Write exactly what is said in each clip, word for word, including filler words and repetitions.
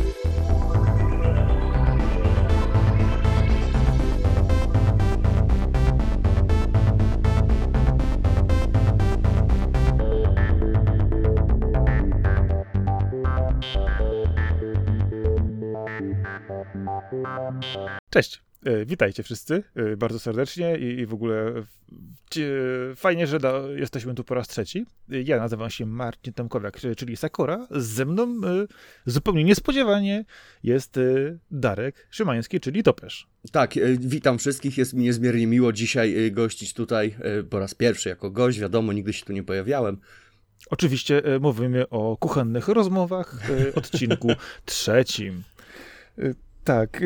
Cześć, witajcie wszyscy bardzo serdecznie i w ogóle fajnie, że da, jesteśmy tu po raz trzeci. Ja nazywam się Marcin Tomkowiak, czyli Sakura. Ze mną zupełnie niespodziewanie jest Darek Szymański, czyli Topesz. Tak, witam wszystkich, jest mi niezmiernie miło dzisiaj gościć tutaj po raz pierwszy jako gość, wiadomo, nigdy się tu nie pojawiałem. Oczywiście mówimy o kuchennych rozmowach, odcinku trzecim. Tak,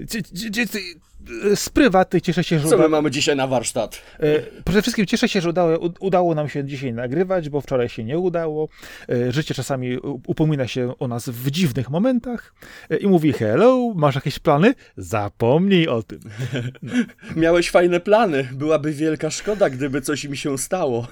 z prywaty cieszę się, że... Co my mamy dzisiaj na warsztat? Przede wszystkim cieszę się, że udało, udało nam się dzisiaj nagrywać, bo wczoraj się nie udało. Życie czasami upomina się o nas w dziwnych momentach i mówi: hello, masz jakieś plany? Zapomnij o tym. No. Miałeś fajne plany, byłaby wielka szkoda, gdyby coś mi się stało.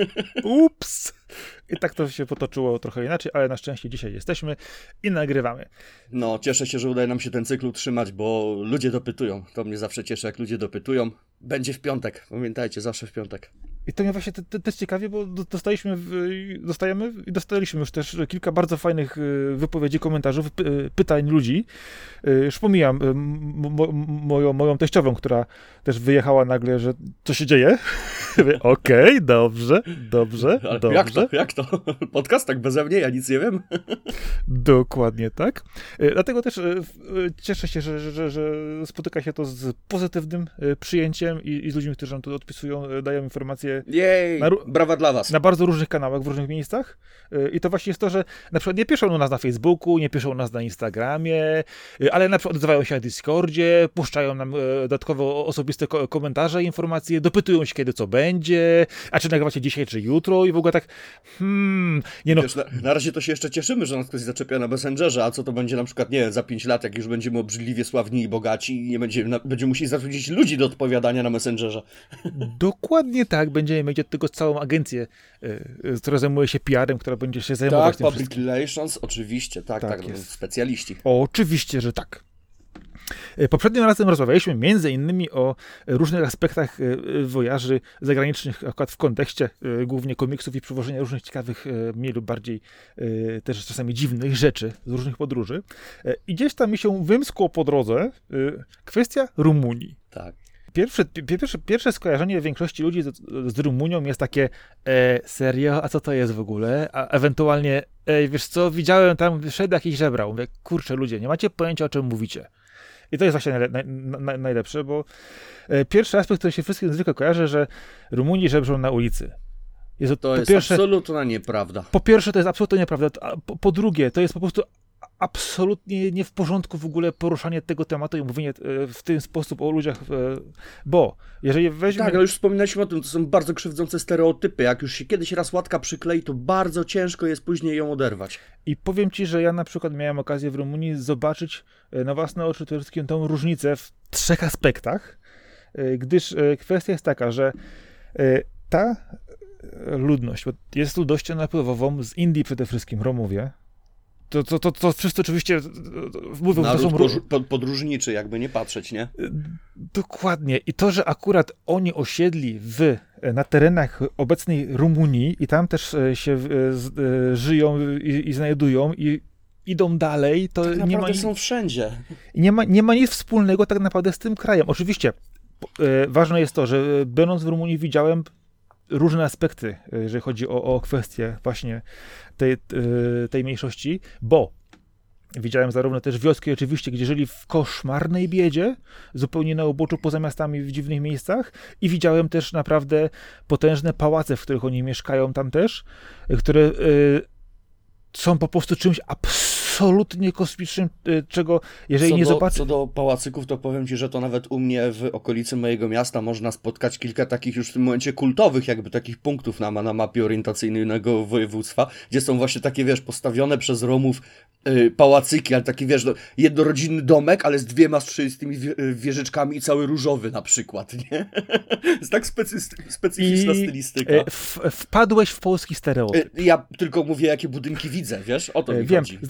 Ups! I tak to się potoczyło trochę inaczej, ale na szczęście dzisiaj jesteśmy i nagrywamy. No, cieszę się, że udaje nam się ten cykl utrzymać, bo ludzie dopytują. To mnie zawsze cieszy, jak ludzie dopytują. Będzie w piątek, pamiętajcie, zawsze w piątek. I to mnie właśnie te, te, też ciekawie, bo dostaliśmy, dostajemy i dostaliśmy już też kilka bardzo fajnych wypowiedzi, komentarzy, pytań ludzi. Już pomijam mo, moją, moją teściową, która też wyjechała nagle, że co się dzieje. Okej, okay, dobrze, dobrze, ale dobrze. Jak to? Jak to? Podcast tak beze mnie, ja nic nie wiem. Dokładnie tak. Dlatego też cieszę się, że, że, że spotyka się to z pozytywnym przyjęciem i, i z ludźmi, którzy nam tu odpisują, dają informacje. Jej, na, brawa dla was. Na bardzo różnych kanałach, w różnych miejscach. I to właśnie jest to, że na przykład nie piszą u nas na Facebooku, nie piszą u nas na Instagramie, ale na przykład odzywają się na Discordzie, puszczają nam dodatkowo osobiste komentarze, informacje, dopytują się, kiedy co będzie, a czy nagrywacie dzisiaj, czy jutro i w ogóle tak hmm, nie no. Wiesz, na, na razie to się jeszcze cieszymy, że nas ktoś zaczepia na Messengerze, a co to będzie na przykład, nie za pięć lat, jak już będziemy obrzydliwie sławni i bogaci i nie będziemy, na, będziemy musieli zatrudnić ludzi do odpowiadania na Messengerze. Dokładnie tak, będziemy mieć od tego całą agencję, y, która zajmuje się P R-em, która będzie się zajmować tak, tym public wszystkim. relations, oczywiście, tak, tak, tak specjaliści. Oczywiście, że tak. Poprzednim razem rozmawialiśmy między innymi o różnych aspektach wojaży zagranicznych, akurat w kontekście głównie komiksów i przywożenia różnych ciekawych, mniej lub bardziej też czasami dziwnych rzeczy z różnych podróży. I gdzieś tam mi się wymskło po drodze kwestia Rumunii. Tak. Pierwsze, pierwsze, pierwsze skojarzenie większości ludzi z, z Rumunią jest takie: e, serio? A co to jest w ogóle? A ewentualnie, ej, wiesz co, widziałem tam, szedł jakiś żebrał. Mówię, kurczę ludzie, nie macie pojęcia, o czym mówicie. I to jest właśnie najle, naj, naj, najlepsze, bo e, pierwszy aspekt, który się wszystkim zwykle kojarzy, że Rumuni żebrzą na ulicy. Jest, to jest pierwsze, absolutna nieprawda. Po pierwsze, to jest absolutnie nieprawda. A po, po drugie, to jest po prostu absolutnie nie w porządku w ogóle poruszanie tego tematu i mówienie w ten sposób o ludziach, bo jeżeli weźmiemy... Tak, ale już wspominaliśmy o tym, to są bardzo krzywdzące stereotypy. Jak już się kiedyś raz łatka przyklei, to bardzo ciężko jest później ją oderwać. I powiem ci, że ja na przykład miałem okazję w Rumunii zobaczyć na własne oczy przede wszystkim tą różnicę w trzech aspektach, gdyż kwestia jest taka, że ta ludność, bo jest ludnością napływową z Indii przede wszystkim, Romowie. To, to, to, to wszyscy oczywiście mówią, że to są... Naród pod, podróżniczy, jakby nie patrzeć, nie? Dokładnie. I to, że akurat oni osiedli w, na terenach obecnej Rumunii i tam też się z, żyją i, i znajdują i idą dalej, to tak nie ma... są wszędzie. Nie ma, nie ma nic wspólnego tak naprawdę z tym krajem. Oczywiście e, ważne jest to, że będąc w Rumunii widziałem różne aspekty, jeżeli chodzi o, o kwestię właśnie tej, tej mniejszości, bo widziałem zarówno też wioski oczywiście, gdzie żyli w koszmarnej biedzie, zupełnie na uboczu, poza miastami, w dziwnych miejscach i widziałem też naprawdę potężne pałace, w których oni mieszkają tam też, które y, są po prostu czymś absolutnie kosmicznym, czego jeżeli co nie do, zobaczy... Co do pałacyków, to powiem ci, że to nawet u mnie w okolicy mojego miasta można spotkać kilka takich już w tym momencie kultowych jakby takich punktów na, na mapie orientacyjnego województwa, gdzie są właśnie takie, wiesz, postawione przez Romów yy, pałacyki, ale taki, wiesz, no, jednorodzinny domek, ale z dwiema z tymi wieżyczkami i cały różowy na przykład, nie? Jest tak specy- specyficzna I, stylistyka. Yy, w, wpadłeś w polski stereotyp. Yy, ja tylko mówię, jakie budynki widzę, wiesz? O to mi Wiem, chodzi. zdaję sobie tego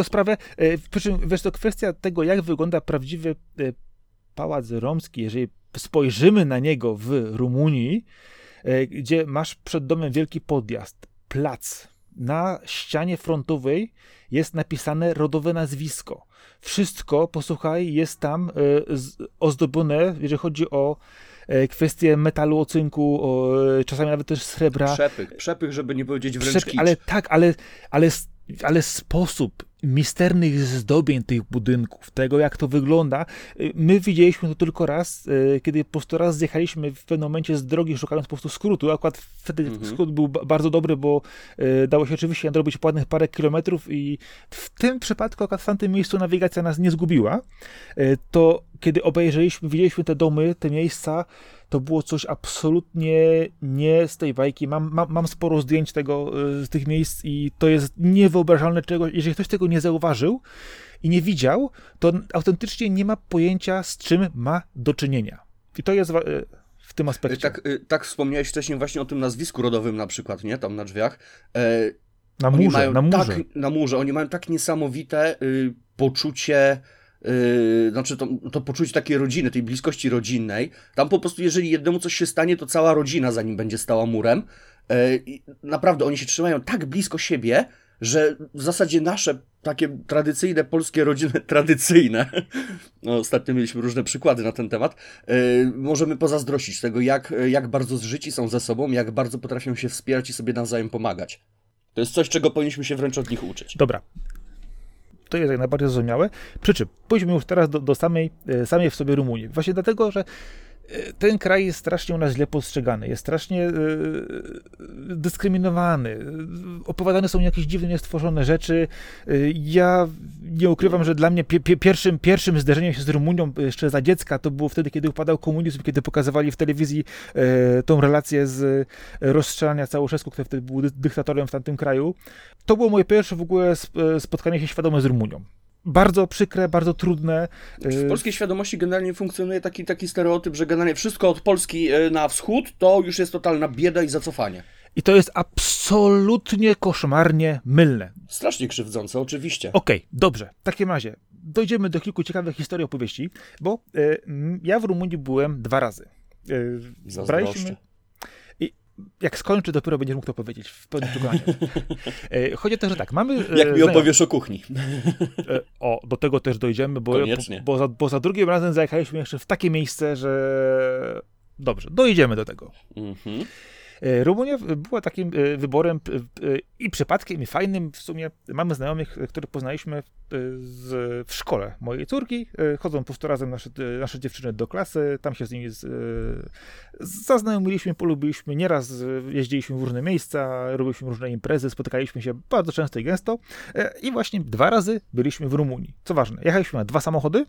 tego sprawę. Przy czym, wiesz, to kwestia tego, jak wygląda prawdziwy pałac romski, jeżeli spojrzymy na niego w Rumunii, gdzie masz przed domem wielki podjazd, plac. Na ścianie frontowej jest napisane rodowe nazwisko. Wszystko, posłuchaj, jest tam ozdobione, jeżeli chodzi o kwestie metalu, ocynku, o, czasami nawet też srebra. Przepych, przepych, żeby nie powiedzieć wręcz Przepych, kicz. ale tak, ale, ale, ale sposób misternych zdobień tych budynków, tego jak to wygląda, my widzieliśmy to tylko raz, kiedy po prostu raz zjechaliśmy w pewnym momencie z drogi, szukając po prostu skrótu. Akurat wtedy mm-hmm. skrót był b- bardzo dobry, bo dało się oczywiście nadrobić ładnych parę kilometrów i w tym przypadku, akurat w tamtym miejscu nawigacja nas nie zgubiła. To kiedy obejrzeliśmy, widzieliśmy te domy, te miejsca, to było coś absolutnie nie z tej bajki. Mam, mam, mam sporo zdjęć tego, z tych miejsc i to jest niewyobrażalne czego. Jeżeli ktoś tego nie zauważył i nie widział, to autentycznie nie ma pojęcia, z czym ma do czynienia. I to jest w tym aspekcie. Tak, tak wspomniałeś wcześniej właśnie o tym nazwisku rodowym na przykład, nie? Tam na drzwiach. E, na murze, mają na murze. Tak, na murze. Oni mają tak niesamowite y, poczucie... Yy, znaczy to, to poczucie takiej rodziny, tej bliskości rodzinnej. Tam po prostu, jeżeli jednemu coś się stanie, to cała rodzina za nim będzie stała murem. Yy, i naprawdę, oni się trzymają tak blisko siebie, że w zasadzie nasze takie tradycyjne polskie rodziny, tradycyjne, no, ostatnio mieliśmy różne przykłady na ten temat, yy, możemy pozazdrościć tego, jak, jak bardzo zżyci są ze sobą, jak bardzo potrafią się wspierać i sobie nawzajem pomagać. To jest coś, czego powinniśmy się wręcz od nich uczyć. Dobra. To jest jak najbardziej zrozumiałe. Przy czym pójdźmy już teraz do, do samej, samej w sobie Rumunii. Właśnie dlatego, że ten kraj jest strasznie u nas źle postrzegany, jest strasznie yy, dyskryminowany. Opowiadane są jakieś dziwnie niestworzone rzeczy. Yy, ja nie ukrywam, że dla mnie pi- pi- pierwszym, pierwszym zderzeniem się z Rumunią jeszcze za dziecka to było wtedy, kiedy upadał komunizm, kiedy pokazywali w telewizji yy, tą relację z rozstrzelania Ceaușescu, który wtedy był dy- dyktatorem w tamtym kraju. To było moje pierwsze w ogóle spotkanie się świadome z Rumunią. Bardzo przykre, bardzo trudne. W polskiej świadomości generalnie funkcjonuje taki, taki stereotyp, że generalnie wszystko od Polski na wschód to już jest totalna bieda i zacofanie. I to jest absolutnie koszmarnie mylne. Strasznie krzywdzące, oczywiście. Okej, okay, dobrze. W takim razie dojdziemy do kilku ciekawych historii, opowieści, bo y, ja w Rumunii byłem dwa razy. Y, Zazdroszczę. I jak skończy, dopiero będziesz mógł to powiedzieć w pełnym przekonaniu. Chodzi o to, że tak, mamy... Jak mi znajomych. Opowiesz o kuchni. O, do tego też dojdziemy, bo, Koniecznie. bo, za, bo za drugim razem zajechaliśmy jeszcze w takie miejsce, że... Dobrze, dojdziemy do tego. Mhm. Rumunia była takim wyborem i przypadkiem, i fajnym. W sumie mamy znajomych, których poznaliśmy z, w szkole mojej córki. Chodzą po prostu razem nasze, nasze dziewczyny do klasy. Tam się z nimi z, zaznajomiliśmy, polubiliśmy. Nieraz jeździliśmy w różne miejsca, robiliśmy różne imprezy, spotykaliśmy się bardzo często i gęsto. I właśnie dwa razy byliśmy w Rumunii. Co ważne, jechaliśmy na dwa samochody.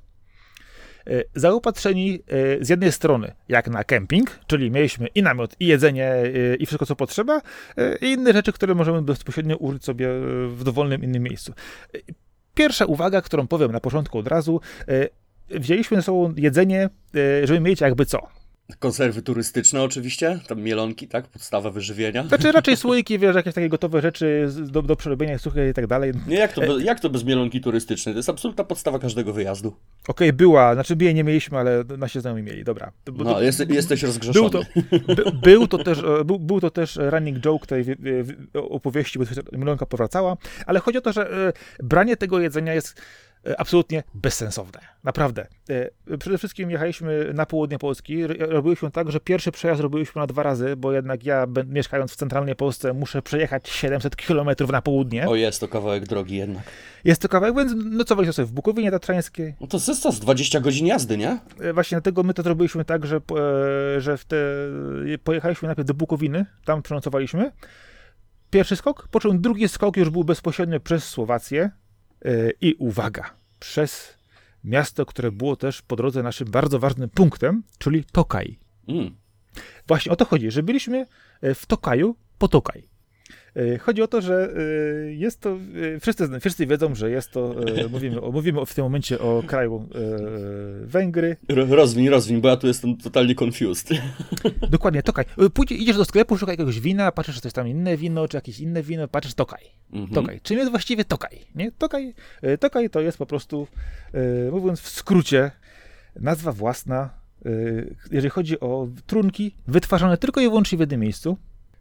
Zaopatrzeni z jednej strony jak na kemping, czyli mieliśmy i namiot, i jedzenie, i wszystko co potrzeba, i inne rzeczy, które możemy bezpośrednio użyć sobie w dowolnym innym miejscu. Pierwsza uwaga, którą powiem na początku od razu, wzięliśmy ze sobą jedzenie, żeby mieć jakby co. Konserwy turystyczne oczywiście, tam mielonki, tak? Podstawa wyżywienia. Znaczy raczej słoiki, wiesz, jakieś takie gotowe rzeczy do, do przerobienia, suche i tak dalej. Nie, jak to, be, jak to bez mielonki turystycznej? To jest absolutna podstawa każdego wyjazdu. Okej, okay, była, znaczy jej nie mieliśmy, ale nasi znajomi mieli, dobra. Bo, no, to, jest, jesteś rozgrzeszony. Był to, by, był, to też, był, był to też running joke tej opowieści, bo mielonka powracała, ale chodzi o to, że branie tego jedzenia jest absolutnie bezsensowne. Naprawdę. Przede wszystkim jechaliśmy na południe Polski. Robiliśmy tak, że pierwszy przejazd robiliśmy na dwa razy, bo jednak ja, mieszkając w centralnej Polsce, muszę przejechać siedemset kilometrów na południe. O, jest to kawałek drogi jednak. Jest to kawałek, więc nocowaliśmy sobie w Bukowinie Tatrzańskiej. No to jest to z dwadzieścia godzin jazdy, nie? Właśnie dlatego my to zrobiliśmy tak, że, że w te, pojechaliśmy najpierw do Bukowiny, tam przenocowaliśmy. Pierwszy skok, po czym drugi skok już był bezpośrednio przez Słowację. I uwaga, przez miasto, które było też po drodze naszym bardzo ważnym punktem, czyli Tokaj. Mm. Właśnie o to chodzi, że byliśmy w Tokaju po Tokaj. Chodzi o to, że jest to, wszyscy, wszyscy wiedzą, że jest to, mówimy, mówimy w tym momencie o kraju Węgry. Rozwiń, rozwiń, bo ja tu jestem totalnie confused. Dokładnie, Tokaj. Pójdzie, idziesz do sklepu, szukaj jakiegoś wina, patrzysz, czy to jest tam inne wino, czy jakieś inne wino, patrzysz Tokaj. Mhm. Tokaj. Czym jest właściwie Tokaj? Nie? Tokaj, Tokaj to jest po prostu, mówiąc w skrócie, nazwa własna, jeżeli chodzi o trunki wytwarzane tylko i wyłącznie w jednym miejscu.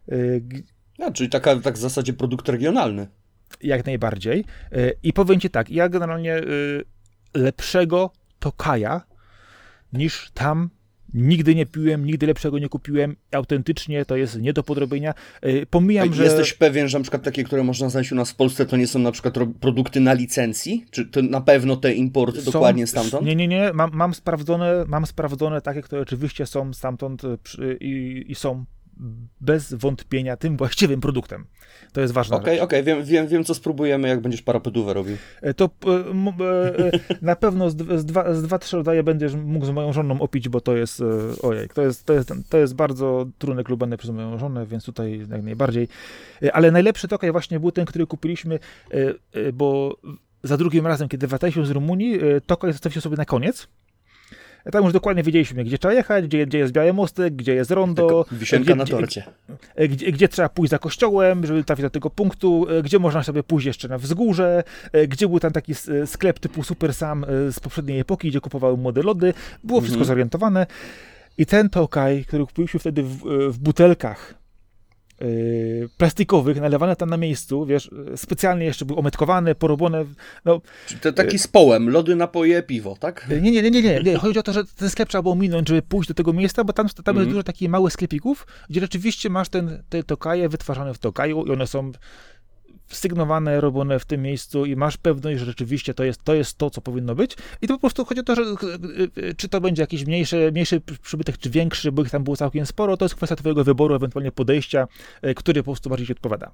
A, czyli taka, tak w zasadzie produkt regionalny. Jak najbardziej. I powiem ci tak, ja generalnie lepszego Tokaja niż tam nigdy nie piłem, nigdy lepszego nie kupiłem. Autentycznie to jest nie do podrobienia. Pomijam, A że... Jesteś pewien, że na przykład takie, które można znaleźć u nas w Polsce, to nie są na przykład produkty na licencji? Czy to na pewno te importy są, dokładnie stamtąd? Nie, nie, nie. Mam, mam, sprawdzone, mam sprawdzone takie, które oczywiście są stamtąd i, i są bez wątpienia tym właściwym produktem. To jest ważne. Okej, okej, okay, wiem, wiem, wiem, co spróbujemy, jak będziesz parapetówę robił. To e, e, na pewno z, z, dwa, z dwa, trzy rodzaje będziesz mógł z moją żoną opić, bo to jest, e, ojej, to jest, to jest, to jest bardzo trunek lubiany przez moją żonę, więc tutaj jak najbardziej. E, ale najlepszy Tokaj właśnie był ten, który kupiliśmy, e, e, bo za drugim razem, kiedy wracaliśmy z Rumunii, e, Tokaj zostawiliśmy sobie na koniec. Tam już dokładnie wiedzieliśmy, gdzie trzeba jechać, gdzie, gdzie jest Biały Mostek, gdzie jest rondo. Wisienka gdzie, na torcie. Gdzie, gdzie, gdzie trzeba pójść za kościołem, żeby trafić do tego punktu, gdzie można sobie pójść jeszcze na wzgórze, gdzie był tam taki sklep typu Super Sam z poprzedniej epoki, gdzie kupowały młode lody. Było wszystko mhm. zorientowane. I ten Tokaj, który kupiliśmy wtedy w, w butelkach Yy, plastikowych, nalewane tam na miejscu, wiesz, specjalnie jeszcze były ometkowany, porobione, no... To taki z połem, lody, napoje, piwo, tak? Nie, nie, nie, nie, nie, nie. Chodzi o to, że ten sklep trzeba było minąć, żeby pójść do tego miejsca, bo tam, tam mm. jest dużo takich małych sklepików, gdzie rzeczywiście masz ten, te Tokaje wytwarzane w Tokaju i one są sygnowane, robione w tym miejscu i masz pewność, że rzeczywiście to jest, to jest to, co powinno być. I to po prostu chodzi o to, że czy to będzie jakiś mniejszy, mniejszy przybytek, czy większy, bo ich tam było całkiem sporo, to jest kwestia twojego wyboru, ewentualnie podejścia, który po prostu bardziej ci odpowiada.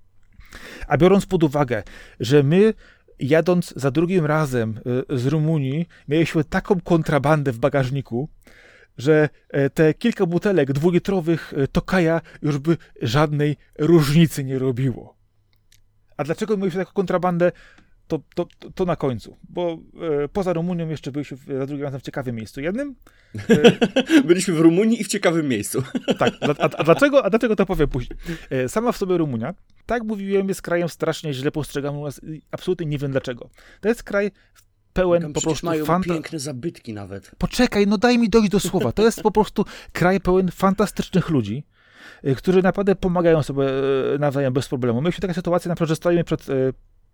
A biorąc pod uwagę, że my jadąc za drugim razem z Rumunii, mieliśmy taką kontrabandę w bagażniku, że te kilka butelek dwulitrowych Tokaja już by żadnej różnicy nie robiło. A dlaczego mieliśmy taką kontrabandę? To, to, to na końcu. Bo e, poza Rumunią jeszcze byliśmy w, za drugim razem w ciekawym miejscu. Jednym. E, Byliśmy w Rumunii i w ciekawym miejscu. Tak. A, a, dlaczego, a dlaczego to powiem później? E, sama w sobie Rumunia, tak mówiłem, jest krajem strasznie źle postrzegany u nas. Absolutnie nie wiem dlaczego. To jest kraj pełen tam po prostu mają fanta... piękne zabytki nawet. Poczekaj, no daj mi dojść do słowa. To jest po prostu kraj pełen fantastycznych ludzi, którzy naprawdę pomagają sobie nawzajem bez problemu. Mieliśmy taką sytuację, na przykład, że stoimy przed e,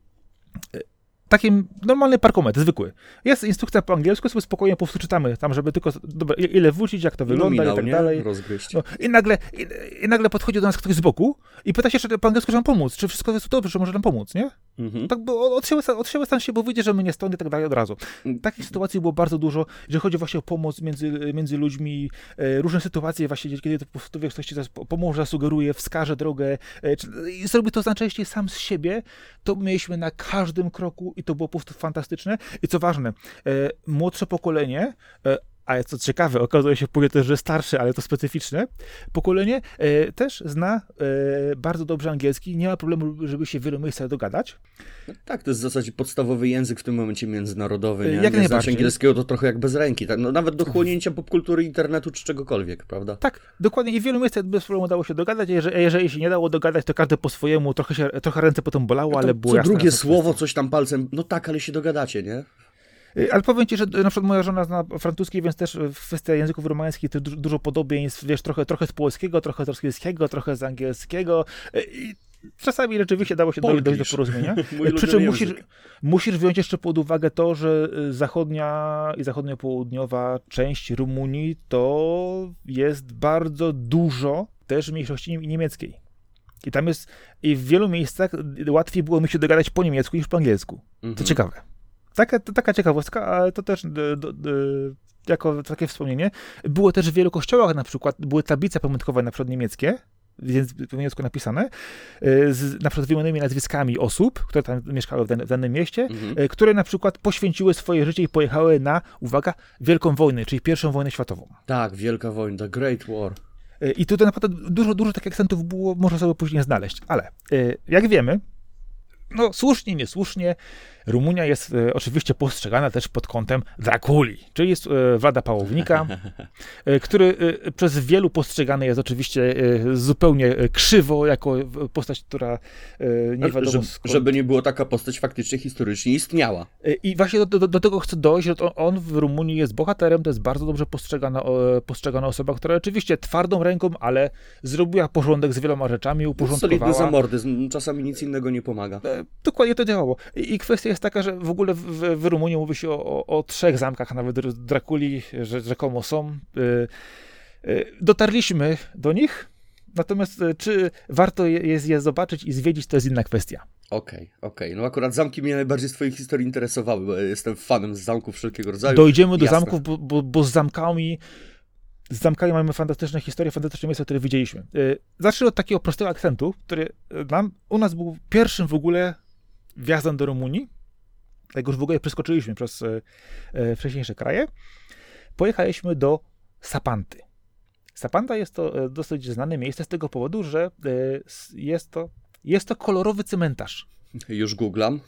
e, takim normalny parkometr, zwykły. Jest instrukcja po angielsku, sobie spokojnie po prostu czytamy tam, żeby tylko, dobra, ile wrócić, jak to wygląda Nominał, i tak nie? dalej. Rozgryźć. No, i, nagle, i, I nagle podchodzi do nas ktoś z boku i pyta się, czy po angielsku, że nam pomóc, czy wszystko jest dobrze, że może nam pomóc, nie? Mhm. Tak, bo od siebie, od siebie stan się, bo wyjdzie, że my nie stąd i tak dalej od razu. Takich sytuacji było bardzo dużo, jeżeli chodzi właśnie o pomoc między, między ludźmi, e, różne sytuacje właśnie, kiedy to po prostu wiesz, ktoś ci pomoże, sugeruje, wskaże drogę e, czy, i zrobi to najczęściej sam z siebie, to mieliśmy na każdym kroku i to było po prostu fantastyczne. I co ważne, e, młodsze pokolenie, e, a co ciekawe, okazuje się później też, że starsze, ale to specyficzne pokolenie e, też zna e, bardzo dobrze angielski, nie ma problemu, żeby się w wielu miejscach dogadać. No tak, to jest w zasadzie podstawowy język w tym momencie międzynarodowy, nie? Jak nie najbardziej. Znać angielskiego to trochę jak bez ręki, tak? No, nawet do chłonięcia popkultury, internetu czy czegokolwiek, prawda? Tak, dokładnie i w wielu miejscach bez problemu dało się dogadać, jeżeli, jeżeli się nie dało dogadać, to każdy po swojemu, trochę, się, trochę ręce potem bolało, no ale było co jasne. drugie słowo, coś tam palcem, no tak, ale się dogadacie, nie? Ale powiem ci, że na przykład moja żona zna francuski, więc też w kwestii języków romańskich to dużo, dużo podobieństw, wiesz, trochę, trochę z polskiego, trochę z rosyjskiego, trochę z angielskiego i czasami rzeczywiście dało się dojść, dojść do porozumienia. Przy czym musisz, musisz wziąć jeszcze pod uwagę to, że zachodnia i zachodnio-południowa część Rumunii to jest bardzo dużo też mniejszości niemieckiej. I tam jest, i w wielu miejscach łatwiej było mi się dogadać po niemiecku niż po angielsku. To mhm. ciekawe. Taka, to, taka ciekawostka, ale to też do, do, do, jako takie wspomnienie. Było też w wielu kościołach na przykład, były tablice pamiątkowe na przykład niemieckie, więc po niemiecku napisane, z na przykład wymienionymi nazwiskami osób, które tam mieszkały w, dan, w danym mieście, mhm. które na przykład poświęciły swoje życie i pojechały na, uwaga, Wielką Wojnę, czyli pierwszą wojnę światową. Tak, Wielka Wojna, The Great War. I tutaj naprawdę dużo, dużo takich akcentów było, można sobie później znaleźć. Ale jak wiemy, no słusznie, niesłusznie, Rumunia jest e, oczywiście postrzegana też pod kątem Drakuli, czyli jest e, Vlada Pałownika, e, który e, przez wielu postrzegany jest oczywiście e, zupełnie krzywo, jako postać, która e, nie wiadomo żeby, skąd... żeby nie było, taka postać faktycznie historycznie istniała. E, I właśnie do, do, do tego chcę dojść, że to on w Rumunii jest bohaterem, to jest bardzo dobrze postrzegana, o, postrzegana osoba, która oczywiście twardą ręką, ale zrobiła porządek z wieloma rzeczami, uporządkowała. Solidny zamordyzm, czasami nic innego nie pomaga. E, dokładnie to działało. I, i kwestia jest taka, że w ogóle w, w Rumunii mówi się o, o, o trzech zamkach, nawet Drakuli, że rzekomo są. Y, y, dotarliśmy do nich, natomiast y, czy warto jest je zobaczyć i zwiedzić, to jest inna kwestia. Okej, okay, okej. Okay. No akurat zamki mnie najbardziej z twojej historii interesowały, bo jestem fanem z zamków wszelkiego rodzaju. Dojdziemy do Jasne. zamków, bo, bo, bo z zamkami z zamkami mamy fantastyczne historie, fantastyczne miejsca, które widzieliśmy. Y, zacznę od takiego prostego akcentu, który nam, u nas był pierwszym w ogóle wjazdem do Rumunii. Jak już w ogóle przeskoczyliśmy przez e, e, wcześniejsze kraje, pojechaliśmy do Sapanty. Sapanta jest to e, dosyć znane miejsce z tego powodu, że e, jest, to, jest to kolorowy cmentarz. Już googlam.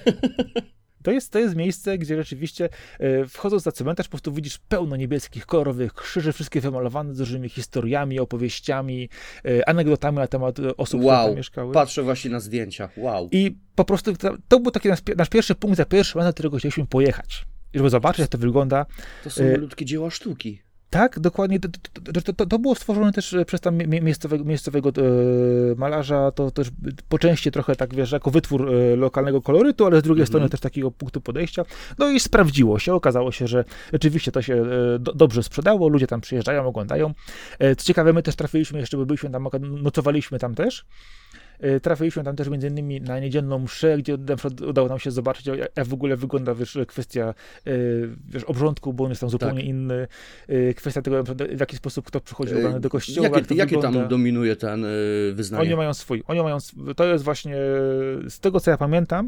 To jest, to jest miejsce, gdzie rzeczywiście e, wchodząc na cmentarz, po prostu widzisz pełno niebieskich, kolorowych krzyży, wszystkie wymalowane z różnymi historiami, opowieściami, e, anegdotami na temat osób, wow, które tam mieszkały. Patrzę właśnie na zdjęcia. Wow. I po prostu to, to był taki nasz, nasz pierwszy punkt, za pierwszy moment, do którego chcieliśmy pojechać. Żeby zobaczyć, jak to wygląda. To są malutkie dzieła sztuki. Tak, dokładnie. To, to, to, to, to było stworzone też przez tam miejscowego, miejscowego e, malarza, to też po części trochę tak, wiesz, jako wytwór e, lokalnego kolorytu, ale z drugiej mm-hmm. strony też takiego punktu podejścia. No i sprawdziło się, okazało się, że rzeczywiście to się e, do, dobrze sprzedało, ludzie tam przyjeżdżają, oglądają. E, co ciekawe, my też trafiliśmy, jeszcze by byliśmy tam, nocowaliśmy tam też. Trafiliśmy tam też między innymi na niedzielną mszę, gdzie na przykład udało nam się zobaczyć, jak w ogóle wygląda, wiesz, kwestia wiesz, obrządku, bo on jest tam zupełnie tak. inny. Kwestia tego, w jaki sposób kto przychodzi ubrany do kościoła. Jakie, jak to jakie wygląda. tam dominuje ten wyznanie? Oni mają swój. Oni mają, to jest właśnie, z tego co ja pamiętam,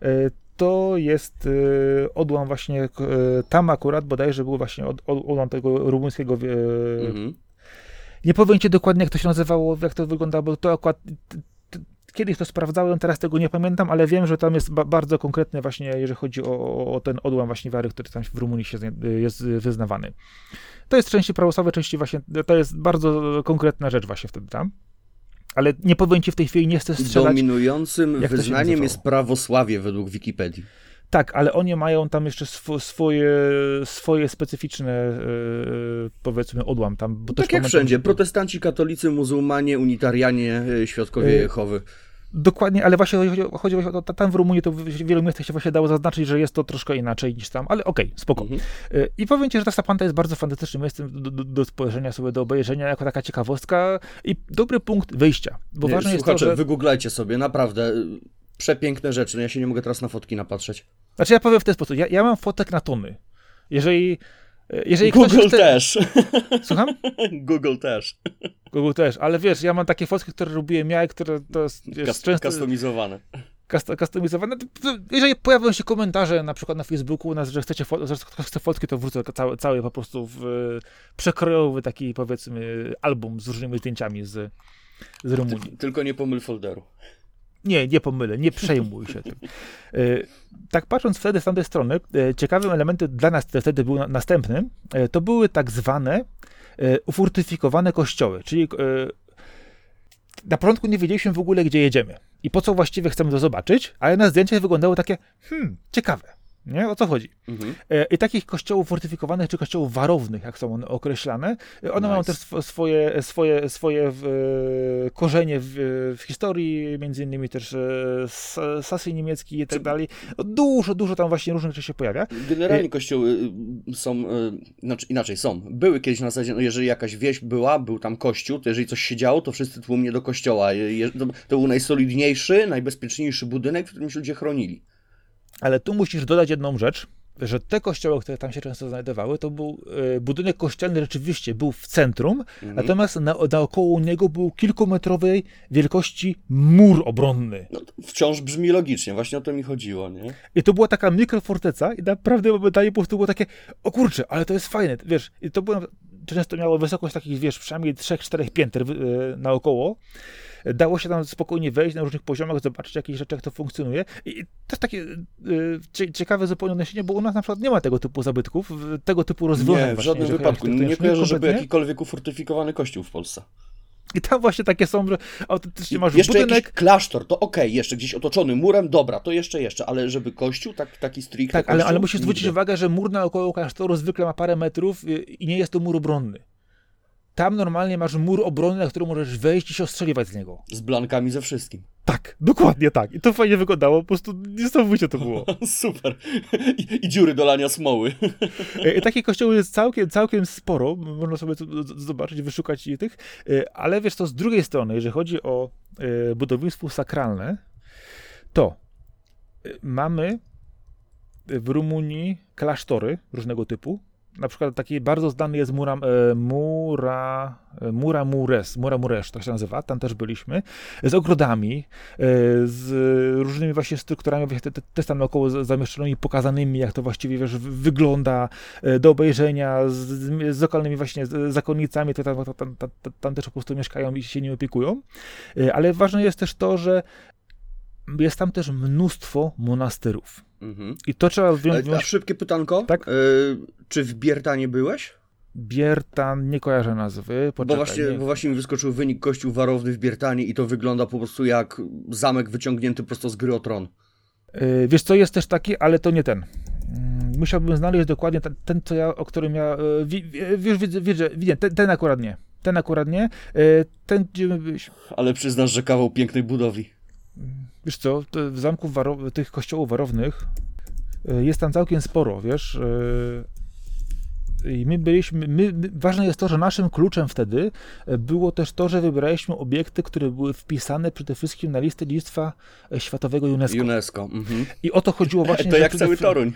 to jest odłam właśnie, tam akurat bodajże był właśnie od, odłam tego rumuńskiego. Mhm. Nie powiem ci dokładnie, jak to się nazywało, jak to wyglądało, bo to akurat kiedyś to sprawdzałem, teraz tego nie pamiętam, ale wiem, że tam jest ba- bardzo konkretny właśnie, jeżeli chodzi o, o ten odłam właśnie wiary, który tam w Rumunii się jest wyznawany. To jest części prawosławne, części właśnie, to jest bardzo konkretna rzecz właśnie wtedy tam. Ale nie powiem ci w tej chwili, nie chcę strzelać. Dominującym wyznaniem jest prawosławie według Wikipedii. Tak, ale oni mają tam jeszcze sw- swoje, swoje specyficzne, yy, powiedzmy, odłam. Tam, bo tak też jak pamiętam, wszędzie, że... protestanci, katolicy, muzułmanie, unitarianie, świadkowie yy, Jehowy. Dokładnie, ale właśnie chodzi, chodzi o to, tam w Rumunii to w wielu miejscach się właśnie dało zaznaczyć, że jest to troszkę inaczej niż tam, ale okej, okay, spoko. Mhm. Yy, I powiem ci, że ta Sapanta jest bardzo fantastycznym miejscem do, do, do spojrzenia sobie, do obejrzenia, jako taka ciekawostka i dobry punkt wyjścia. Bo nie, ważne słuchacze, jest to, że... wygooglajcie sobie, naprawdę... Przepiękne rzeczy, no ja się nie mogę teraz na fotki napatrzeć. Znaczy ja powiem w ten sposób, ja, ja mam fotek na tony. Jeżeli, jeżeli Google ktoś chce... też. Słucham? Google też. Google też, ale wiesz, ja mam takie fotki, które robiłem ja i które to jest, jest Kast- często... Customizowane. Kast- customizowane. Jeżeli pojawią się komentarze na przykład na Facebooku u nas, że chcecie fo- że ktoś chce fotki, to wrzucę cały, cały po prostu w przekrojowy taki, powiedzmy, album z różnymi zdjęciami z, z Rumunii. Ty, tylko nie pomyl folderu. Nie, nie pomylę, nie przejmuj się tym. Tak patrząc wtedy z tamtej strony, ciekawym elementem dla nas wtedy był następny, to były tak zwane ufortyfikowane kościoły, czyli na początku nie wiedzieliśmy w ogóle, gdzie jedziemy i po co właściwie chcemy to zobaczyć, ale na zdjęciach wyglądało takie, hmm, ciekawe. Nie? O co chodzi? Mhm. I takich kościołów fortyfikowanych, czy kościołów warownych, jak są one określane, one nice. mają też sw- swoje, swoje, swoje w, korzenie w, w historii, między innymi też s- Sasy niemiecki i tak dalej. Dużo, dużo tam właśnie różnych rzeczy się pojawia. Generalnie kościoły są, znaczy inaczej są. Były kiedyś na zasadzie, no jeżeli jakaś wieś była, był tam kościół, to jeżeli coś się działo, to wszyscy tłumnie do kościoła. To był najsolidniejszy, najbezpieczniejszy budynek, w którym się ludzie chronili. Ale tu musisz dodać jedną rzecz, że te kościoły, które tam się często znajdowały, to był y, budynek kościelny rzeczywiście był w centrum, mhm. natomiast na, naokoło niego był kilkumetrowej wielkości mur obronny. No, wciąż brzmi logicznie, właśnie o to mi chodziło, nie? I to była taka mikroforteca i naprawdę momentami po prostu było takie, o kurczę, ale to jest fajne, wiesz, i to było często miało wysokość takich, wiesz, przynajmniej trzech czterech pięter naokoło. Dało się tam spokojnie wejść na różnych poziomach, zobaczyć jakieś rzeczy, jak to funkcjonuje. I też takie y, ciekawe zupełnie odniesienie, bo u nas na przykład nie ma tego typu zabytków, tego typu rozwiązań. Nie, w żadnym wypadku. Nie kojarzę, żeby jakikolwiek ufortyfikowany kościół w Polsce. I tam właśnie takie są, że autentycznie masz jeszcze budynek... jakiś klasztor, to okej, okay, jeszcze gdzieś otoczony murem, dobra, to jeszcze, jeszcze, ale żeby kościół, tak, taki stricte Tak, kościół, ale, ale musisz zwrócić nigdy. uwagę, że mur naokoło klasztoru zwykle ma parę metrów i nie jest to mur obronny. Tam normalnie masz mur obronny, na który możesz wejść i się ostrzeliwać z niego. Z blankami ze wszystkim. Tak, dokładnie tak. I to fajnie wyglądało, po prostu niesamowicie to było. Super. I, I dziury do lania smoły. I takich kościołów jest całkiem, całkiem sporo. Można sobie to zobaczyć, wyszukać tych. Ale wiesz co, z drugiej strony, jeżeli chodzi o budownictwo sakralne, to mamy w Rumunii klasztory różnego typu. Na przykład taki bardzo znany jest Mura, Mura, Mura Mures, Mura Muresz, tak się nazywa, tam też byliśmy, z ogrodami, z różnymi właśnie strukturami, te, te, też tam naokoło zamieszczonymi, pokazanymi, jak to właściwie, wiesz, wygląda, do obejrzenia, z, z lokalnymi właśnie zakonnicami, to tam, tam, tam, tam też po prostu mieszkają i się nim opiekują, ale ważne jest też to, że jest tam też mnóstwo monasterów. Mhm. I to trzeba wyjąć. A szybkie pytanko. Tak? Yy, czy w Biertanie byłeś? Biertan, nie kojarzę nazwy. Poczekaj, bo, właśnie, bo właśnie mi wyskoczył wynik kościół warowny w Biertanie i to wygląda po prostu jak zamek wyciągnięty prosto z Gry o Tron. Yy, wiesz co, jest też taki, ale to nie ten. Yy, musiałbym znaleźć dokładnie ten, ten co ja, o którym ja... Yy, wiesz, widzę, widzę, widzę ten, ten akurat nie. Ten akurat nie. Yy, ten, gdzie my byliśmy. Ale przyznasz, że kawał pięknej budowli. Wiesz co, w zamków warow- tych kościołów warownych jest tam całkiem sporo, wiesz. I my byliśmy, my, ważne jest to, że naszym kluczem wtedy było też to, że wybraliśmy obiekty, które były wpisane przede wszystkim na listę dziedzictwa światowego UNESCO. UNESCO. Mhm. I o to chodziło właśnie. To jak cały Toruń.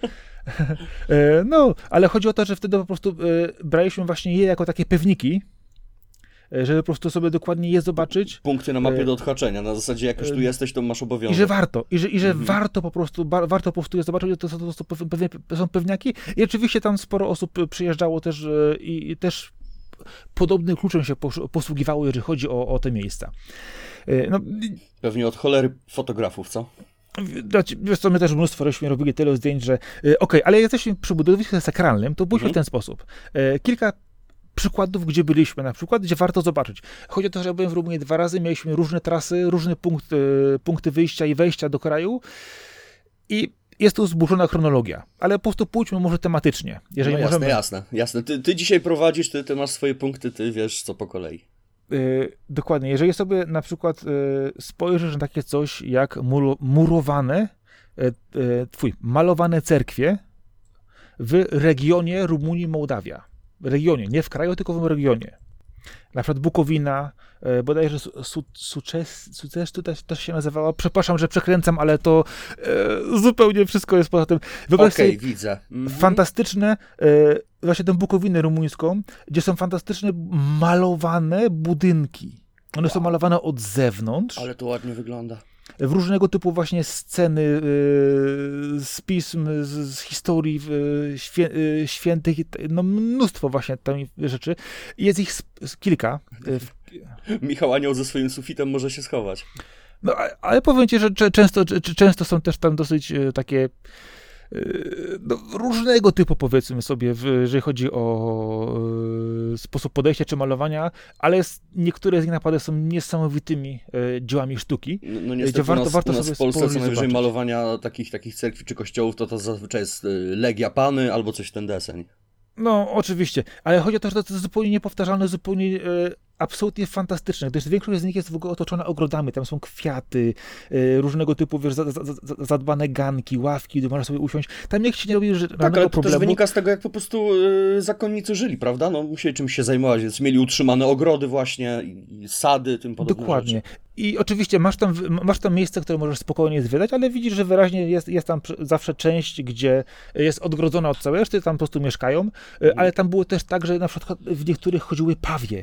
No, ale chodzi o to, że wtedy po prostu braliśmy właśnie je jako takie pewniki, żeby po prostu sobie dokładnie je zobaczyć. Punkty na mapie do odhaczenia. Na zasadzie, jak już tu jesteś, to masz obowiązek. I że warto. I że, i że mhm. warto po prostu, ba, warto po prostu je zobaczyć, to, to, to, to, to pewnie, są pewniaki. I oczywiście tam sporo osób przyjeżdżało też i, i też podobnym kluczem się posługiwało, jeżeli chodzi o, o te miejsca. No, pewnie od cholery fotografów, co? Wiesz co, my też mnóstwo żeśmy robili tyle zdjęć, że okej, okay, ale jak jesteśmy przy budownictwie sakralnym, to byliśmy mhm. w ten sposób. Kilka przykładów, gdzie byliśmy, na przykład, gdzie warto zobaczyć. Chodzi o to, że ja byłem w Rumunii dwa razy, mieliśmy różne trasy, różne punkty, punkty wyjścia i wejścia do kraju i jest tu zburzona chronologia, ale po prostu pójdźmy może tematycznie. Jeżeli no jasne, możemy... jasne, jasne. Ty, ty dzisiaj prowadzisz, ty, ty masz swoje punkty, ty wiesz co po kolei. Yy, dokładnie. Jeżeli sobie na przykład yy, spojrzysz na takie coś jak muro, murowane, yy, yy, twój, malowane cerkwie w regionie Rumunii-Mołdawia. Regionie, nie w kraju, tylko w regionie. Na przykład Bukowina, e, bodajże Suces też, też się nazywała. Przepraszam, że przekręcam, ale to e, zupełnie wszystko jest poza tym. Okej, okay, widzę. Mm-hmm. Fantastyczne, e, właśnie tę Bukowinę rumuńską, gdzie są fantastyczne malowane budynki. One wow. są malowane od zewnątrz. Ale to ładnie wygląda. W różnego typu właśnie sceny y, z pism, z, z historii y, świę, y, świętych, no mnóstwo właśnie tam rzeczy. Jest ich z, kilka. Michał Anioł ze swoim sufitem może się schować. No, ale powiem ci, że często, często są też tam dosyć takie no, różnego typu, powiedzmy sobie, jeżeli chodzi o y, sposób podejścia czy malowania, ale jest, niektóre z nich naprawdę są niesamowitymi y, dziełami sztuki. No, no niestety warto, u nas, warto u nas sobie w Polsce co najwyżej malowania takich, takich cerkwi czy kościołów, to to zazwyczaj jest Legia Pany albo coś w ten deseń. No, oczywiście, ale chodzi o to, że to jest zupełnie niepowtarzalne, zupełnie y, absolutnie fantastyczne, gdyż większość z nich jest w ogóle otoczona ogrodami, tam są kwiaty, y, różnego typu, wiesz, za, za, za, zadbane ganki, ławki, gdzie można sobie usiąść. Tam nikt ci nie robi żadnego tak, ale to problemu. też wynika z tego, jak po prostu y, zakonnicy żyli, prawda? No, musieli czymś się zajmować, więc mieli utrzymane ogrody właśnie, i, i sady, tym podobne Dokładnie. rzeczy. I oczywiście masz tam, masz tam miejsce, które możesz spokojnie zwiedzać, ale widzisz, że wyraźnie jest, jest tam zawsze część, gdzie jest odgrodzona od całej reszty, tam po prostu mieszkają, mhm. ale tam było też tak, że na przykład w niektórych chodziły pawie.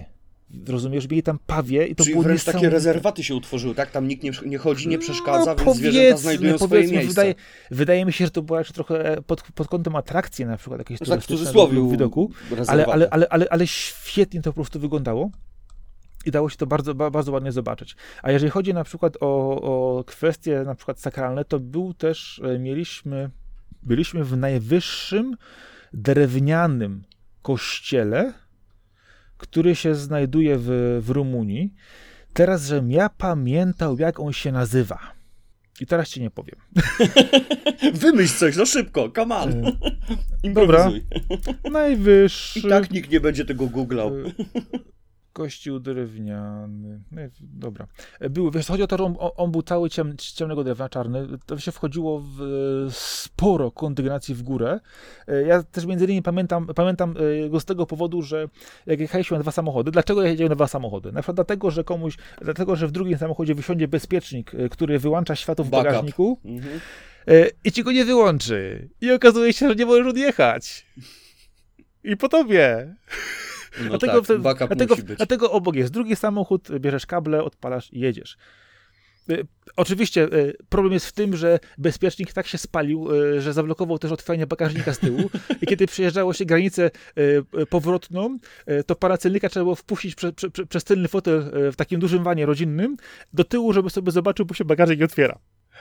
rozumiesz, mieli tam pawie i to Czyli było wręcz takie niesamowite. rezerwaty się utworzyły, tak? Tam nikt nie, nie chodzi, nie przeszkadza, no, więc zwierzęta znajdują swoje miejsce. Wydaje, wydaje mi się, że to było jeszcze trochę pod, pod kątem atrakcji na przykład jakieś no tak, w turystyczne cudzysłowie widoku, ale, ale, ale, ale, ale świetnie to po prostu wyglądało. I dało się to bardzo, bardzo ładnie zobaczyć. A jeżeli chodzi na przykład o, o kwestie na przykład sakralne, to był też, mieliśmy, byliśmy w najwyższym drewnianym kościele, który się znajduje w, w Rumunii. Teraz, żebym ja pamiętał, jak on się nazywa. I teraz ci nie powiem. Wymyśl coś, no szybko, come on. Dobra. Najwyższy. I tak nikt nie będzie tego googlał. Kościół drewniany. No, dobra. Był, wiesz, chodzi o to, że on, on był cały ciem, ciemnego drewna, czarny. To się wchodziło w sporo kondygnacji w górę. Ja też między innymi pamiętam, pamiętam go z tego powodu, że jak jechaliśmy na dwa samochody, dlaczego ja jeździłem na dwa samochody? Na przykład dlatego, że komuś, dlatego, że w drugim samochodzie wysiądzie bezpiecznik, który wyłącza światło w Backup. bagażniku Mhm. i ci go nie wyłączy. I okazuje się, że nie możesz odjechać. I po tobie. No dlatego, tak, backup dlatego, musi być. dlatego obok jest drugi samochód, bierzesz kable, odpalasz i jedziesz. Y, oczywiście y, problem jest w tym, że bezpiecznik tak się spalił, y, że zablokował też otwieranie bagażnika z tyłu i kiedy przejeżdżało się granicę y, powrotną, y, to paracelnika trzeba było wpuścić prze, prze, prze, przez tylny fotel y, w takim dużym wanie rodzinnym do tyłu, żeby sobie zobaczył, bo się bagażnik nie otwiera.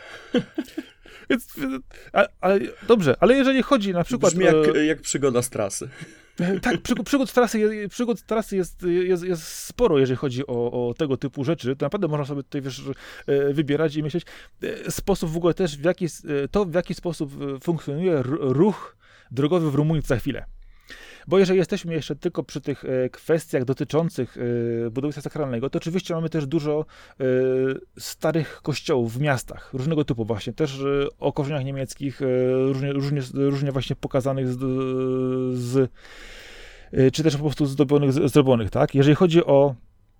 Więc, ale, ale dobrze, ale jeżeli chodzi na przykład... Brzmi jak, jak przygoda z trasy. Tak, przygód, przygód, trasy, przygód trasy jest, jest, jest sporo, jeżeli chodzi o, o tego typu rzeczy. To naprawdę można sobie tutaj, wiesz, wybierać i myśleć. Sposób w ogóle też, w jaki, to w jaki sposób funkcjonuje ruch drogowy w Rumunii za chwilę. Bo jeżeli jesteśmy jeszcze tylko przy tych kwestiach dotyczących budownictwa sakralnego, to oczywiście mamy też dużo starych kościołów w miastach, różnego typu właśnie, też o korzeniach niemieckich, różnie, różnie, różnie właśnie pokazanych z, z czy też po prostu zdobionych, zrobionych, tak? Jeżeli chodzi o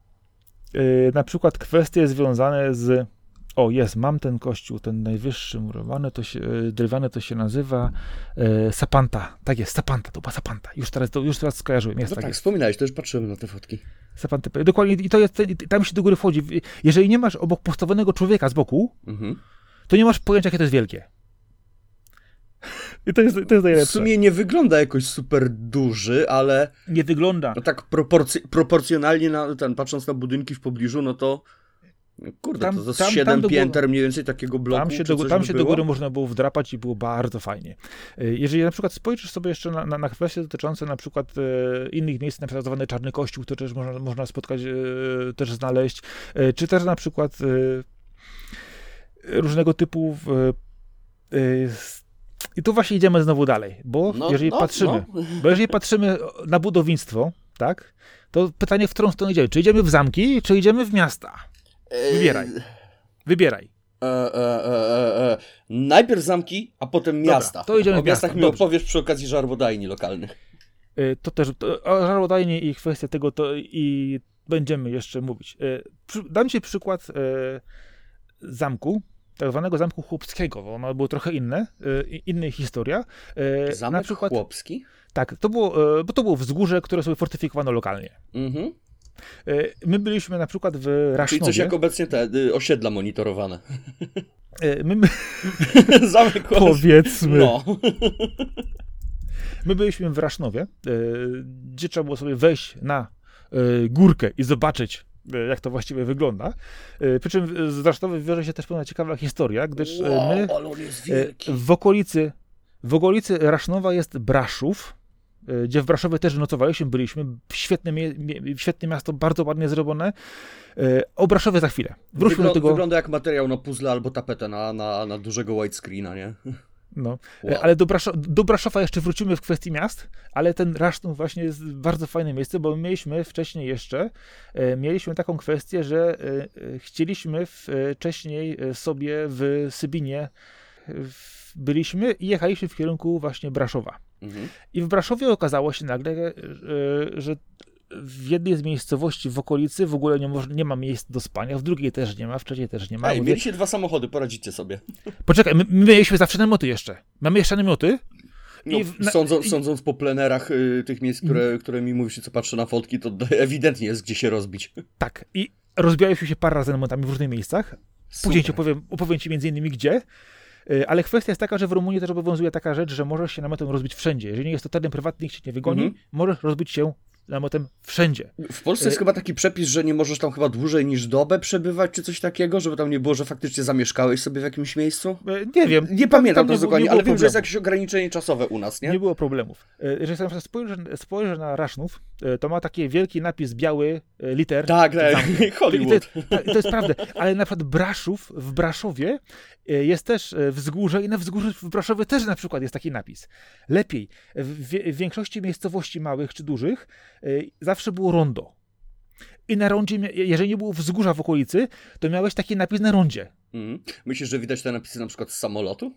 na przykład kwestie związane z O, jest, mam ten kościół, ten najwyższy murowany, to się, drewniany, to się nazywa e, Sapanta. Tak jest, Sapanta, to była Sapanta. Już teraz, to, już teraz skojarzyłem. Jest, No tak, tak, jest. Wspominałeś, to już patrzyłem na te fotki. Sapanta, dokładnie, i to jest, tam się do góry wchodzi. Jeżeli nie masz obok postawionego człowieka z boku, mhm. to nie masz pojęcia, jakie to jest wielkie. I to jest, to jest najlepsze. W sumie nie wygląda jakoś super duży, ale... Nie wygląda. No tak proporc- proporcjonalnie, na ten, patrząc na budynki w pobliżu, no to... Kurde, tam, to, to z tam, siedem tam pięter mniej więcej takiego bloku. Tam się, do, tam się do góry można było wdrapać i było bardzo fajnie. Jeżeli na przykład spojrzysz sobie jeszcze na, na, na kwestie dotyczące na przykład e, innych miejsc, na przykład zwany Czarny Kościół, to też można, można spotkać, e, też znaleźć, e, czy też na przykład e, różnego typu e, e, i tu właśnie idziemy znowu dalej, bo no, jeżeli no, patrzymy, no. bo jeżeli patrzymy na budownictwo, tak, to pytanie, w którą stronę idziemy? Czy idziemy w zamki, czy idziemy w miasta? Wybieraj. Wybieraj. E, e, e, e. Najpierw zamki, a potem miasta. Dobra, to idziemy o w miasta. miastach mi opowiesz przy okazji żarłodajni lokalnych. To też, to, o żarłodajni i kwestie tego to i będziemy jeszcze mówić. Dam ci przykład zamku, tak zwanego Zamku Chłopskiego, bo ono było trochę inne, inna historia. Zamek Na przykład, Chłopski? Tak, to było, bo to było wzgórze, które sobie fortyfikowano lokalnie. Mhm. My byliśmy na przykład w Rasznowie. Czyli coś jak obecnie te y, osiedla monitorowane. My, my... Zamek Powiedzmy. No. My byliśmy w Rasznowie, gdzie trzeba było sobie wejść na górkę i zobaczyć, jak to właściwie wygląda. Przy czym z Rasznowy wiąże się też pewna ciekawa historia, gdyż wow, my ale on jest wielki. w okolicy, w okolicy Rasznowa jest Braszów, gdzie w Braszowie też nocowaliśmy, byliśmy. Świetne, świetne miasto, bardzo ładnie zrobione. O Braszowie za chwilę. Wróćmy Wygl- do tego. Wygląda jak materiał na puzzle albo tapetę na, na, na dużego widescreena, nie? No, wow. Ale do, Braszo- do Braszowa jeszcze wrócimy w kwestii miast, ale ten Rasztów właśnie jest bardzo fajne miejsce, bo mieliśmy wcześniej jeszcze, e, mieliśmy taką kwestię, że e, chcieliśmy wcześniej sobie w Sybinie w, byliśmy i jechaliśmy w kierunku właśnie Braszowa. Mhm. I w Braszowie okazało się nagle, że w jednej z miejscowości w okolicy w ogóle nie, mo- nie ma miejsc do spania, w drugiej też nie ma, w trzeciej też nie ma. Ej, Mówię, mieliście dwa samochody, poradzicie sobie. Poczekaj, my, my mieliśmy zawsze namioty jeszcze. Mamy jeszcze namioty No, I w, na, sądząc, i... sądząc po plenerach y, tych miejsc, które, które mi mówisz, co patrzę na fotki, to ewidentnie jest gdzie się rozbić. Tak. I rozbijaliśmy się parę razy momentami w różnych miejscach. Super. Później ci opowiem, opowiem ci między innymi gdzie. Ale kwestia jest taka, że w Rumunii też obowiązuje taka rzecz, że możesz się namiotem rozbić wszędzie. Jeżeli nie jest to teren prywatny, nikt cię nie wygoni, mhm. możesz rozbić się namiotem wszędzie. W Polsce jest y- chyba taki przepis, że nie możesz tam chyba dłużej niż dobę przebywać, czy coś takiego, żeby tam nie było, że faktycznie zamieszkałeś sobie w jakimś miejscu? Nie wiem. Nie pamiętam to dokładnie, ale wiem, problemu. że jest jakieś ograniczenie czasowe u nas, nie? Nie było problemów. Jeżeli sobie na przykład spojrzę, spojrzę na Rasznów, to ma taki wielki napis biały, liter. Tak, tak, Hollywood. I to, to, to jest prawda, ale na przykład Braszów, w Braszowie jest też wzgórze i na wzgórzu w Braszowie też na przykład jest taki napis. Lepiej. W, w większości miejscowości małych czy dużych zawsze było rondo. I na rondzie, jeżeli nie było wzgórza w okolicy, to miałeś taki napis na rondzie. Mm. Myślisz, że widać te napisy na przykład z samolotu?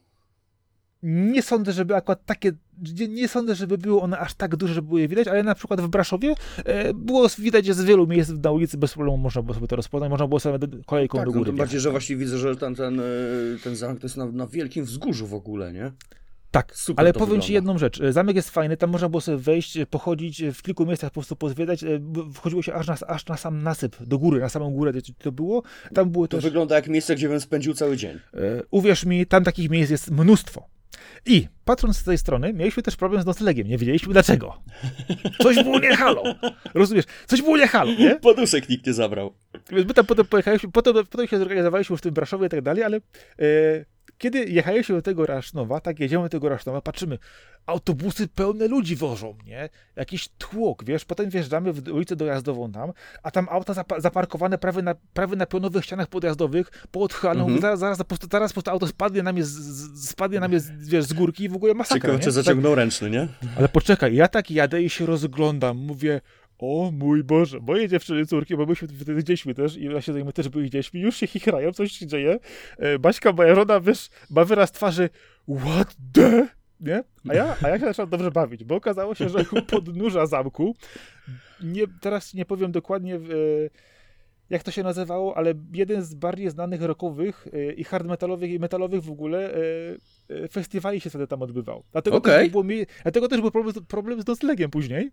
Nie sądzę, żeby akurat takie, nie sądzę, żeby było one aż tak duże, żeby było je widać, ale na przykład w Braszowie e, było widać, że z wielu miejsc na ulicy bez problemu można było sobie to rozpoznać, można było sobie kolejką tak, do góry. No, tym bardziej, że właśnie widzę, że ten, ten, ten zamek to jest na, na wielkim wzgórzu w ogóle, nie? Tak, super ale to powiem wygląda. Ci jedną rzecz. Zamek jest fajny, tam można było sobie wejść, pochodzić, w kilku miejscach po prostu pozwiedzać. Wchodziło się aż na, aż na sam nasyp, do góry, na samą górę to było. Tam było to też... wygląda jak miejsce, gdzie bym spędził cały dzień. Uwierz mi, tam takich miejsc jest mnóstwo. I patrząc z tej strony, mieliśmy też problem z noclegiem. Nie wiedzieliśmy dlaczego. Coś było nie halo. Rozumiesz? Coś było nie halo, nie? Poduszek nikt nie zabrał. Więc my tam potem pojechaliśmy, potem, potem się zorganizowaliśmy w tym Braszowie i tak dalej, ale... E, Kiedy jechaliśmy do tego Rasznowa, tak jedziemy do tego Rasznowa, patrzymy, autobusy pełne ludzi wożą, nie? Jakiś tłok, wiesz, potem wjeżdżamy w ulicę dojazdową tam, a tam auta zapa- zaparkowane prawie na, prawie na pionowych ścianach podjazdowych, poodchylane, mhm. zaraz, zaraz, po prostu, zaraz po prostu auto spadnie na mnie, z, z, spadnie na mnie z, wiesz, z górki i w ogóle masakra. Ciekawe, czy zaciągnął tak, ręczny, nie? Ale poczekaj, ja tak jadę i się rozglądam, mówię, o mój Boże, moje dziewczyny, córki, bo myśmy wtedy dziećmi też i właśnie my też byli dziećmi, już się chichrają, coś się dzieje. Baśka, moja żona, wiesz, ma wyraz twarzy, what the... Nie? A ja, a ja się zacząłem dobrze bawić, bo okazało się, że u podnóża zamku, nie, teraz nie powiem dokładnie jak to się nazywało, ale jeden z bardziej znanych rockowych i hard metalowych i metalowych w ogóle festiwali się wtedy tam odbywał. Dlatego, okay. też, było, dlatego też był problem, problem z noclegiem później.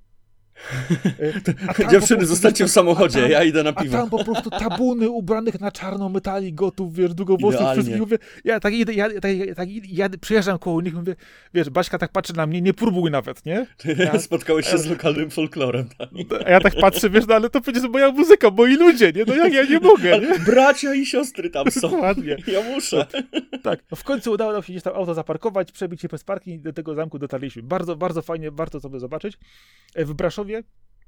Dziewczyny, zostańcie w samochodzie, tam, ja idę na piwo. A tam po prostu tabuny ubranych na czarno metali gotów, wiesz, długowłosych, wszystkich, mówię, ja tak idę, ja, tak, tak, ja przyjeżdżam koło nich, mówię, wiesz, Baśka tak patrzy na mnie, nie próbuj nawet, nie? Ja, Spotkałeś się ja, z lokalnym folklorem. Tak? A ja tak patrzę, wiesz, no ale to przecież moja muzyka, moi ludzie, nie? No jak ja nie mogę, nie? Bracia i siostry tam są. Dokładnie. Ja muszę. No, tak, no w końcu udało nam się gdzieś tam auto zaparkować, przebić się przez parking i do tego zamku dotarliśmy. Bardzo, bardzo fajnie, warto sobie zobaczyć. W Braszowie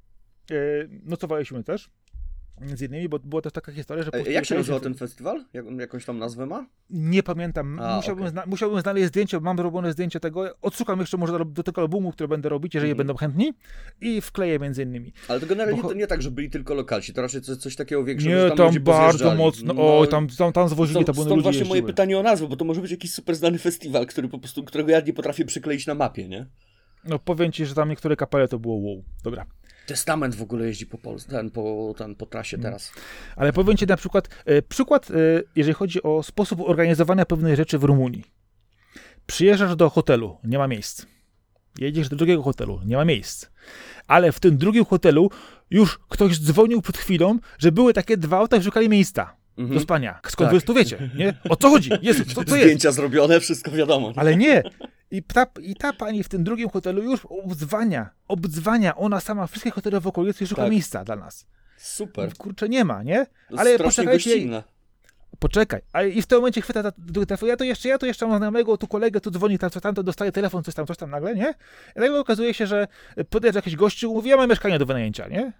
nocowaliśmy też, między innymi, bo była też taka historia, że... Jak się nazywał ten festiwal? Jak, jakąś tam nazwę ma? Nie pamiętam. A, musiałbym, okay. zna- musiałbym znaleźć zdjęcie, mam robione zdjęcie tego, odszukam jeszcze może do, do tego albumu, który będę robić, jeżeli mm. będą chętni i wkleję między innymi. Ale to generalnie bo... to nie tak, że byli tylko lokalci, to raczej coś, coś takiego większego, nie, że tam, tam ludzie bardzo mocno, no, o, tam, tam, tam zwozili, to były ludzie właśnie jeździły. moje pytanie o nazwę, bo to może być jakiś super znany festiwal, który po prostu, którego ja nie potrafię przykleić na mapie, nie? No powiem ci, że tam niektóre kapele to było wow. Dobra. Testament w ogóle jeździ po Polsce, ten, po, ten, po trasie hmm. teraz. Ale powiem ci na przykład, e, przykład, e, jeżeli chodzi o sposób organizowania pewnej rzeczy w Rumunii. Przyjeżdżasz do hotelu, nie ma miejsc. Jedziesz do drugiego hotelu, nie ma miejsc. Ale w tym drugim hotelu już ktoś dzwonił przed chwilą, że były takie dwa auta i szukali miejsca. Mhm. Do spania. Skąd tak. wy to wiecie? Nie? O co chodzi? Jezu, co, co jest? Zdjęcia zrobione, wszystko wiadomo. Nie? Ale nie. I ta, I ta pani w tym drugim hotelu już obdzwania, obdzwania, ona sama wszystkie hotele w okolicy szuka tak. miejsca dla nas. Super. Kurczę, nie ma, nie? Ale poczekajcie. Poczekaj. Ale i w tym momencie chwyta ta, ta, ja to jeszcze, ja to jeszcze mam znajomego, tu kolegę, tu dzwoni, tam, co tam, to dostaje telefon, coś tam, coś tam nagle, nie? I nagle okazuje się, że podjeżdża jakiś gościu, mówi, ja mam mieszkanie do wynajęcia, nie?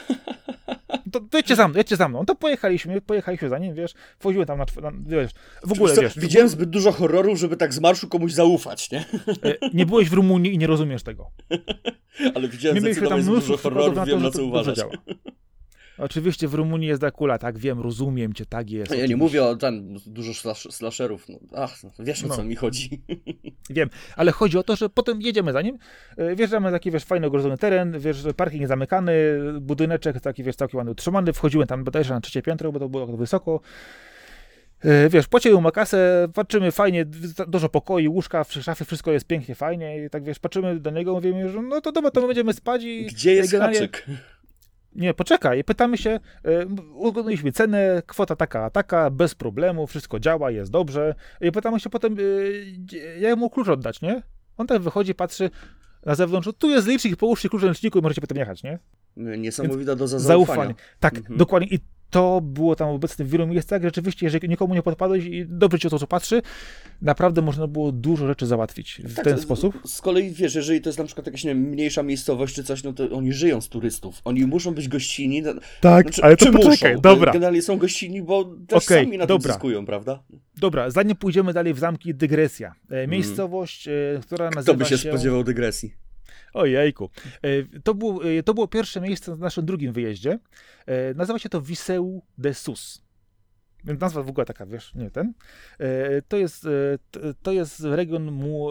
To, to jedźcie za mną, jedźcie za mną. To pojechaliśmy, pojechaliśmy za nim, wiesz, wchodziły tam na, na wiesz, w ogóle, co, wiesz. Widziałem zbyt dużo horrorów, żeby tak z marszu komuś zaufać, nie? Nie byłeś w Rumunii i nie rozumiesz tego. Ale widziałem zdecydowanie zbyt dużo horrorów, wiem na co uważać. Oczywiście w Rumunii jest Dracula, tak wiem, rozumiem cię, tak jest. Ja oczywiście. nie mówię o tam dużo slash, slasherów, no. Ach, wiesz o co no. mi chodzi. Wiem, ale chodzi o to, że potem jedziemy za nim, wjeżdżamy taki, wiesz, fajny ogrodzony teren, wiesz, parking zamykany, budyneczek taki, wiesz, całkiem ładny utrzymany, wchodziłem tam bodajże na trzecie piętro, bo to było tak wysoko Wiesz, płacimy mu kasę, patrzymy fajnie, dużo pokoi, łóżka, szafy, wszystko jest pięknie, fajnie i tak wiesz, patrzymy do niego, mówimy, że no to dobra, to my będziemy spać i... Gdzie jest generalnie... haczyk? Nie, poczekaj, pytamy się, uzgodniliśmy cenę, kwota taka, a taka, bez problemu, wszystko działa, jest dobrze i pytamy się potem, jak mu klucz oddać, nie? On tak wychodzi, patrzy na zewnątrz, tu jest licznik, połóżcie klucz na liczniku i możecie potem jechać, nie? Niesamowita doza zaufania. zaufania. Tak, mhm. dokładnie. I to było tam obecne w wielu miejscach. Rzeczywiście, jeżeli nikomu nie podpadłeś i dobrze ci o to, co patrzy, naprawdę można było dużo rzeczy załatwić w tak, ten z, sposób. Z kolei, wiesz, jeżeli to jest na przykład jakaś nie, mniejsza miejscowość czy coś, no to oni żyją z turystów. Oni muszą być gościnni. Tak, znaczy, ale to czy poczekaj, muszą? dobra. Generalnie są gościnni, bo też okay, sami na dobra. tym zyskują, prawda? Dobra, zanim pójdziemy dalej w zamki, dygresja. E, miejscowość, mm. e, która nazywa się... Kto by się, się spodziewał dygresji? Ojejku. To było, to było pierwsze miejsce na naszym drugim wyjeździe. Nazywa się to Viseu de Sus. Nazwa w ogóle taka, wiesz, nie ten. To jest, to jest region Mu,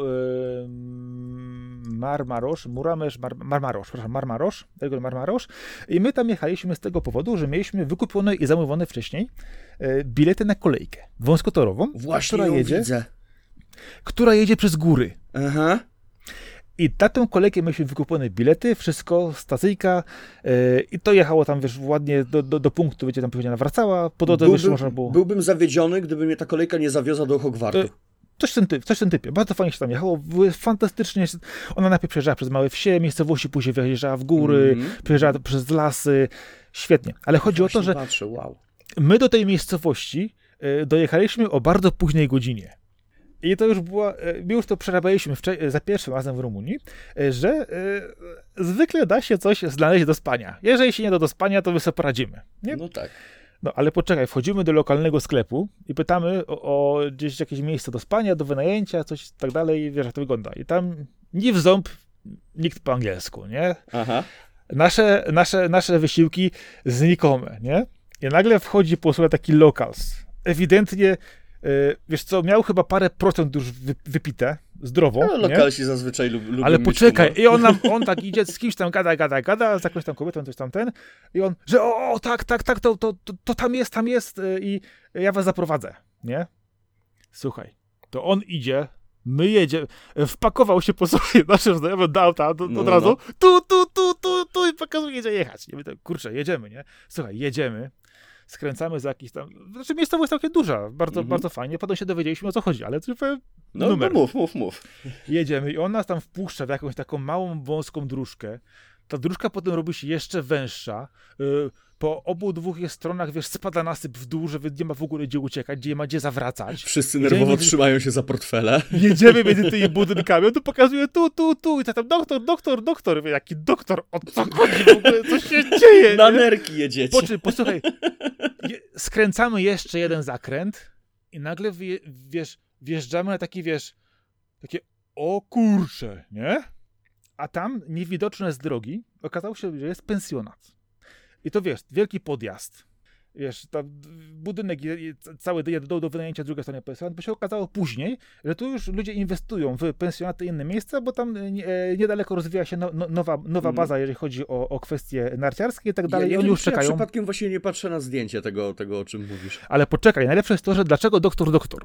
Marmarosz, Muramesz, Mar, Marmarosz, przepraszam, Marmarosz, region Marmarosz. I my tam jechaliśmy z tego powodu, że mieliśmy wykupione i zamówione wcześniej bilety na kolejkę wąskotorową, Właśnie która ją jedzie, widzę. która jedzie przez góry. Aha. I na tę kolejkę mieliśmy wykupione bilety, wszystko, stacyjka yy, i to jechało tam, wiesz, ładnie do, do, do punktu, wiecie, tam później nawracała, po drodze byłbym, można było... Byłbym zawiedziony, gdyby mnie ta kolejka nie zawiozła do Hogwartu. Yy, coś, w tym typ, coś w tym typie, bardzo fajnie się tam jechało, były fantastycznie, ona najpierw przejeżdżała przez małe wsie, miejscowości, później wyjeżdżała w góry, mm. przejeżdżała przez lasy, świetnie, ale chodzi Właśnie o to, że patrzę, wow. my do tej miejscowości yy, dojechaliśmy o bardzo późnej godzinie. I to już była, my już to przerabialiśmy wcze- za pierwszym razem w Rumunii, że y, zwykle da się coś znaleźć do spania. Jeżeli się nie da do spania, to my sobie poradzimy. Nie? No tak. No ale poczekaj, wchodzimy do lokalnego sklepu i pytamy o, o gdzieś jakieś miejsce do spania, do wynajęcia, coś tak dalej, wiesz jak to wygląda. I tam ni w ząb nikt po angielsku, nie? Aha. Nasze, nasze, nasze wysiłki znikome, nie? I nagle wchodzi po sobie taki locals. Ewidentnie wiesz co, miał chyba parę procent już wypite, zdrowo, no, lokalsi zazwyczaj lub, lubią ale poczekaj, humor. i on, nam, on tak idzie, z kimś tam gada, gada, gada, z jakąś tam kobietą, coś tam ten, i on, że o, o tak, tak, tak, to, to, to, to tam jest, tam jest i ja was zaprowadzę, nie? Słuchaj, to on idzie, my jedziemy, wpakował się po sobie naszym znajomym do auta do, no, od razu, no. tu, tu, tu, tu, tu i pokazuje, gdzie jechać. Nie, kurczę, jedziemy, nie? Słuchaj, jedziemy. Skręcamy za jakiś tam... Znaczy miejscowość jest całkiem duża, bardzo, mm-hmm. bardzo fajnie. Potem się dowiedzieliśmy, o co chodzi, ale tylko no, numer. No mów, mów, mów. Jedziemy i on nas tam wpuszcza w jakąś taką małą, wąską dróżkę. Ta dróżka potem robi się jeszcze węższa. Yy, po obu dwóch jest stronach, wiesz, spada nasyp w dół, że nie ma w ogóle gdzie uciekać, gdzie nie ma gdzie zawracać. Wszyscy nerwowo między... trzymają się za portfele. Jedziemy między tymi budynkami, on tu pokazuje tu, tu, tu i tak tam doktor, doktor, doktor. Jaki doktor? O co chodzi w ogóle? Co się dzieje? Na nie? nerki jedziecie. Po, posłuchaj, je, skręcamy jeszcze jeden zakręt i nagle, wje, wiesz, wjeżdżamy na taki, wiesz, takie o kurcze, nie? A tam, niewidoczne z drogi, okazało się, że jest pensjonat. I to wiesz, wielki podjazd. Wiesz, tam budynek cały do, do wynajęcia, druga strona pensjonat, bo się okazało później, że tu już ludzie inwestują w pensjonaty i inne miejsca, bo tam nie, niedaleko rozwija się no, no, nowa, nowa baza, mm. jeżeli chodzi o, o kwestie narciarskie i tak dalej. Ja, ja I oni wiem, już czekają. Ja przypadkiem właśnie nie patrzę na zdjęcie tego, tego, o czym mówisz. Ale poczekaj, najlepsze jest to, że dlaczego doktor, doktor?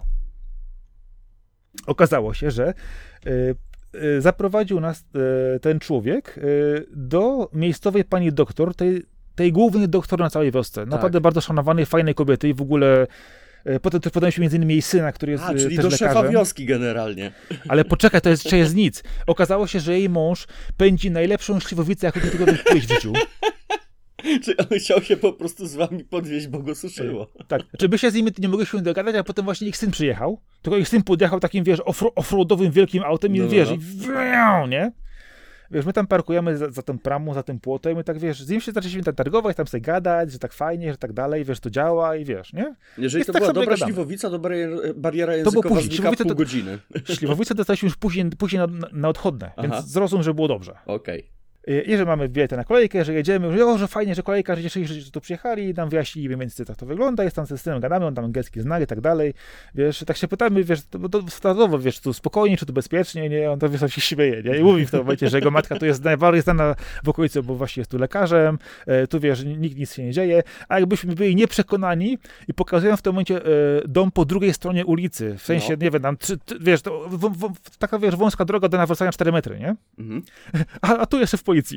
Okazało się, że y, y, zaprowadził nas y, ten człowiek y, do miejscowej pani doktor, tej tej głównej doktor na całej wiosce. Naprawdę tak. Bardzo szanowanej, fajnej kobiety i w ogóle e, potem też podałem się między innymi jej syna, który jest A, czyli też do lekarzem. szefa wioski generalnie. Ale poczekaj, to jest, czy jest nic. Okazało się, że jej mąż pędzi najlepszą śliwowicę, jaką kiedykolwiek pójść w życiu. Czy on chciał się po prostu z wami podwieźć, bo go suszyło. Tak. Czy by się z nimi nie mogliśmy dogadać, a potem właśnie ich syn przyjechał, tylko ich syn podjechał takim, wiesz, offro- offroadowym wielkim autem i no, wiesz, no. i wią, nie? Wiesz, my tam parkujemy za, za tym pramą, za tym płotem i tak, wiesz, z nim się zaczęliśmy tam targować, tam sobie gadać, że tak fajnie, że tak dalej, wiesz, to działa i wiesz, nie? Jeżeli Jest to tak była dobra gadamy. śliwowica, to bariera, bariera językowa później. znika w pół to, godziny. Śliwowicę dostaliśmy już później, później na, na odchodne, Aha. więc zrozum, że było dobrze. Okej. Okay. I że mamy bilety na kolejkę, że jedziemy, że o, że fajnie, że kolejka, że cieszyli, że tu przyjechali, nam wyjaśnili mniej więcej, jak to wygląda, jest tam z tym gadamy, on tam angielski zna i tak dalej, wiesz, tak się pytamy, wiesz, to, to standardowo, wiesz, tu spokojnie, czy tu bezpiecznie, nie, on to wiesz, on się śmieje, nie, i mówi w tym momencie, że jego matka tu jest najbardziej znana w okolicy, bo właśnie jest tu lekarzem, e, tu wiesz, nikt nic się nie dzieje, a jakbyśmy byli nieprzekonani i pokazują w tym momencie e, dom po drugiej stronie ulicy, w sensie, no. nie wiem, tam, trzy, ty, wiesz, to w, w, taka, wiesz, wąska droga do nawracania cztery metry, nie, mhm. a, a tu jeszcze w policji.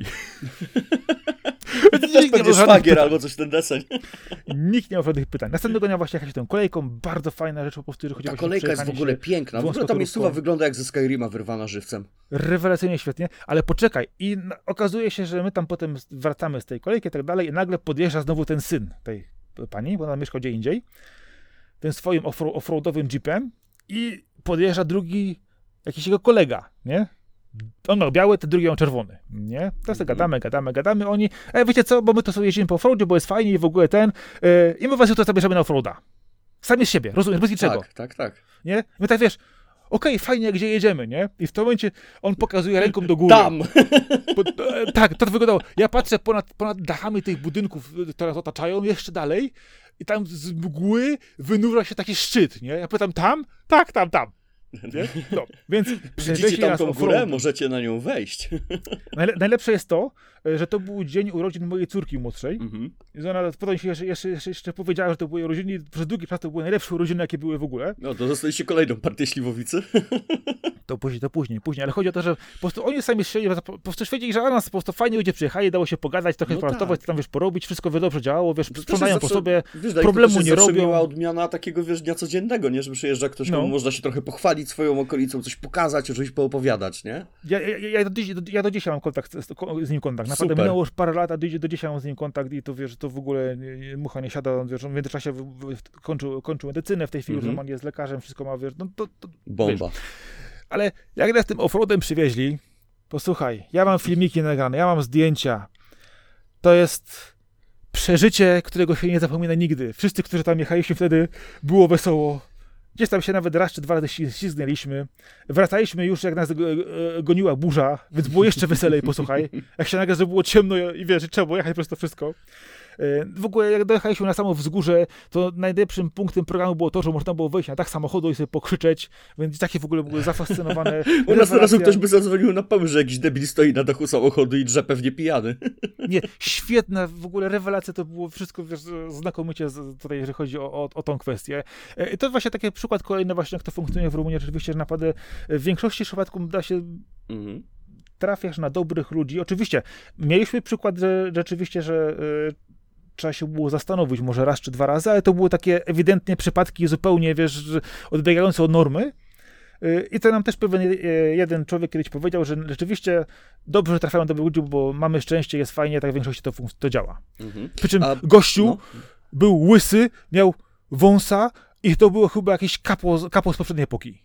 Też pewnie szwagier albo coś ten deseń. Nikt nie ma żadnych pytań. Następnego dnia właśnie jechać tą kolejką, bardzo fajna rzecz po prostu, że chodzi o Ta kolejka jest w ogóle piękna. W ogóle ta miejscowa wygląda jak ze Skyrima wyrwana żywcem. Rewelacyjnie świetnie, ale poczekaj. I na, okazuje się, że my tam potem wracamy z tej kolejki i tak dalej i nagle podjeżdża znowu ten syn tej pani, bo ona mieszka gdzie indziej, ten swoim offro- offroadowym jeepem i podjeżdża drugi jakiś jego kolega, nie? On miał biały, ten drugi miał czerwony, nie? Teraz mm-hmm. gadamy, gadamy, gadamy, oni, ej, wiecie co, bo my to sobie jeździmy po offroadzie, bo jest fajnie i w ogóle ten, yy, i my was jutro zabierzemy na offroada. Sami z siebie, rozumiesz, bez niczego. Tak, tak, tak. Nie? My tak, wiesz, okej, okay, fajnie, gdzie jedziemy, nie? I w tym momencie on pokazuje ręką do góry. Tam! Po, e, tak, to wyglądało. Ja patrzę ponad, ponad dachami tych budynków, które nas otaczają, jeszcze dalej i tam z mgły wynurza się taki szczyt, nie? Ja pytam, tam? Tak, tam, tam. Nie? No, więc przyjdziecie tam tą górę, możecie na nią wejść. Najle- najlepsze jest to, że to był dzień urodzin mojej córki młodszej. Mm-hmm. I ona potem się jeszcze, jeszcze, jeszcze, jeszcze powiedziała, że to były urodziny, przez długi czas to były najlepsze urodziny, jakie były w ogóle. No to dostaliście kolejną partię śliwowicy. To później, to później, później, ale chodzi o to, że po prostu oni sami strzeli, po prostu świeci, że nas po prostu fajnie ludzie przyjechali, dało się pogadać, trochę no pracować, tak. tam wiesz, porobić, wszystko dobrze działało, wiesz, sprzątają po sobie, wiesz, problemu nie robią. To miała odmiana takiego, wiesz, dnia codziennego, nie, że przyjeżdża ktoś, no. komu można się trochę pochwalić swoją okolicą, coś pokazać, coś poopowiadać, nie? Ja, ja, ja, ja, do, dziś, do, ja do dzisiaj mam kontakt z, z nim kontakt, naprawdę minęło już parę lat, a do, do dzisiaj mam z nim kontakt i to wiesz, to w ogóle nie, mucha nie siada, wiesz, on w międzyczasie w, w, kończył, kończył medycynę w tej chwili, mm-hmm. że on jest lekarzem, wszystko ma, wiesz, no to... to bomba. Wiesz. Ale jak nas tym offroadem przywieźli, posłuchaj, ja mam filmiki nagrane, ja mam zdjęcia, to jest przeżycie, którego się nie zapomina nigdy. Wszyscy, którzy tam jechaliśmy wtedy, było wesoło. Gdzieś tam się nawet raz czy dwa razy ślizgnęliśmy. Wracaliśmy już, jak nas goniła burza, więc było jeszcze weselej, posłuchaj. Jak się nagle zrobiło ciemno i wiesz, trzeba było jechać przez to wszystko. W ogóle jak dojechaliśmy na samo wzgórze, to najlepszym punktem programu było to, że można było wejść na dach samochodu i sobie pokrzyczeć, więc takie w ogóle były zafascynowane. U nas teraz ktoś by zadzwonił na pomysł, że jakiś debil stoi na dachu samochodu i drze pewnie pijany. Nie, świetna w ogóle rewelacja, to było wszystko, wiesz, znakomicie tutaj, jeżeli chodzi o, o, o tą kwestię. I to właśnie taki przykład kolejny właśnie, jak to funkcjonuje w Rumunii, rzeczywiście, że naprawdę w większości przypadków da się... Mhm. Trafiasz na dobrych ludzi. Oczywiście, mieliśmy przykład, że rzeczywiście, że y, trzeba się było zastanowić może raz czy dwa razy, ale to były takie ewidentnie przypadki zupełnie, wiesz, odbiegające od normy. Y, I to nam też pewien y, jeden człowiek kiedyś powiedział, że rzeczywiście dobrze, że trafiają dobrych ludzi, bo mamy szczęście, jest fajnie, tak w większości to, to działa. Mhm. Przy czym A, gościu no. był łysy, miał wąsa i to było chyba jakiś kapo, kapo z poprzedniej epoki.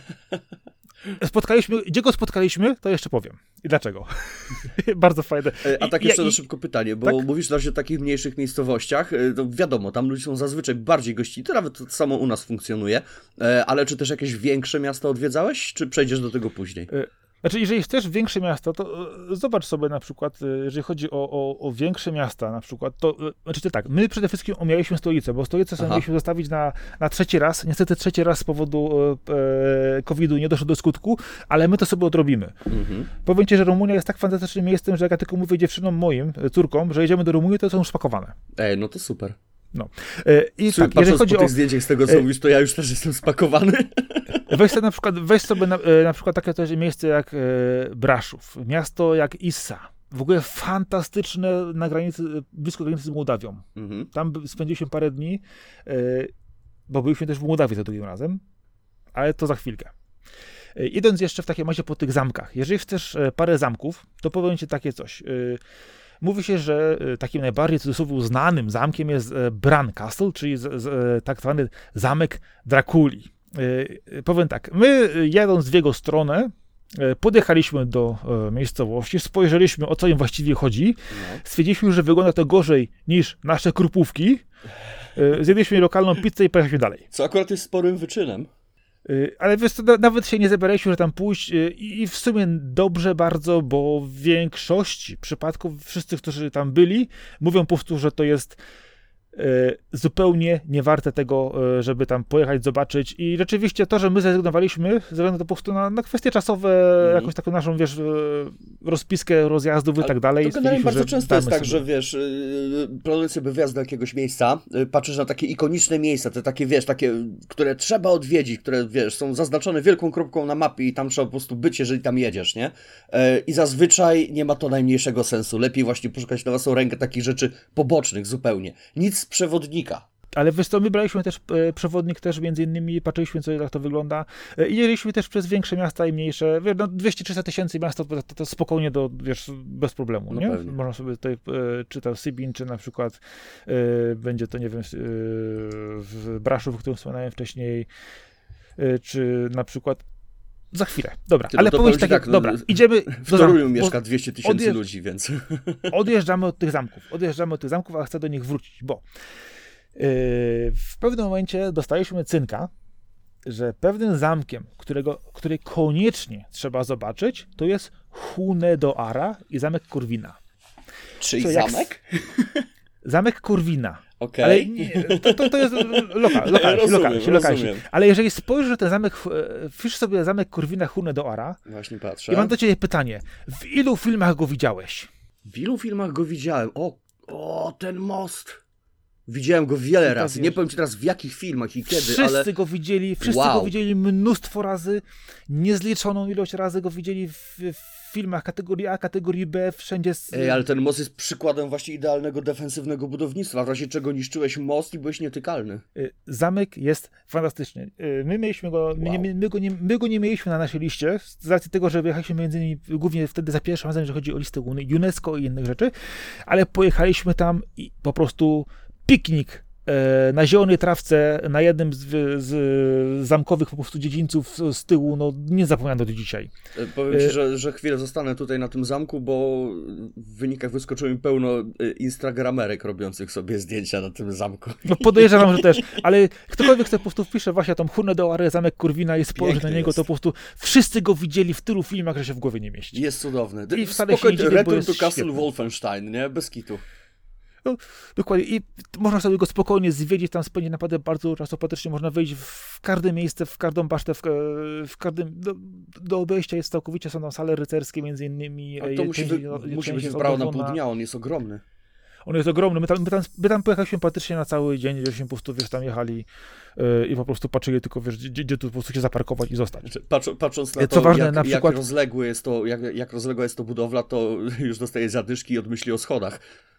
Spotkaliśmy, gdzie go spotkaliśmy, to jeszcze powiem. I dlaczego. Bardzo fajne. A tak jeszcze I, na szybko pytanie, bo tak? mówisz raczej o takich mniejszych miejscowościach, to wiadomo, tam ludzie są zazwyczaj bardziej gościnni, to nawet to samo u nas funkcjonuje, ale czy też jakieś większe miasta odwiedzałeś, czy przejdziesz do tego później? Znaczy, jeżeli chcesz większe miasto, to zobacz sobie na przykład, jeżeli chodzi o, o, o większe miasta na przykład, to znaczy tak, my przede wszystkim omijaliśmy stolicę, bo stolicę sobie mieliśmy zostawić na, na trzeci raz. Niestety trzeci raz z powodu e, kowida nie doszło do skutku, ale my to sobie odrobimy. Mhm. Powiem ci, że Rumunia jest tak fantastycznym miejscem, że jak ja tylko mówię dziewczynom moim, córkom, że jedziemy do Rumunii, to są już spakowane. Ej, no to super. No. E, I Słuchaj, tak, jeżeli chodzi po tych o... zdjęciach z tego, co e... mówisz, to ja już też jestem spakowany. Weź sobie na przykład, weź sobie na, na przykład takie też miejsce jak e, Braszów, miasto jak Issa. W ogóle fantastyczne na granicy, blisko granicy z Mołdawią. Mhm. Tam spędziliśmy parę dni, e, bo byliśmy też w Mołdawii za drugim razem, ale to za chwilkę. E, idąc jeszcze w takim razie po tych zamkach. Jeżeli chcesz parę zamków, to powiem ci takie coś. E, Mówi się, że takim najbardziej cudzysłowie znanym zamkiem jest Bran Castle, czyli z, z, tak zwany zamek Drakuli. Yy, powiem tak, my jadąc w jego stronę, yy, podjechaliśmy do yy, miejscowości, spojrzeliśmy, o co im właściwie chodzi, no. Stwierdziliśmy, że wygląda to gorzej niż nasze krupówki, yy, zjedliśmy lokalną pizzę i pojechaliśmy dalej. Co akurat jest sporym wyczynem. Ale wiesz, to nawet się nie zabieraliśmy, że tam pójść i w sumie dobrze bardzo, bo w większości przypadków wszyscy, którzy tam byli, mówią po prostu, że to jest zupełnie nie warte tego, żeby tam pojechać, zobaczyć i rzeczywiście to, że my zrezygnowaliśmy ze względu po prostu na, na kwestie czasowe, mm. jakąś taką naszą, wiesz, rozpiskę rozjazdów i tak dalej. To generalnie bardzo często jest tak, sobie. że wiesz, planując sobie wyjazd do jakiegoś miejsca, patrzysz na takie ikoniczne miejsca, te takie, wiesz, takie, które trzeba odwiedzić, które, wiesz, są zaznaczone wielką kropką na mapie i tam trzeba po prostu być, jeżeli tam jedziesz, nie? I zazwyczaj nie ma to najmniejszego sensu. Lepiej właśnie poszukać na własną rękę takich rzeczy pobocznych zupełnie. Nic z przewodnika. Ale wiesz co, my braliśmy też e, przewodnik też między innymi, patrzyliśmy co jak to wygląda e, i jeździliśmy też przez większe miasta i mniejsze, wiesz, no dwieście trzysta tysięcy miasta to, to, to spokojnie do, wiesz, bez problemu, no nie? Pewnie. Można sobie tutaj, e, czy tam Sybin, czy na przykład e, będzie to, nie wiem, e, w Braszów, o którym wspomniałem wcześniej, e, czy na przykład za chwilę, dobra, Ty, ale no powiedz tak, tak, dobra, no, idziemy w Toruniu mieszka dwieście tysięcy odjeżdż- ludzi, więc odjeżdżamy od tych zamków, odjeżdżamy od tych zamków, a chcę do nich wrócić, bo yy, w pewnym momencie dostaliśmy cynka, że pewnym zamkiem, którego, który koniecznie trzeba zobaczyć, to jest Hune do Ara i zamek Corvina. Czyli zamek? Jak... Zamek Corvina. Okay. Ale nie, to, to, to jest lokal, lokal, rozumiem, lokal, lokal. Ale jeżeli spojrzysz na ten zamek, wpisz sobie zamek Corvina Hune do Ara. Właśnie patrzę. I mam do ciebie pytanie. W ilu filmach go widziałeś? W ilu filmach go widziałem? O, o ten most. Widziałem go wiele razy. Nie powiem ci teraz w jakich filmach i kiedy, wszyscy ale... Wszyscy go widzieli, wszyscy wow. go widzieli mnóstwo razy. Niezliczoną ilość razy go widzieli w, w filmach kategorii A, kategorii B, wszędzie... Z... Ej, ale ten most jest przykładem właśnie idealnego defensywnego budownictwa, w razie czego niszczyłeś most i byłeś nietykalny. Zamek jest fantastyczny. My mieliśmy go, wow. my, my, my, go nie, my go nie mieliśmy na naszej liście, z racji tego, że wyjechaliśmy między innymi głównie wtedy za pierwszym razem, że chodzi o listę UNESCO i innych rzeczy, ale pojechaliśmy tam i po prostu piknik e, na zielonej trawce, na jednym z, z zamkowych po prostu dziedzińców z tyłu, no nie zapomniano do dzisiaj. Powiem ci, że, że chwilę zostanę tutaj na tym zamku, bo w wynikach wyskoczyło mi pełno instagramerek robiących sobie zdjęcia na tym zamku. No podejrzewam, że też, ale ktokolwiek chce po prostu wpisze właśnie tą Hune do Ary, zamek Corvina i spojrzy na niego, jest. To po prostu wszyscy go widzieli w tylu filmach, że się w głowie nie mieści. Jest cudowny. I wcale się nie dziwię, Return to Castle Wolfenstein, nie? Bez kitu. No, dokładnie. I można sobie go spokojnie zwiedzić, tam spędzić naprawdę bardzo czasopatycznie, można wejść w każde miejsce, w każdą basztę, w, w każdym, do, do obejścia jest całkowicie, są tam sale rycerskie między innymi. A to musi, wy, musi być wyprawa na pół dnia, on jest ogromny. On jest ogromny, my tam, my tam, my tam pojechaliśmy praktycznie na cały dzień, żeśmy po prostu, wiesz, tam jechali yy, i po prostu patrzyli tylko, wiesz, gdzie, gdzie tu po prostu się zaparkować i zostać. Patrz, patrząc na Co to, ważne, jak, na przykład... jak, rozległe jest to, jak, jak rozległa jest to budowla, to już dostaje zadyszki i odmyśli o schodach.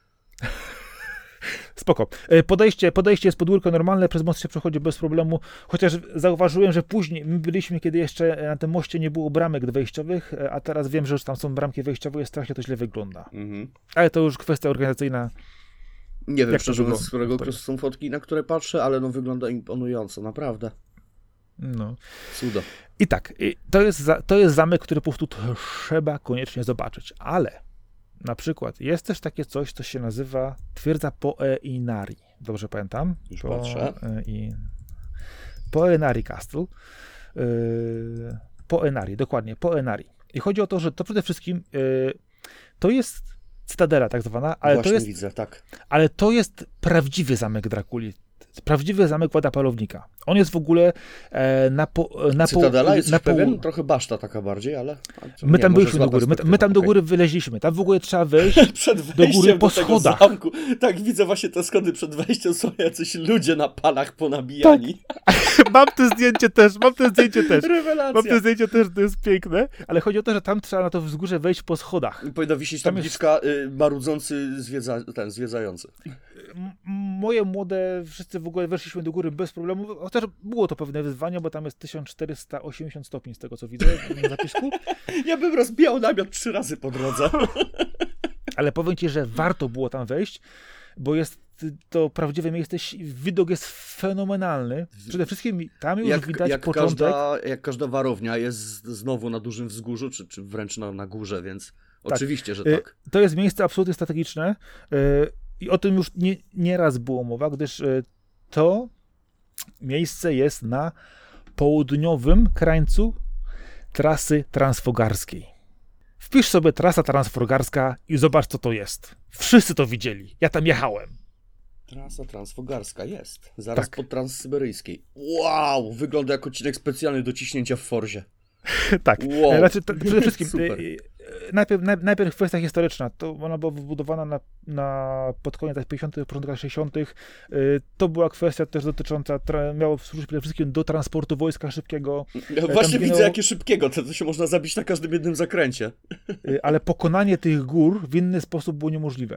Spoko. Podejście, podejście jest podwórko normalne, przez most się przechodzi bez problemu, chociaż zauważyłem, że później, my byliśmy, kiedy jeszcze na tym moście nie było bramek wejściowych, a teraz wiem, że już tam są bramki wejściowe i strasznie to źle wygląda. Mhm. Ale to już kwestia organizacyjna. Nie wiem, szczerze mówiąc, z którego okresu są fotki, na które patrzę, ale no wygląda imponująco, naprawdę. No. Cudo. I tak, to jest, za, to jest zamek, który po prostu trzeba koniecznie zobaczyć, ale na przykład jest też takie coś, co się nazywa twierdza Poeinari. Dobrze pamiętam? Już po, patrzę. I, Poeinari Castle. Yy, Poeinari, dokładnie, Poeinari. I chodzi o to, że to przede wszystkim yy, to jest cytadela tak zwana, ale Właśnie to jest, widzę, tak. ale to jest prawdziwy zamek Drakuli. Prawdziwy zamek Włada Palownika. On jest w ogóle e, na po, na Cytadela po, jest na pewien, pół... trochę baszta taka bardziej, ale... My nie, tam byliśmy do góry, my, my tam do góry wyleźliśmy, tam w ogóle trzeba wejść przed do góry po do schodach. Zamku. Tak, widzę właśnie te schody przed wejściem, są jacyś ludzie na palach ponabijani. Tak. Mam to zdjęcie też, mam to zdjęcie też. Rewelacja. Mam to zdjęcie też, to jest piękne, ale chodzi o to, że tam trzeba na to wzgórze wejść po schodach. Powinna wisieć tabliczka jest... marudzący zwiedza... ten, zwiedzający. M- moje młode, wszyscy w ogóle weszliśmy do góry bez problemu, chociaż było to pewne wyzwanie, bo tam jest tysiąc czterysta osiemdziesiąt stopni z tego, co widzę na zapisku. Ja bym rozbijał namiot trzy razy po drodze. Ale powiem ci, że warto było tam wejść, bo jest to prawdziwe miejsce, widok jest fenomenalny. Przede wszystkim tam już jak, widać jak początek. Każda, jak każda warownia jest znowu na dużym wzgórzu, czy, czy wręcz na, na górze, więc tak. Oczywiście, że tak. To jest miejsce absolutnie strategiczne i o tym już nie, nieraz było mowa, gdyż to miejsce jest na południowym krańcu trasy transfogarskiej. Wpisz sobie trasa transfogarska i zobacz, co to jest. Wszyscy to widzieli. Ja tam jechałem. Trasa transfogarska jest. Zaraz Tak. po transsyberyjskiej. Wow! Wygląda jak odcinek specjalny do ciśnięcia w Forzie. Tak. Wow. Znaczy, to, przede wszystkim, Super. e, e, najpierw, naj, najpierw kwestia historyczna. To ona była wybudowana na, na, pod koniec lat pięćdziesiątych, początek lat sześćdziesiątych. E, to była kwestia też dotycząca, tra, miało służyć przede wszystkim do transportu wojska szybkiego. Ja Tam właśnie zginęło- widzę, jakie szybkiego. To, to się można zabić na każdym jednym zakręcie. E, ale pokonanie tych gór w inny sposób było niemożliwe.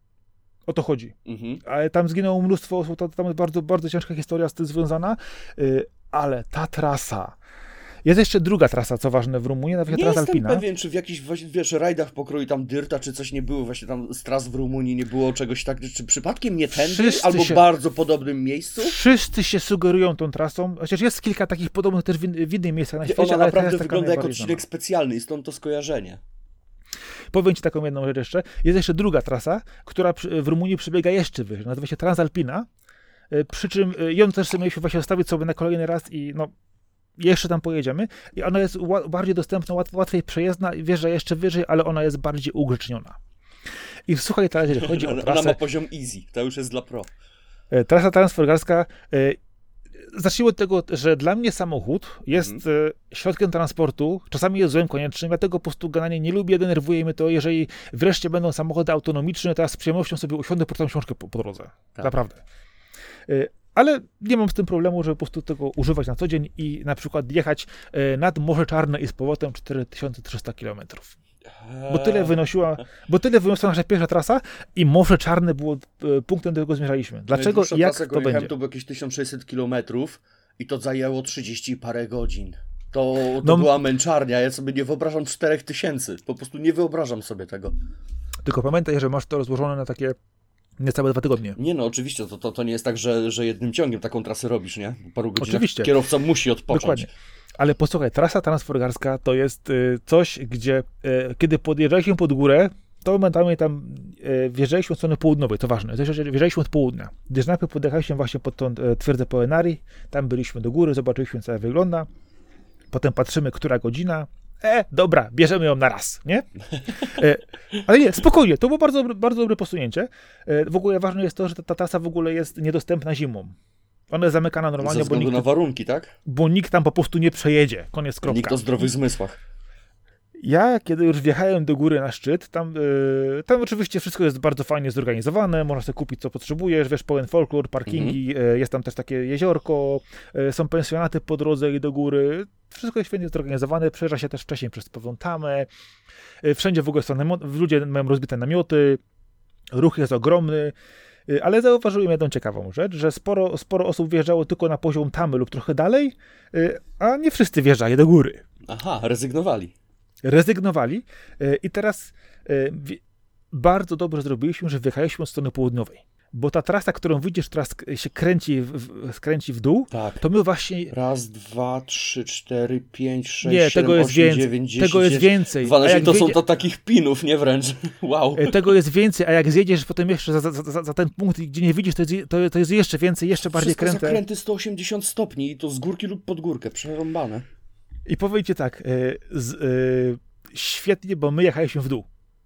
O to chodzi. Mhm. Ale tam zginęło mnóstwo osób, to, tam jest bardzo, bardzo ciężka historia z tym związana, y, ale ta trasa, jest jeszcze druga trasa, co ważne w Rumunii, nawet Nie jestem Transalpina. pewien, czy w jakichś, właśnie, wiesz, rajdach pokroju tam Dyrta, czy coś nie było, właśnie tam z tras w Rumunii nie było czegoś tak, czy przypadkiem nie tędy, Wszyscy albo w się- bardzo podobnym miejscu? Wszyscy się sugerują tą trasą, chociaż jest kilka takich podobnych też w, in, w innych miejscach na świecie, Ona ale ta naprawdę jest taka wygląda jak najbardziej odcinek specjalny i stąd to skojarzenie. znana. Powiem ci taką jedną rzecz jeszcze. Jest jeszcze druga trasa, która przy, w Rumunii przebiega jeszcze wyżej, nazywa się Transalpina, y, przy czym y, ją też sobie mieliśmy właśnie zostawić sobie na kolejny raz i no jeszcze tam pojedziemy i ona jest ła- bardziej dostępna, łat, łatwiej przejezdna i wjeżdża jeszcze wyżej, ale ona jest bardziej ugrzeczniona. I słuchaj, teraz jeżeli chodzi o Ona ma trasę, poziom easy, to już jest dla pro. e, trasa transfogarska, e, zacznijmy od tego, że dla mnie samochód jest Mhm. e, środkiem transportu, czasami jest złem koniecznym, ja tego po prostu generalnie nie lubię, denerwuje mnie to, jeżeli wreszcie będą samochody autonomiczne, to ja z przyjemnością sobie usiądę, poczytam książkę po, po drodze. Tak. Naprawdę. E, Ale nie mam z tym problemu, żeby po prostu tego używać na co dzień i na przykład jechać e, nad Morze Czarne i z powrotem cztery tysiące trzysta kilometrów. Bo tyle wynosiła, bo tyle wyniosła nasza pierwsza trasa i Morze Czarne było e, punktem, do którego zmierzaliśmy. Dlaczego Najdłuższa i jak trasa, to którą jechałem, będzie? to było jakieś tysiąc sześćset kilometrów i to zajęło trzydzieści parę godzin. To, to No- była męczarnia, ja sobie nie wyobrażam czterech tysięcy. Po prostu nie wyobrażam sobie tego. Tylko pamiętaj, że masz to rozłożone na takie niecałe dwa tygodnie. Nie no, oczywiście, to, to, to nie jest tak, że, że jednym ciągiem taką trasę robisz, nie? Po paru godzinach Oczywiście. kierowca musi odpocząć. Dokładnie. Ale posłuchaj, trasa transfogarska to jest y, coś, gdzie y, kiedy podjeżdżaliśmy pod górę, to momentalnie tam y, wjeżdżaliśmy od strony południowej, to ważne, to, że wjeżdżaliśmy od południa. Gdyż najpierw podjechaliśmy właśnie pod tą y, twierdzę Poenari, tam byliśmy do góry, zobaczyliśmy, co jak wygląda, potem patrzymy, która godzina, e, dobra, bierzemy ją na raz, nie? E, ale nie, spokojnie, to było bardzo, dobre- bardzo dobre posunięcie. E, w ogóle ważne jest to, że ta, ta trasa w ogóle jest niedostępna zimą. Ona jest zamykana Ze normalnie, bo względu nikt, na warunki, tak? bo nikt tam po prostu nie przejedzie. Koniec, kropka. Nikt o zdrowych zmysłach. Ja, kiedy już wjechałem do góry na szczyt, tam, yy, tam oczywiście wszystko jest bardzo fajnie zorganizowane, można sobie kupić co potrzebujesz, wiesz, pełen folklor, parkingi, yy, jest tam też takie jeziorko, yy, są pensjonaty po drodze i do góry, wszystko jest świetnie zorganizowane, przejeżdża się też wcześniej przez pewną tamę, yy, wszędzie w ogóle są namo- ludzie mają rozbite namioty, ruch jest ogromny, yy, ale zauważyłem jedną ciekawą rzecz, że sporo, sporo osób wjeżdżało tylko na poziom tamy lub trochę dalej, yy, a nie wszyscy wjeżdżali do góry. Aha, rezygnowali. Rezygnowali e, i teraz e, wi- bardzo dobrze zrobiliśmy, że wyjechaliśmy od strony południowej, bo ta trasa, którą widzisz, teraz k- się kręci w, w, skręci w dół, Tak. to my właśnie... Raz, dwa, trzy, cztery, pięć, sześć, Nie, siedem, tego jest osiem, więcej, dziewięć, dziesięć, tego jest więcej. dwanaście, A jak to są wiedzie- to takich pinów, nie wręcz. Wow. e, Tego jest więcej, a jak zjedziesz potem jeszcze za, za, za, za ten punkt, gdzie nie widzisz, to jest, to, to jest jeszcze więcej, jeszcze bardziej Wszystko kręte. zakręty sto osiemdziesiąt stopni i to z górki lub pod górkę, przerąbane. I powiem ci tak, e, z, e, świetnie, bo my jechaliśmy w dół.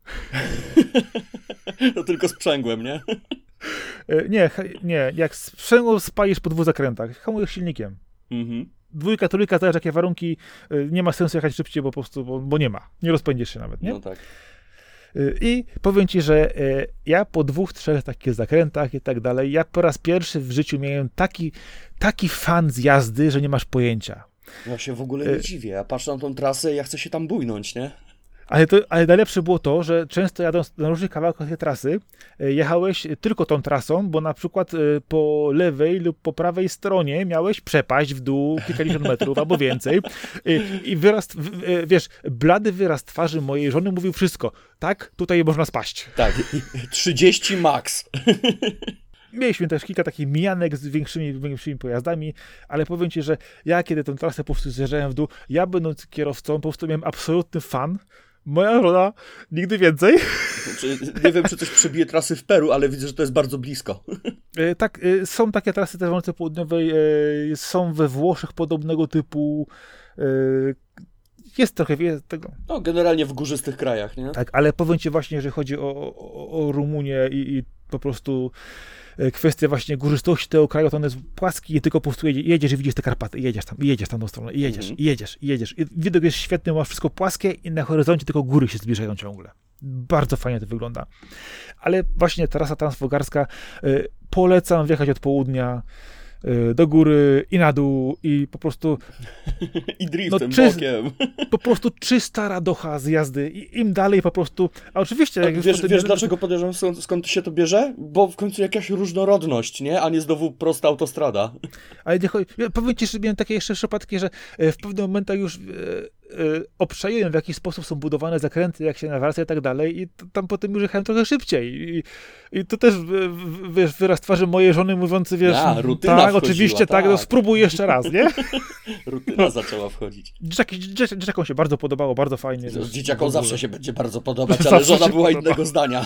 To tylko sprzęgłem, nie? E, nie, he- nie, jak sprzęgło spalisz po dwóch zakrętach, hamujesz silnikiem. Mhm. Dwójka, trójka, zależy jakie warunki, y, nie ma sensu jechać szybciej, bo po prostu, bo, bo nie ma. Nie rozpędzisz się nawet, nie? No tak. Y, I powiem ci, że y, ja po dwóch, trzech takich zakrętach i tak dalej, ja po raz pierwszy w życiu miałem taki, taki fan z jazdy, że nie masz pojęcia. Ja się w ogóle nie Y- dziwię. Ja patrzę na tą trasę i ja chcę się tam bujnąć, nie? Ale, to, ale najlepsze było to, że często jadąc na różnych kawałkach tej trasy, y, jechałeś tylko tą trasą, bo na przykład y, po lewej lub po prawej stronie miałeś przepaść w dół kilkadziesiąt metrów albo więcej. Y, I wyraz, w- y, wiesz, blady wyraz twarzy mojej żony mówił wszystko. Tak, tutaj można spaść. Tak, trzydzieści max. Mieliśmy też kilka takich mijanek z większymi, większymi pojazdami, ale powiem ci, że ja kiedy tę trasę po prostu zjeżdżałem w dół, ja będąc kierowcą po prostu miałem absolutny fan, Moja żona nigdy więcej. Nie wiem, czy coś przebije trasy w Peru, ale widzę, że to jest bardzo blisko. Tak, są takie trasy też w Ameryce Południowej, są we Włoszech podobnego typu. Jest trochę jest tego. No, generalnie w górzystych krajach, nie? Tak, ale powiem ci właśnie, jeżeli chodzi o, o, o Rumunię i, i po prostu kwestia właśnie górzystości tego kraju, to on jest płaski i tylko po prostu jedziesz, jedziesz i widzisz te Karpaty, i jedziesz tam, i jedziesz tam tą stronę, i jedziesz, mm-hmm. i jedziesz, i jedziesz. I widok jest świetny, masz wszystko płaskie i na horyzoncie tylko góry się zbliżają ciągle. Bardzo fajnie to wygląda. Ale właśnie trasa transfogarska, y, polecam wjechać od południa y, do góry i na dół i po prostu... I driftem, no, czy, bokiem. Po prostu czysta radocha z jazdy i im dalej po prostu... A oczywiście... A jak wiesz, już wiesz dlaczego podejrzewam, skąd, skąd się to bierze? Bo w końcu jakaś różnorodność, nie? A nie znowu prosta autostrada. Ale nie chodzi... Ja powiem ci, że miałem takie jeszcze przypadki, że w pewnym momentach już... obszaiłem, w jaki sposób są budowane zakręty, jak się nawraca i tak dalej i to, tam potem już jechałem trochę szybciej i, i to też, wiesz, wyraz twarzy mojej żony mówiący, wiesz, ja, rutyna tak, wchodziła, oczywiście, tak, tak, no spróbuj jeszcze raz, nie? Rutyna zaczęła wchodzić. Dzieciakom się bardzo podobało, bardzo fajnie. Z dzieciakom zawsze się będzie bardzo podobać, ale żona była podoba. innego zdania.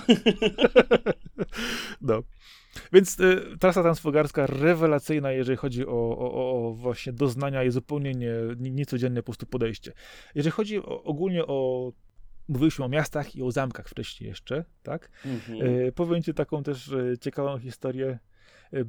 No. Więc y, trasa transfogarska rewelacyjna, jeżeli chodzi o, o, o właśnie doznania i zupełnie nie, nie, niecodzienne po prostu podejście. Jeżeli chodzi o, ogólnie o, mówiliśmy o miastach i o zamkach wcześniej jeszcze, tak? Mm-hmm. Y, powiem ci taką też y, ciekawą historię. Y,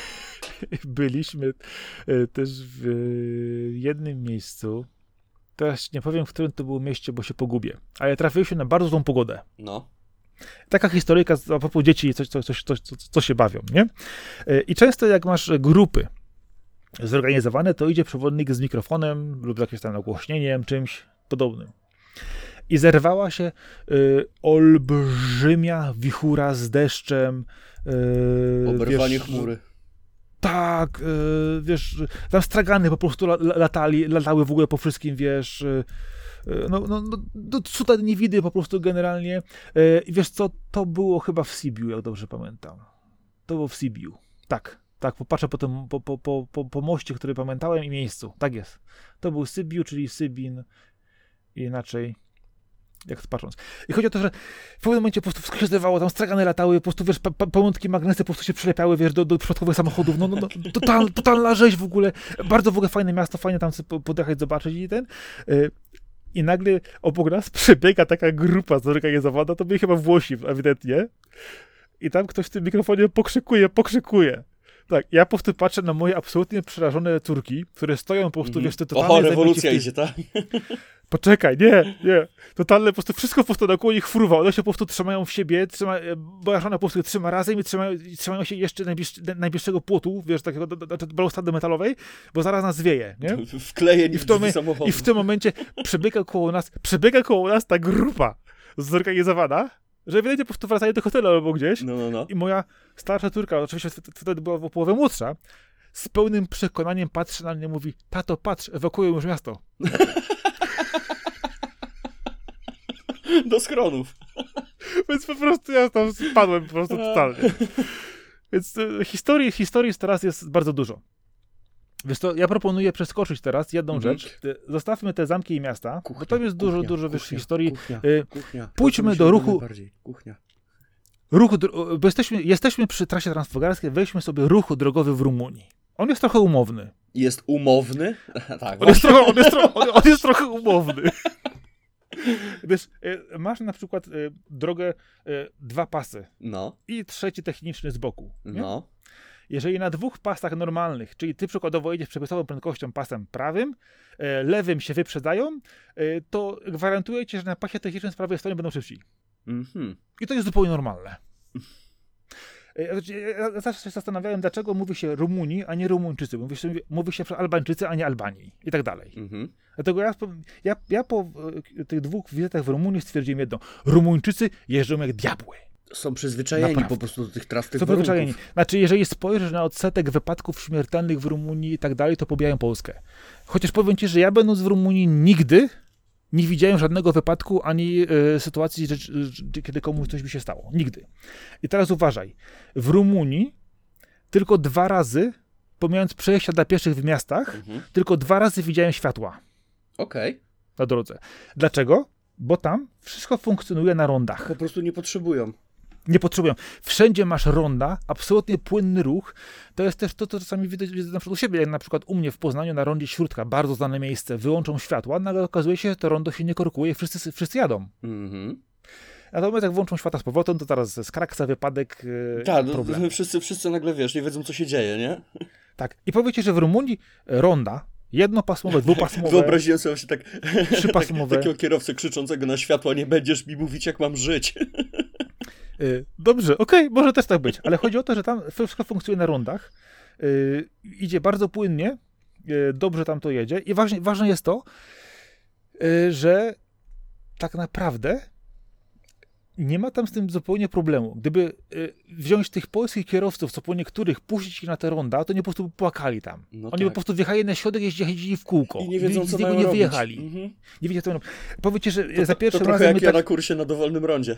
byliśmy y, też w y, jednym miejscu, teraz nie powiem, w którym to było mieście, bo się pogubię, ale trafiliśmy na bardzo złą pogodę. No. Taka historyjka a propos dzieci i coś, coś, coś, coś, coś, co się bawią, nie? I często jak masz grupy zorganizowane, to idzie przewodnik z mikrofonem lub jakimś tam nagłośnieniem, czymś podobnym. I zerwała się y, olbrzymia wichura z deszczem. Y, Oberwanie wiesz, chmury. Tak, y, wiesz, tam stragany po prostu latali, latały w ogóle po wszystkim, wiesz... Y, No, no, no cuda nie widy po prostu generalnie. I wiesz co, to było chyba w Sibiu, jak dobrze pamiętam. To było w Sibiu. Tak, tak, popatrzę po, tym, po, po, po, po, po moście, który pamiętałem i miejscu. Tak jest. To był Sibiu, czyli Sybin. I inaczej, jak patrząc. I chodzi o to, że w pewnym momencie po prostu wszystko się zlewało, tam stragany latały, po prostu, wiesz, pa, pamiątki, magnesy po prostu się przylepiały, wiesz, do, do przypadkowych samochodów. No, no, no total, totalna rzeź w ogóle. Bardzo w ogóle fajne miasto, fajnie tam sobie podjechać, zobaczyć i ten... I nagle obok nas przebiega taka grupa zorganizowana, to byli chyba Włosi ewidentnie. I tam ktoś w tym mikrofonie pokrzykuje, pokrzykuje. Tak, ja po prostu patrzę na moje absolutnie przerażone córki, które stoją po prostu, mm-hmm. wiesz, to totalnie... Oho, rewolucja idzie, tak? Poczekaj, nie, nie. Totalne, po prostu wszystko po prostu naokoło nich fruwa. One się po prostu trzymają w siebie, trzyma, moja żona po prostu trzyma razem i trzymają, trzymają się jeszcze najbliższy, najbliższego płotu, wiesz, takiego balustrady metalowej, bo zaraz nas wieje, nie? Wklejeni w drzwi samochodu. I w tym momencie przebiega koło nas, przebiega koło nas ta grupa zorganizowana, że ewidentnie po prostu wracają do hotelu albo gdzieś. No, no, no. I moja starsza córka, oczywiście wtedy była w połowę młodsza, z pełnym przekonaniem patrzy na mnie i mówi: tato, patrz, ewakuują już miasto. Do schronów. Więc po prostu ja tam spadłem po prostu totalnie. Więc y, historii, historii teraz jest bardzo dużo. Wiesz to, ja proponuję przeskoczyć teraz jedną mm-hmm. rzecz. Zostawmy te zamki i miasta, kuchnia, bo tam jest dużo, kuchnia, dużo wiesz, kuchnia, historii. Kuchnia, y, kuchnia. Pójdźmy do ruchu. Kuchnia. Ruchu, bo jesteśmy, jesteśmy przy trasie transfogarskiej, weźmy sobie ruch drogowy w Rumunii. On jest trochę umowny. Jest umowny? Tak. On jest, trochę, on, jest trochę, on, on jest trochę umowny. Wiesz, masz na przykład drogę dwa pasy. No. I trzeci techniczny z boku. Nie? No. Jeżeli na dwóch pasach normalnych, czyli ty przykładowo jedziesz przepisową prędkością pasem prawym, lewym się wyprzedzają, to gwarantuję ci, że na pasie technicznym z prawej strony będą szybsi. Mm-hmm. I to jest zupełnie normalne. Ja zawsze się zastanawiałem, dlaczego mówi się Rumuni, a nie Rumuńczycy. Mówi się, mówi się Albańczycy, a nie Albanii. I tak dalej. Mm-hmm. Dlatego ja, ja, ja po tych dwóch wizytach w Rumunii stwierdziłem jedno. Rumuńczycy jeżdżą jak diabły. Są przyzwyczajeni Naprawdę. po prostu do tych tras, tych Są warunków. przyzwyczajeni. Znaczy, jeżeli spojrzysz na odsetek wypadków śmiertelnych w Rumunii i tak dalej, to pobijają Polskę. Chociaż powiem ci, że ja będąc w Rumunii nigdy nie widziałem żadnego wypadku ani y, sytuacji, że, że, kiedy komuś coś by się stało. Nigdy. I teraz uważaj. W Rumunii tylko dwa razy, pomijając przejścia dla pieszych w miastach, mhm. tylko dwa razy widziałem światła. Okej. Okay. Na drodze. Dlaczego? bo tam wszystko funkcjonuje na rondach. Po prostu nie potrzebują. Nie potrzebują. Wszędzie masz ronda, absolutnie płynny ruch. To jest też to, co czasami widać na przykład u siebie, jak na przykład u mnie w Poznaniu na rondzie Śródka, bardzo znane miejsce, wyłączą światła, no ale okazuje się, że to rondo się nie korkuje, wszyscy, wszyscy jadą. Mhm. Natomiast jak włączą światła z powrotem, to teraz z kraksa, wypadek, yy, Tak, problem. no, wszyscy, wszyscy nagle, wiesz, nie wiedzą, co się dzieje, nie? Tak. I powiecie, że w Rumunii ronda, jednopasmowe, dwupasmowe, Wyobraziłem sobie się tak, trzypasmowe. tak, takiego kierowcę krzyczącego na światła, nie będziesz mi mówić, jak mam żyć. Yy, dobrze, okej, okay, może też tak być, ale chodzi o to, że tam wszystko funkcjonuje na rondach, yy, idzie bardzo płynnie, yy, dobrze tam to jedzie i ważne, ważne jest to, yy, że tak naprawdę nie ma tam z tym zupełnie problemu. Gdyby y, wziąć tych polskich kierowców, co po niektórych puścić ich na te ronda, to nie po prostu by płakali tam. No Oni tak. by po prostu wjechali na środek, jeździli, jeździli w kółko. I nie wiedzą, z co niego mają nie robić. wyjechali. Mhm. Nie wiecie, co robią. Powiecie, że To, za to, pierwszym to trochę razem... jak ja tak... na kursie na dowolnym rondzie.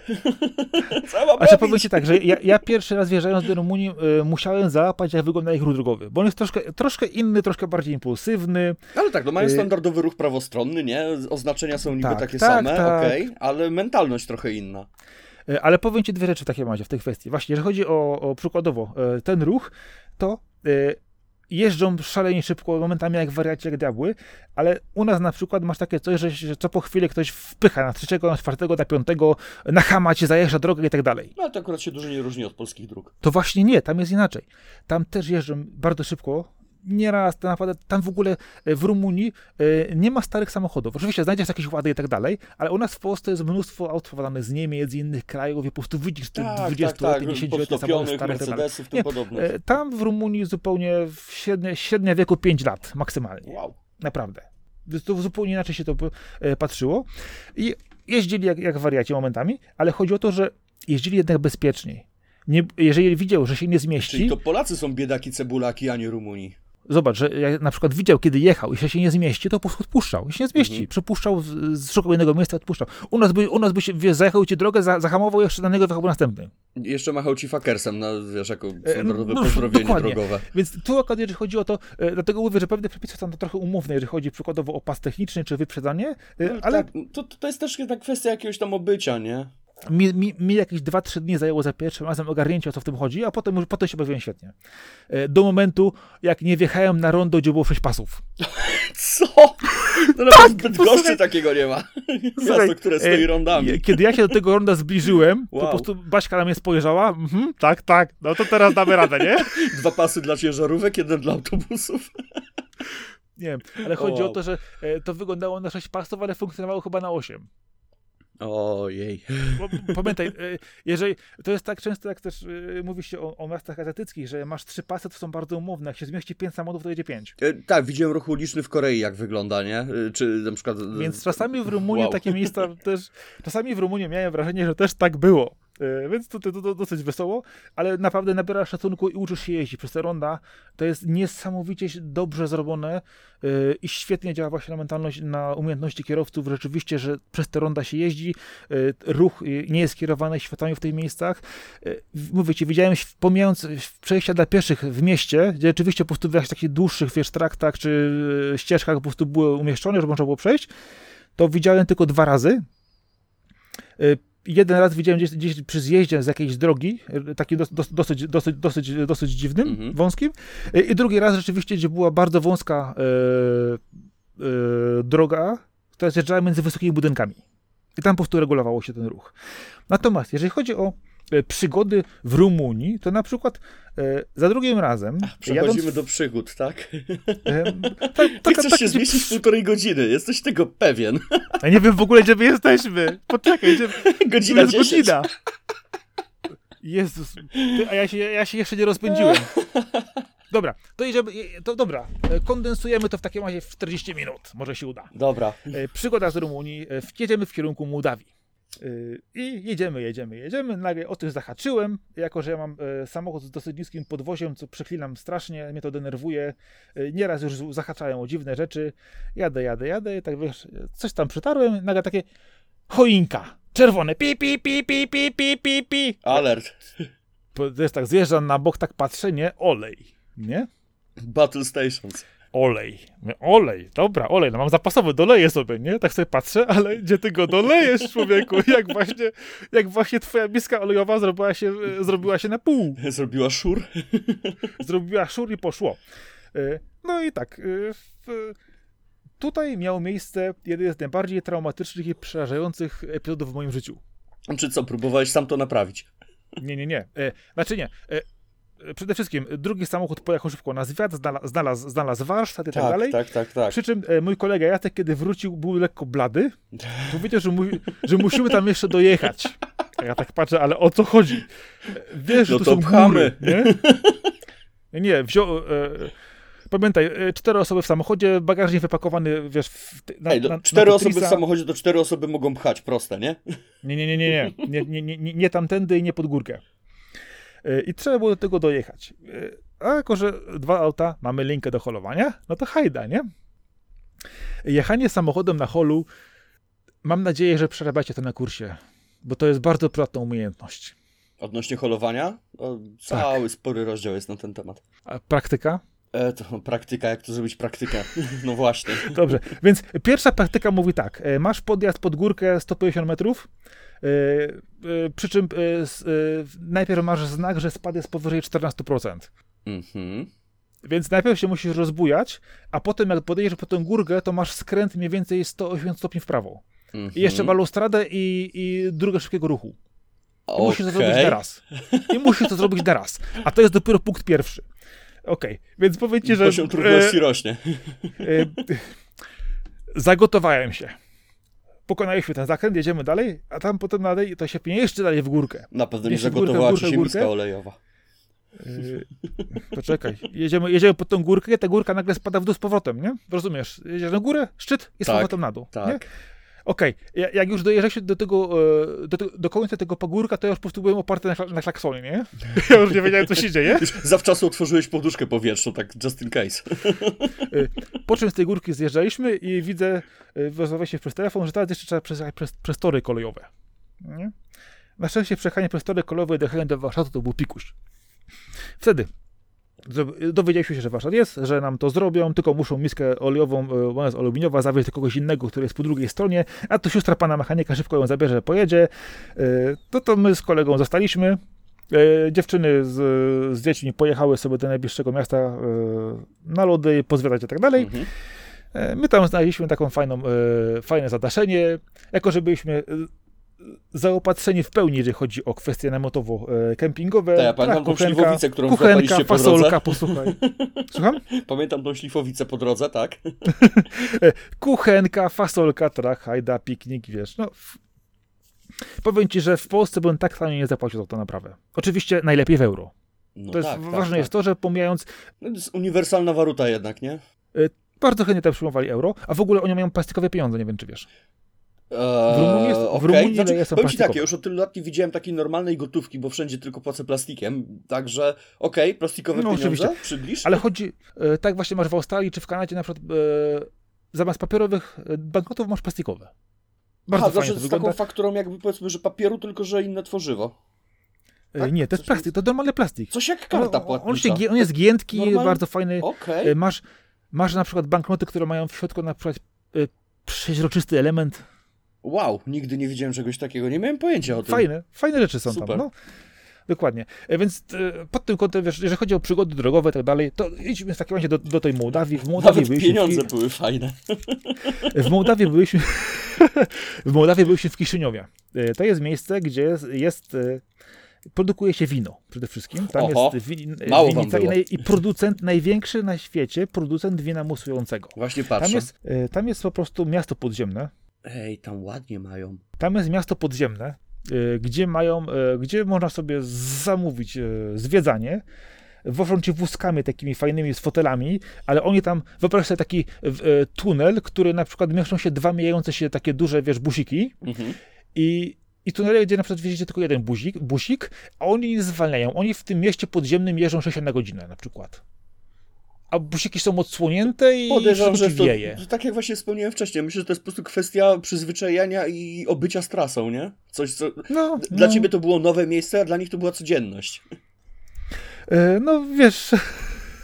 Co mam A czy robić? powiem ci tak, że ja, ja pierwszy raz wjeżdżając do Rumunii y, musiałem załapać, jak wygląda ich ruch drogowy, bo on jest troszkę, troszkę inny, troszkę bardziej impulsywny. Ale tak, no mają Y- standardowy ruch prawostronny, nie? Oznaczenia są niby Tak, takie tak, same, tak. okej, okay, ale mentalność trochę inna. Y, Ale powiem ci dwie rzeczy w takim razie, w tej kwestii. Właśnie, jeżeli chodzi o, o przykładowo y, ten ruch, to y, jeżdżą szalenie szybko, momentami jak wariaci, jak diabły, ale u nas na przykład masz takie coś, że, że co po chwili ktoś wpycha na trzeciego, na czwartego, na piątego, na hama ci zajeżdża drogę i tak dalej. No ale to akurat się dużo nie różni od polskich dróg. To właśnie nie, tam jest inaczej. Tam też jeżdżą bardzo szybko. Nieraz, to naprawdę, tam w ogóle e, w Rumunii e, nie ma starych samochodów. Oczywiście znajdziesz jakieś łady i tak dalej, ale u nas w Polsce jest mnóstwo aut sprowadzanych z Niemiec, z innych krajów i po prostu widzisz te Tak, dwudziestoletnie, tak, tak, dziesięcioletnie samochody podtopionych, stare i tak dalej. Mercedesów, tym Nie, podobnych. E, Tam w Rumunii zupełnie w średnia, średnia wieku pięć lat maksymalnie. Wow. Naprawdę. Więc to zupełnie inaczej się to e, patrzyło. I jeździli jak, jak wariaci momentami, ale chodzi o to, że jeździli jednak bezpieczniej. Nie, jeżeli widział, że się nie zmieści... Czyli to Polacy są biedaki cebulaki, a nie Rumuni. Zobacz, że jak na przykład widział, kiedy jechał i się nie zmieści, to po prostu odpuszczał. I się nie zmieści. Mhm. Przepuszczał, z- szukał innego miejsca, odpuszczał. U nas by, u nas by się, wiesz, zajechał ci drogę, za, zahamował, jeszcze na niego wyjechał następny. Jeszcze machał ci fakersem na, wiesz, jako standardowe no, pozdrowienie dokładnie. drogowe. Więc tu akurat, jeżeli chodzi o to, e, dlatego mówię, że pewne przepisy są to trochę umowne, jeżeli chodzi przykładowo o pas techniczny czy wyprzedzanie, e, No, ale tak, to, to jest też ta kwestia jakiegoś tam obycia, nie? mi, mi, mi jakieś dwa trzy dni zajęło za pierwszym razem ogarnięcie, o co w tym chodzi, a potem, już- potem się bawiłem świetnie. E, Do momentu, jak nie wjechałem na rondo, gdzie było sześć pasów. Co? To nawet w Bydgoszczy posłuchaj. takiego nie ma. Słuchaj, Miasto, które stoi e, rondami. Kiedy ja się do tego ronda zbliżyłem, to Wow. po prostu Baśka na mnie spojrzała, mhm, tak, tak, no to teraz damy radę, nie? Dwa pasy dla ciężarówek, jeden dla autobusów. Nie wiem, ale chodzi Wow. o to, że e, to wyglądało na sześć pasów, ale funkcjonowało chyba na osiem. Ojej. Bo, pamiętaj, e, jeżeli, to jest tak często, jak też e, mówi się o, o miastach azjatyckich, że masz trzy pasy, to są bardzo umowne, jak się zmieści pięć samochodów, to jedzie pięć. E, tak, widziałem ruch uliczny w Korei, jak wygląda, nie? E, Czy na przykład... e, Więc czasami w Rumunii Wow. takie miejsca też, czasami w Rumunii miałem wrażenie, że też tak było. E, Więc to, to, to dosyć wesoło, ale naprawdę nabierasz szacunku i uczysz się jeździć przez te ronda. To jest niesamowicie dobrze zrobione e, i świetnie działa właśnie na mentalność, na umiejętności kierowców. Rzeczywiście, że przez te ronda się jeździ, e, ruch e, nie jest kierowany światłami w tych miejscach. E, w- Mówię ci, widziałem, ś- pomijając przejścia dla pieszych w mieście, gdzie rzeczywiście po prostu w jakichś takich dłuższych, wiesz, traktach czy e, ścieżkach po prostu były umieszczone, żeby można było przejść, to widziałem tylko dwa razy. E, Jeden raz widziałem gdzieś, gdzieś przy zjeździe z jakiejś drogi, e, takim dos, dos, dosyć, dosyć, dosyć, dosyć dziwnym, Mhm. wąskim. E, I drugi raz rzeczywiście, gdzie była bardzo wąska e, e, droga, która zjeżdżała między wysokimi budynkami. I tam po prostu regulowało się ten ruch. Natomiast jeżeli chodzi o e, przygody w Rumunii, to na przykład e, za drugim razem... Przechodzimy jadąc, do przygód, tak? e, tak, Ty tak, chcesz tak, się zmieścić w półtorej godziny, jesteś tego pewien. Ja nie wiem w ogóle, gdzie my jesteśmy. Poczekaj, gdzie... Godzina jest dziesięć. godzina. Jezus, ty, a ja się, ja się jeszcze nie rozpędziłem. Dobra, to idziemy, to dobra, e, kondensujemy to w takim razie w czterdzieści minut, może się uda. Dobra. E, Przygoda z Rumunii, e, w- jedziemy w kierunku Mołdawii. E, I jedziemy, jedziemy, jedziemy, nagle o coś zahaczyłem, jako że ja mam e, samochód z dosyć niskim podwoziem, co przeklinam strasznie, mnie to denerwuje, e, nieraz już z- zahaczałem o dziwne rzeczy, jadę, jadę, jadę, tak wiesz, coś tam przytarłem, nagle takie choinka, czerwone, pi, pi, pi, pi, pi, pi, pi, pi. Alert. Po- Też tak zjeżdżam na bok, tak patrzę, nie, olej, nie? Battle Stations. olej. Mówię, olej, dobra, olej, no mam zapasowy, doleję sobie, nie? Tak sobie patrzę, ale gdzie ty go dolejesz, człowieku? Jak właśnie, jak właśnie twoja miska olejowa zrobiła się, zrobiła się na pół. Zrobiła szur? Zrobiła szur i poszło. No i tak, tutaj miał miejsce jeden z najbardziej traumatycznych i przerażających epizodów w moim życiu. Czy co, próbowałeś sam to naprawić? Nie, nie, nie. Znaczy nie. Przede wszystkim drugi samochód pojechał szybko na zwiat, znalazł, znalazł, znalazł warsztat i tak, tak dalej. Tak, tak, tak. Przy czym e, mój kolega Jacek, kiedy wrócił, był lekko blady. Powiedział, że, mu, że musimy tam jeszcze dojechać. Ja tak patrzę, ale o co chodzi? Wiesz, że no to, to są pchamy. góry, nie? Nie, wziął... E, pamiętaj, e, cztery osoby w samochodzie, bagażnik wypakowany, wiesz... W, na, Ej, do, na, cztery na osoby w samochodzie, to cztery osoby mogą pchać, proste, nie? Nie, nie, nie, nie, nie. Nie, nie, nie, nie, nie tamtędy i nie pod górkę. I trzeba było do tego dojechać. A jako, że dwa auta, mamy linkę do holowania, no to hajda, nie? Jechanie samochodem na holu, mam nadzieję, że przerabiacie to na kursie, bo to jest bardzo przydatna umiejętność. Odnośnie holowania? O, cały tak. spory rozdział jest na ten temat. A praktyka? E, to praktyka, jak to zrobić praktykę? No właśnie. Dobrze, więc pierwsza praktyka mówi tak, masz podjazd pod górkę sto pięćdziesiąt metrów, Yy, yy, przy czym yy, yy, najpierw masz znak, że spad jest powyżej czternaście procent. Mm-hmm. Więc najpierw się musisz rozbujać, a potem jak podejdziesz po tę górkę, to masz skręt mniej więcej sto osiemdziesiąt stopni w prawo. Mm-hmm. I jeszcze balustradę i, i drogę szybkiego ruchu. I okay. musisz to zrobić teraz. I musisz to zrobić teraz. A to jest dopiero punkt pierwszy. Okej, okay. Więc powiedzcie, że... Poziom trudności e, rośnie. E, zagotowałem się. Pokonaliśmy ten zakręt, jedziemy dalej, a tam potem dalej to się pnie jeszcze dalej w górkę. Na pewno nie zagotowała ci się miska olejowa. Yy, poczekaj, jedziemy, jedziemy pod tą górkę, ta górka nagle spada w dół z powrotem, nie? Rozumiesz? Jedziesz na górę, szczyt i z tak, powrotem na dół. Tak. Okej, okay. Jak już dojeżdżacie do tego, do, do końca tego pagórka, to ja już po prostu byłem oparty na, na klaksonie, nie? Ja już nie wiedziałem, co się dzieje. Zawczasu otworzyłeś poduszkę powietrzną, tak just in case. Po czym z tej górki zjeżdżaliśmy i widzę, rozmawialiśmy się przez telefon, że teraz jeszcze trzeba przejechać przez, przez tory kolejowe. Nie? Na szczęście przejechanie przez tory kolejowe i dojechanie do Warszawy to był pikuś. Wtedy dowiedzieliśmy się, że warsztat jest, że nam to zrobią, tylko muszą miskę olejową, ona jest aluminiowa, zawieźć do kogoś innego, który jest po drugiej stronie, a to siostra pana mechanika szybko ją zabierze, pojedzie. To to my z kolegą zostaliśmy. Dziewczyny z, z dziećmi pojechały sobie do najbliższego miasta na lody, pozwiedzać i tak dalej. Mhm. My tam znaleźliśmy taką fajną, fajne zadaszenie, jako że byliśmy zaopatrzeni w pełni, jeżeli chodzi o kwestie namiotowo-kempingowe. Tak, ja pamiętam tą śliwowicę, którą kuchenka, po fasolka, drodze. Posłuchaj. Słucham? Pamiętam tą śliwowicę po drodze, tak? Kuchenka, fasolka, trak, hajda, piknik, wiesz, no... F... Powiem ci, że w Polsce bym tak tanio nie zapłacił za to naprawę. Oczywiście najlepiej w euro. No to jest, tak, ważne tak, jest tak. to, że pomijając... No to jest uniwersalna waluta jednak, nie? Bardzo chętnie tam przyjmowali euro, a w ogóle oni mają plastikowe pieniądze, nie wiem, czy wiesz. Eee, w Rumunii, jest, okay. w Rumunii znaczy, jest powiem ci tak, ja już od tylu lat nie widziałem takiej normalnej gotówki, bo wszędzie tylko płacę plastikiem, także okej, okay, plastikowe no, pieniądze, oczywiście. Przybliż. Ale chodzi, e, tak właśnie masz w Australii czy w Kanadzie na przykład, e, zamiast papierowych banknotów masz plastikowe. Bardzo Aha, fajnie znaczy to z wygląda. taką fakturą jakby powiedzmy, że papieru, tylko że inne tworzywo. Tak? Nie, to jest plastik, to normalny plastik. Coś jak karta płatnicza. On, się, on jest giętki, Normal... bardzo fajny. Okay. Masz, masz na przykład banknoty, które mają w środku na przykład e, przeźroczysty element. Wow, nigdy nie widziałem czegoś takiego, nie miałem pojęcia o tym. Fajne, fajne rzeczy są Super. tam, no. Dokładnie. Więc e, pod tym kątem, wiesz, jeżeli chodzi o przygody drogowe i tak dalej, to idźmy w takim razie do, do tej Mołdawii. W Mołdawii Nawet byliśmy pieniądze w... były fajne. W Mołdawii byliśmy w Mołdawii byliśmy w Kiszyniowie. E, to jest miejsce, gdzie jest, jest e, produkuje się wino przede wszystkim. Tam Oho, jest win, mało winica wam było. i, i producent, największy na świecie producent wina musującego. Właśnie patrzę. Tam jest, e, tam jest po prostu miasto podziemne. Ej, tam ładnie mają. Tam jest miasto podziemne, y, gdzie mają, y, gdzie można sobie zamówić y, zwiedzanie. Wożą cię wózkami takimi fajnymi z fotelami, ale oni tam, wyobraź sobie taki y, tunel, który na przykład mieszczą się dwa mijające się takie duże, wiesz, busiki mhm. i, i tunele, gdzie na przykład wjeździcie tylko jeden busik, busik, a oni nie zwalniają. Oni w tym mieście podziemnym jeżdżą sześć na godzinę na przykład. A busiki są odsłonięte i podejrzewam, że to, wieje. To, tak jak właśnie wspomniałem wcześniej, myślę, że to jest po prostu kwestia przyzwyczajenia i obycia z trasą, nie? Coś, co no, dla no. ciebie to było nowe miejsce, a dla nich to była codzienność. No wiesz,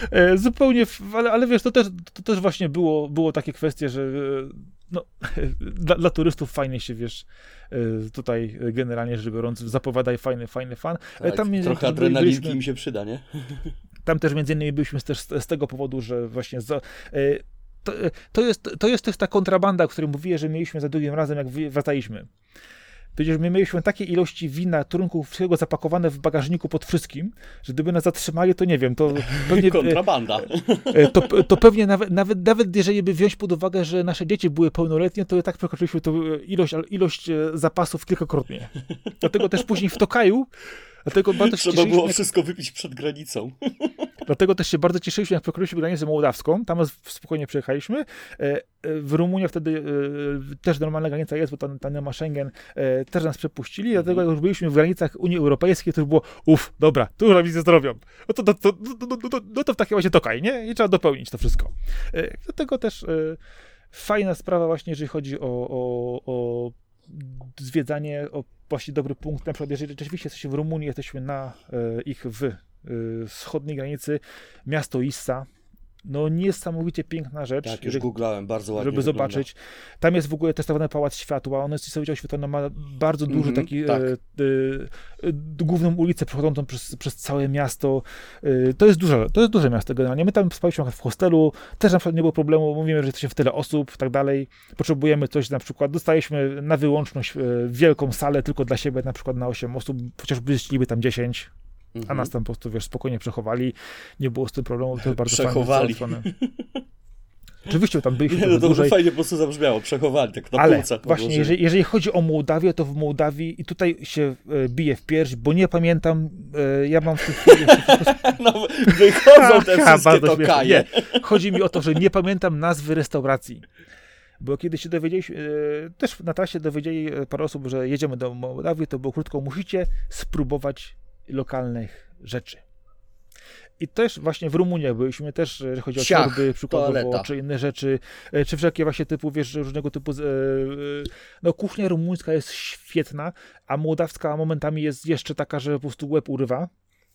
E, zupełnie, ale, ale wiesz, to też, to też właśnie było, było takie kwestie, że no, dla, dla turystów fajnie się, wiesz, tutaj generalnie rzecz biorąc, zapowiadaj fajny, fajny fan. Tak, tam trochę adrenalinki byliśmy, im się przyda, nie? Tam też między innymi byliśmy też z, z tego powodu, że właśnie za, to, to, jest, to jest też ta kontrabanda, o której mówiłem, że mieliśmy za drugim razem, jak wracaliśmy. Przecież my mieliśmy takie ilości wina, trunków, wszystkiego zapakowane w bagażniku pod wszystkim, że gdyby nas zatrzymali, to nie wiem, to pewnie... Kontrabanda. To, to pewnie nawet, nawet, nawet jeżeli by wziąć pod uwagę, że nasze dzieci były pełnoletnie, to i tak przekroczyliśmy tą ilość, ilość zapasów kilkakrotnie. Dlatego też później w Tokaju Dlatego bardzo się Trzeba było wszystko wypić przed granicą. Dlatego też się bardzo cieszyliśmy, jak przekroczyliśmy granicę mołdawską. Tam spokojnie przejechaliśmy. W Rumunii wtedy też normalna granica jest, bo tam, tam nie ma Schengen. Też nas przepuścili. Dlatego jak już byliśmy w granicach Unii Europejskiej, to już było uff, dobra, tu już nam nic nie zrobią. No to, to, to, to, to, to, no to w takim razie Tokaj, nie? I trzeba dopełnić to wszystko. Dlatego też fajna sprawa właśnie, jeżeli chodzi o, o, o zwiedzanie, o właśnie dobry punkt. Na przykład, jeżeli rzeczywiście jesteśmy w Rumunii, jesteśmy na e, ich w e, wschodniej granicy, miasto Issa. No niesamowicie piękna rzecz. Tak, już googlałem, bardzo ładnie żeby wygląda. Zobaczyć. Tam jest w ogóle testowany Pałac Światła, on jest niesamowicie oświetlony, ma bardzo duży mm-hmm, taki tak. e, e, główną ulicę przechodzącą przez, przez całe miasto. E, to jest duże, to jest duże miasto generalnie. My tam spaliśmy w hostelu, też na przykład nie było problemu, mówimy, że jesteśmy w tyle osób, tak dalej. Potrzebujemy coś na przykład, dostaliśmy na wyłączność e, wielką salę tylko dla siebie, na przykład na osiem osób, chociaż byliby tam dziesięć. Mm-hmm. A nas tam po prostu, wiesz, spokojnie przechowali. Nie było z tym problemu. To bardzo przechowali. Oczywiście tam byliśmy. Nie, no to dłużej. fajnie po prostu zabrzmiało. Przechowali, tak na Ale półce. właśnie, jeżeli, jeżeli chodzi o Mołdawię, to w Mołdawii i tutaj się e, bije w pierś, bo nie pamiętam, e, ja mam w tej chwili... no, wychodzą te ha, wszystkie tokaje. Nie. Chodzi mi o to, że nie pamiętam nazwy restauracji. Bo kiedy się dowiedzieliśmy, e, też na trasie dowiedzieli parę osób, że jedziemy do Mołdawii, to było krótko, musicie spróbować lokalnych rzeczy. I też właśnie w Rumunii byliśmy też, jeżeli chodzi o Ciach, torby przykładowo, toaleta. czy inne rzeczy, czy wszelkie właśnie typu, wiesz, różnego typu, no kuchnia rumuńska jest świetna, a mołdawska momentami jest jeszcze taka, że po prostu łeb urywa.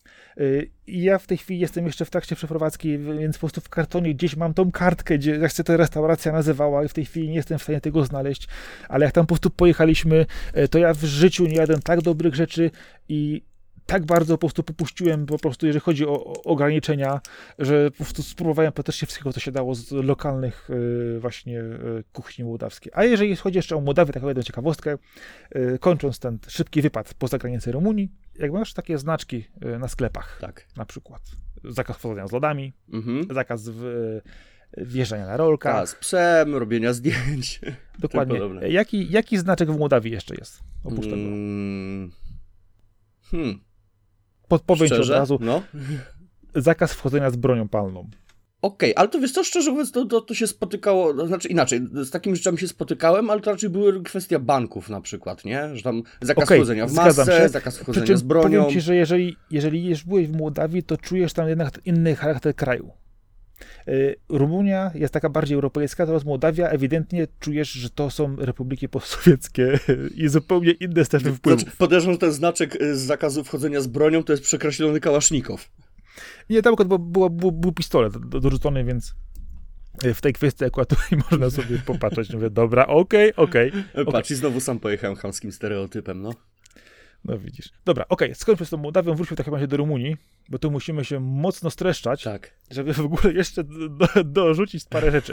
I ja w tej chwili jestem jeszcze w trakcie przeprowadzki, więc po prostu w kartonie gdzieś mam tą kartkę, gdzie jak się ta restauracja nazywała i w tej chwili nie jestem w stanie tego znaleźć, ale jak tam po prostu pojechaliśmy, to ja w życiu nie jadłem tak dobrych rzeczy i tak bardzo po prostu popuściłem, po prostu jeżeli chodzi o, o ograniczenia, że po prostu spróbowałem praktycznie wszystkiego, co się dało z lokalnych y, właśnie y, kuchni mołdawskiej. A jeżeli chodzi jeszcze o Mołdawię, taką jedną ciekawostkę, y, kończąc ten szybki wypad poza granicę Rumunii, jak masz takie znaczki y, na sklepach, tak. Na przykład zakaz wchodzenia z lodami, mhm. zakaz w, wjeżdżania na rolkach. A, z psem, robienia zdjęć. Dokładnie. Jaki, jaki znaczek w Mołdawii jeszcze jest? Oprócz tego. Mm. Hmm. Podpowiem ci od Szczerze? razu. No. Zakaz wchodzenia z bronią palną. Okej, okay, ale to wiesz co, szczerze mówiąc, to, to, to się spotykało, to znaczy inaczej, z takimi rzeczami się spotykałem, ale to raczej były kwestia banków na przykład, nie? Że tam zakaz okay, wchodzenia w masce, zakaz wchodzenia czym z bronią. Powiem ci, że jeżeli, jeżeli już byłeś w Mołdawii, to czujesz tam jednak inny charakter kraju. Yy, Rumunia jest taka bardziej europejska, teraz Mołdawia ewidentnie czujesz, że to są republiki postsowieckie i zupełnie inne strefy wpływów. Znaczy, podejrzewam, że ten znaczek z zakazu wchodzenia z bronią to jest przekreślony kałasznikow. Nie, tam akurat był, był, był pistolet dorzucony, więc w tej kwestii akurat tutaj można sobie popatrzeć. Mówię, dobra, okej, okay, okej. Okay, Patrz, okay. i znowu sam pojechałem chamskim stereotypem, no. No widzisz. Dobra, okej, okay. Skończmy z tą Mołdawią, wróćmy w takim razie do Rumunii, bo tu musimy się mocno streszczać, tak. żeby w ogóle jeszcze do, dorzucić parę rzeczy.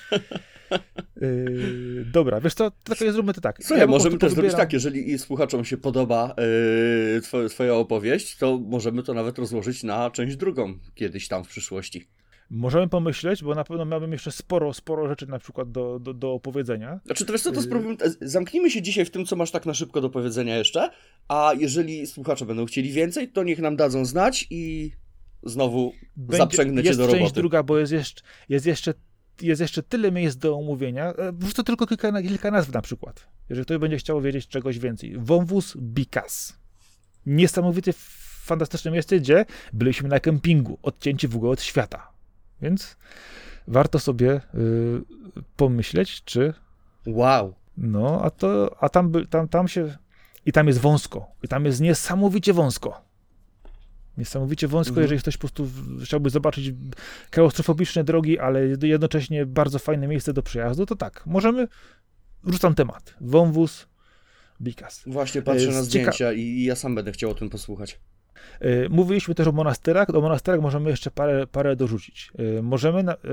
Yy, dobra, wiesz co, tylko zróbmy to tak. Słuchaj, ja możemy też zrobić tak, jeżeli słuchaczom się podoba yy, twoja, twoja opowieść, to możemy to nawet rozłożyć na część drugą kiedyś tam w przyszłości. Możemy pomyśleć, bo na pewno miałbym jeszcze sporo, sporo rzeczy na przykład do, do, do opowiedzenia. Znaczy, to wiesz co, to spróbujmy, zamknijmy się dzisiaj w tym, co masz tak na szybko do powiedzenia jeszcze, a jeżeli słuchacze będą chcieli więcej, to niech nam dadzą znać i znowu Będzie, zaprzęgnę cię do roboty. Jest część druga, bo jest jeszcze, jest jeszcze jest jeszcze tyle miejsc do omówienia, wrzucę tylko kilka, kilka nazw na przykład, jeżeli ktoś będzie chciał wiedzieć czegoś więcej. Wąwóz Bikas. Niesamowite, fantastyczne miejsce, gdzie byliśmy na kempingu, odcięci w ogóle od świata. Więc warto sobie y, pomyśleć, czy... Wow. No, a to, a tam, tam, tam się... I tam jest wąsko. I tam jest niesamowicie wąsko. Niesamowicie wąsko, Mhm. jeżeli ktoś po prostu w- chciałby zobaczyć klaustrofobiczne drogi, ale jednocześnie bardzo fajne miejsce do przejazdu, to tak, możemy, rzucam temat. Wąwóz, Bikas. Właśnie patrzę Jest na cieka- zdjęcia i ja sam będę chciał o tym posłuchać. Y, Mówiliśmy też o monasterach. O monasterach możemy jeszcze parę, parę dorzucić. Y, Możemy na, y,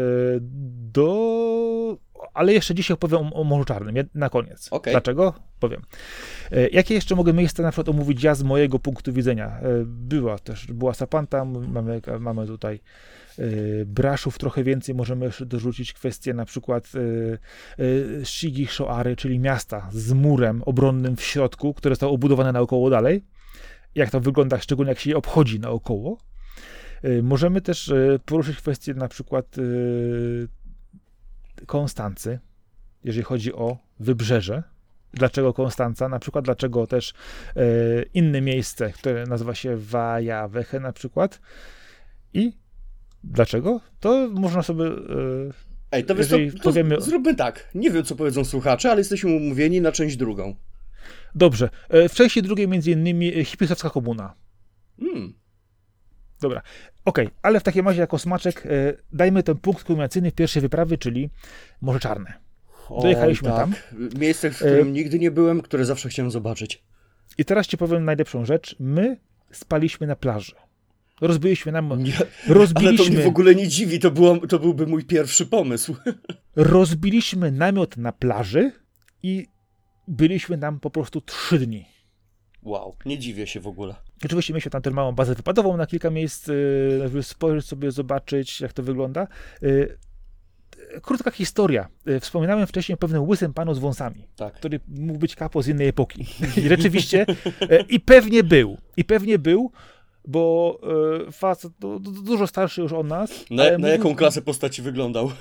do... Ale jeszcze dzisiaj opowiem o, o Morzu Czarnym, jed- na koniec. Okej. Dlaczego? Powiem. Y, Jakie jeszcze mogę miejsca na przykład omówić ja z mojego punktu widzenia? Y, Była też, była Sapanta, m- mamy, mamy tutaj y, Braszów trochę więcej, możemy jeszcze dorzucić kwestię na przykład y, y, Shigi Shoary, czyli miasta z murem obronnym w środku, które zostało obudowane naokoło dalej. Jak to wygląda, szczególnie jak się je obchodzi naokoło. Y, Możemy też y, poruszyć kwestię na przykład y, Konstancy, jeżeli chodzi o wybrzeże. Dlaczego Konstanca? Na przykład dlaczego też y, inne miejsce, które nazywa się Vajaveche na przykład. I dlaczego? To można sobie... y, Ej, to wiesz co, Jeżeli to powiemy- zróbmy tak. Nie wiem, co powiedzą słuchacze, ale jesteśmy umówieni na część drugą. Dobrze. Y, W części drugiej między innymi y, Hipisowska komuna. Hmm. Dobra, okej, ale w takim razie jako smaczek e, dajmy ten punkt kulminacyjny w pierwszej wyprawie, czyli Morze Czarne. Dojechaliśmy Oj, tam. Miejsce, w którym nigdy nie byłem, które zawsze chciałem zobaczyć. I teraz ci powiem najlepszą rzecz. My spaliśmy na plaży. Rozbiliśmy nam, Nie, ale to rozbiliśmy, mnie w ogóle nie dziwi, to, było, to byłby mój pierwszy pomysł. rozbiliśmy namiot na plaży i byliśmy tam po prostu trzy dni. Wow, nie dziwię się w ogóle. Oczywiście mieliśmy tam też małą bazę wypadową na kilka miejsc, y, żeby spojrzeć sobie, zobaczyć, jak to wygląda. Y, Krótka historia. Y, Wspominałem wcześniej o pewnym łysym panu z wąsami, Tak. który mógł być kapo z innej epoki. I rzeczywiście, y, i pewnie był. I pewnie był, bo y, facet du- du- dużo starszy już od nas. Na, ale na mówił- jaką klasę postaci wyglądał?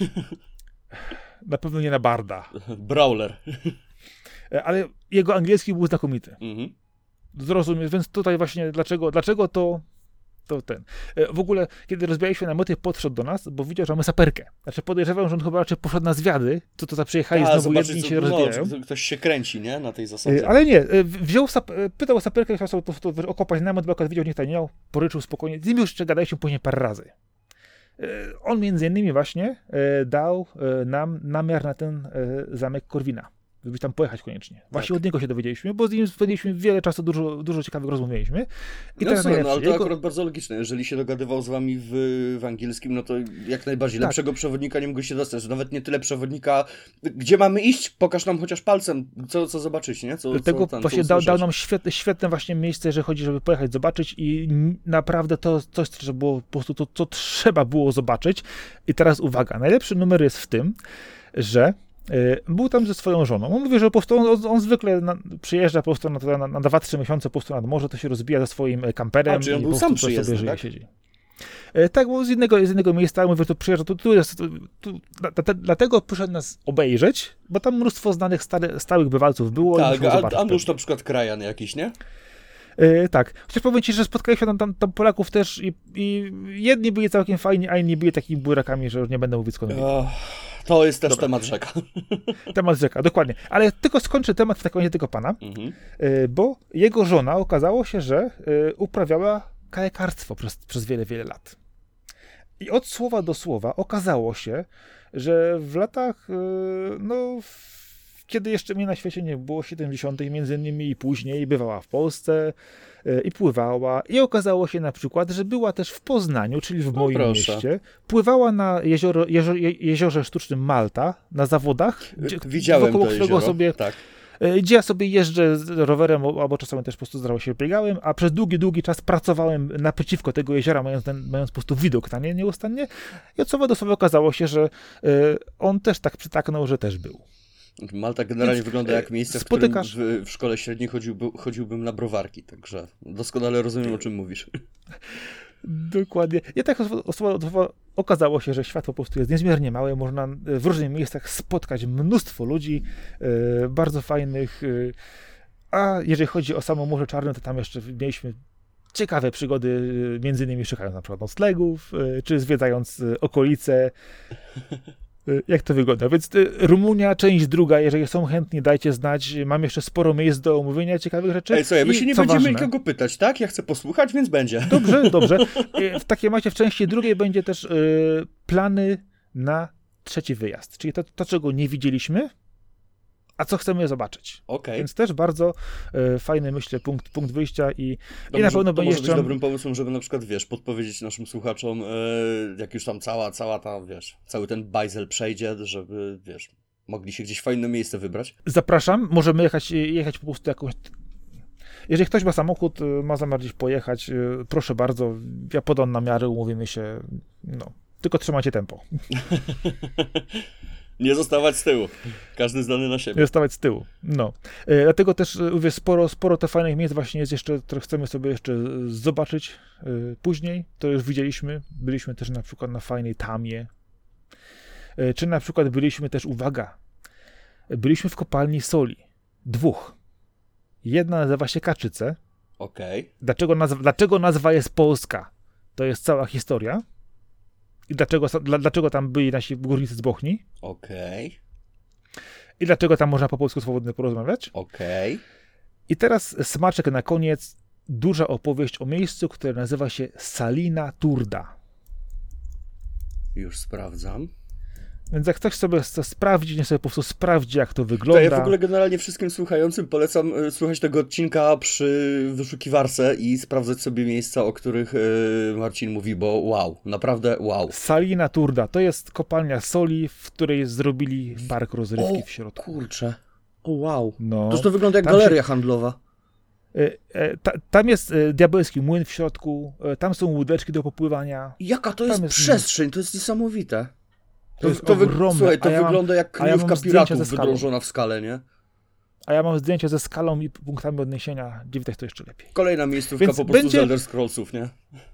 Na pewno nie na barda. Brawler. Y, Ale jego angielski był znakomity. Mhm. Zrozumiesz, więc tutaj właśnie dlaczego, dlaczego to, to ten. E, W ogóle, kiedy rozbijaliśmy namioty, podszedł do nas, bo widział, że mamy saperkę. Znaczy podejrzewam, że on chyba raczej poszedł na zwiady, co to za przyjechali, A, znowu zobaczyć, jedni co- się no, rozbijają. czy ktoś się kręci, nie? Na tej E, zasadzie. Ale nie, e, wziął sap- e, pytał o saperkę, chciał sobie to, to, to okopać namiot, bo akurat widział, nikt tam nie miał, poryczył spokojnie. Z nim już jeszcze gadaliśmy później parę razy. E, On między innymi właśnie e, dał e, nam namiar na ten e, zamek Korwina. Żeby tam pojechać koniecznie. Właśnie Tak. od niego się dowiedzieliśmy, bo z nim spędziliśmy wiele czasu, dużo, dużo ciekawych rozmów mieliśmy. I No teraz słuchaj, no, ale najlepsze. to Jego- akurat bardzo logiczne. Jeżeli się dogadywał z wami w, w angielskim, no to jak najbardziej. Tak. Lepszego przewodnika nie mógł się dostać. Nawet nie tyle przewodnika. Gdzie mamy iść? Pokaż nam chociaż palcem, co, co zobaczyć, nie? Co, Dlatego co, tam, właśnie co dał, usłyszeć. dał nam świetne, świetne właśnie miejsce, jeżeli chodzi, żeby pojechać, zobaczyć i n- naprawdę to coś, co było po prostu to, co trzeba było zobaczyć. I teraz uwaga, najlepszy numer jest w tym, że y, był tam ze swoją żoną. On mówi, że po prostu on, on, on zwykle na, przyjeżdża po prostu na, na, na dwa trzy miesiące po prostu nad morze, to się rozbija ze swoim e, kamperem. A, czyli on i był po sam prostu sobie przyjezdny, żyje, tak? siedzi. E, Tak, bo z innego, z innego miejsca, mówię, że tu przyjeżdża, tu, tu jest, tu, tu, dla- dla- dlatego przyszedł nas obejrzeć, bo tam mnóstwo znanych stary, stałych bywalców było. i Tak, musiał a, zobaczyć a pewnie. nóż na przykład krajan jakiś, nie? E, tak. Chociaż powiem ci, że spotkaliśmy tam, tam, tam Polaków też i, i jedni byli całkiem fajni, a inni byli takimi burakami, że już nie będę mówić skąd byli. Ach, to jest też Dobra. temat rzeka. Temat rzeka, dokładnie. Ale tylko skończę temat w takim razie tego pana, Mhm. e, bo jego żona okazało się, że e, uprawiała kajakarstwo przez, przez wiele, wiele lat. I od słowa do słowa okazało się, że w latach, e, no, w- kiedy jeszcze mnie na świecie nie było, siedemdziesiątych między innymi i później, bywała w Polsce e, i pływała. I okazało się na przykład, że była też w Poznaniu, czyli w No moim proszę. mieście. Pływała na jezioro, jezior, je- jeziorze sztucznym Malta, na zawodach, gdzie, Widziałem wokoło to którego jezioro. sobie Tak. E, gdzie ja sobie jeżdżę z rowerem, o- albo czasami też po prostu zdarzało się biegałem, a przez długi, długi czas pracowałem naprzeciwko tego jeziora, mając, ten, mając po prostu widok na nie nieustannie. I od słowa do słowa okazało się, że e, on też tak przytaknął, że też był. Malta generalnie Więc, wygląda jak miejsce, w spotykasz- którym w, w szkole średniej chodziłby, chodziłbym na browarki, także doskonale rozumiem, o czym mówisz. Dokładnie. I tak od słowa do słowa okazało się, że świat po prostu jest niezmiernie mały, można w różnych miejscach spotkać mnóstwo ludzi, e, bardzo fajnych, e, a jeżeli chodzi o samo Morze Czarne, to tam jeszcze mieliśmy ciekawe przygody, e, między innymi szukając na przykład noclegów, e, czy zwiedzając e, okolice. Jak to wygląda? Więc Rumunia, część druga, jeżeli są chętni, dajcie znać. Mam jeszcze sporo miejsc do omówienia ciekawych rzeczy. Ej, słuchaj, my się nie co będziemy ważne, nikogo pytać, tak? Ja chcę posłuchać, więc będzie. Dobrze, dobrze. W takiej macie w części drugiej będzie też y, plany na trzeci wyjazd. Czyli to, to, czego nie widzieliśmy, a co chcemy zobaczyć. Okay. Więc też bardzo y, fajny, myślę, punkt, punkt wyjścia i, to i na może, pewno to będzie może jeszcze... być dobrym pomysłem, żeby na przykład, wiesz, podpowiedzieć naszym słuchaczom, yy, jak już tam cała, cała ta, wiesz, cały ten bajzel przejdzie, żeby, wiesz, mogli się gdzieś w fajne miejsce wybrać. Zapraszam, możemy jechać, jechać po prostu jakąś... Jeżeli ktoś ma samochód, ma zamiar gdzieś pojechać, proszę bardzo, ja podam namiary, umówimy się, no, tylko trzymajcie tempo. Nie zostawać z tyłu. Każdy zdany na siebie. Nie zostawać z tyłu, no. E, dlatego też, mówię, sporo, sporo te fajnych miejsc właśnie jest jeszcze, które chcemy sobie jeszcze zobaczyć e, później. To już widzieliśmy. Byliśmy też na przykład na fajnej Tamie. E, czy na przykład byliśmy też, uwaga, byliśmy w kopalni soli. Dwóch. Jedna nazywa się Kaczyce. Okej. Okay. Dlaczego, nazwa, dlaczego nazwa jest polska? To jest cała historia. I dlaczego, dlaczego tam byli nasi górnicy z Bochni? Okej. Okay. I dlaczego tam można po polsku swobodnie porozmawiać? Okej. Okay. I teraz smaczek na koniec. Duża opowieść o miejscu, które nazywa się Salina Turda. Już sprawdzam. Więc jak ktoś sobie chce sprawdzić, niech sobie po prostu sprawdzi, jak to wygląda. To ja w ogóle generalnie wszystkim słuchającym polecam y, słuchać tego odcinka przy wyszukiwarce i sprawdzać sobie miejsca, o których y, Marcin mówi, bo wow, naprawdę wow. Salina Turda to jest kopalnia soli, w której zrobili park rozrywki o, w środku. Kurczę, o wow. No, to, to wygląda jak galeria się... handlowa. Ta, tam jest diabelski młyn w środku, tam są łódeczki do popływania. Jaka to jest, jest przestrzeń, to jest niesamowite. To, to, jest to, wy... Słuchaj, to ja wygląda mam, jak kryjówka ja piratów wydrążona w skale, nie? A ja mam zdjęcie ze skalą i punktami odniesienia, gdzie widać to jeszcze lepiej. Kolejna miejscówka Więc po prostu będzie... z Elder Scrollsów, nie?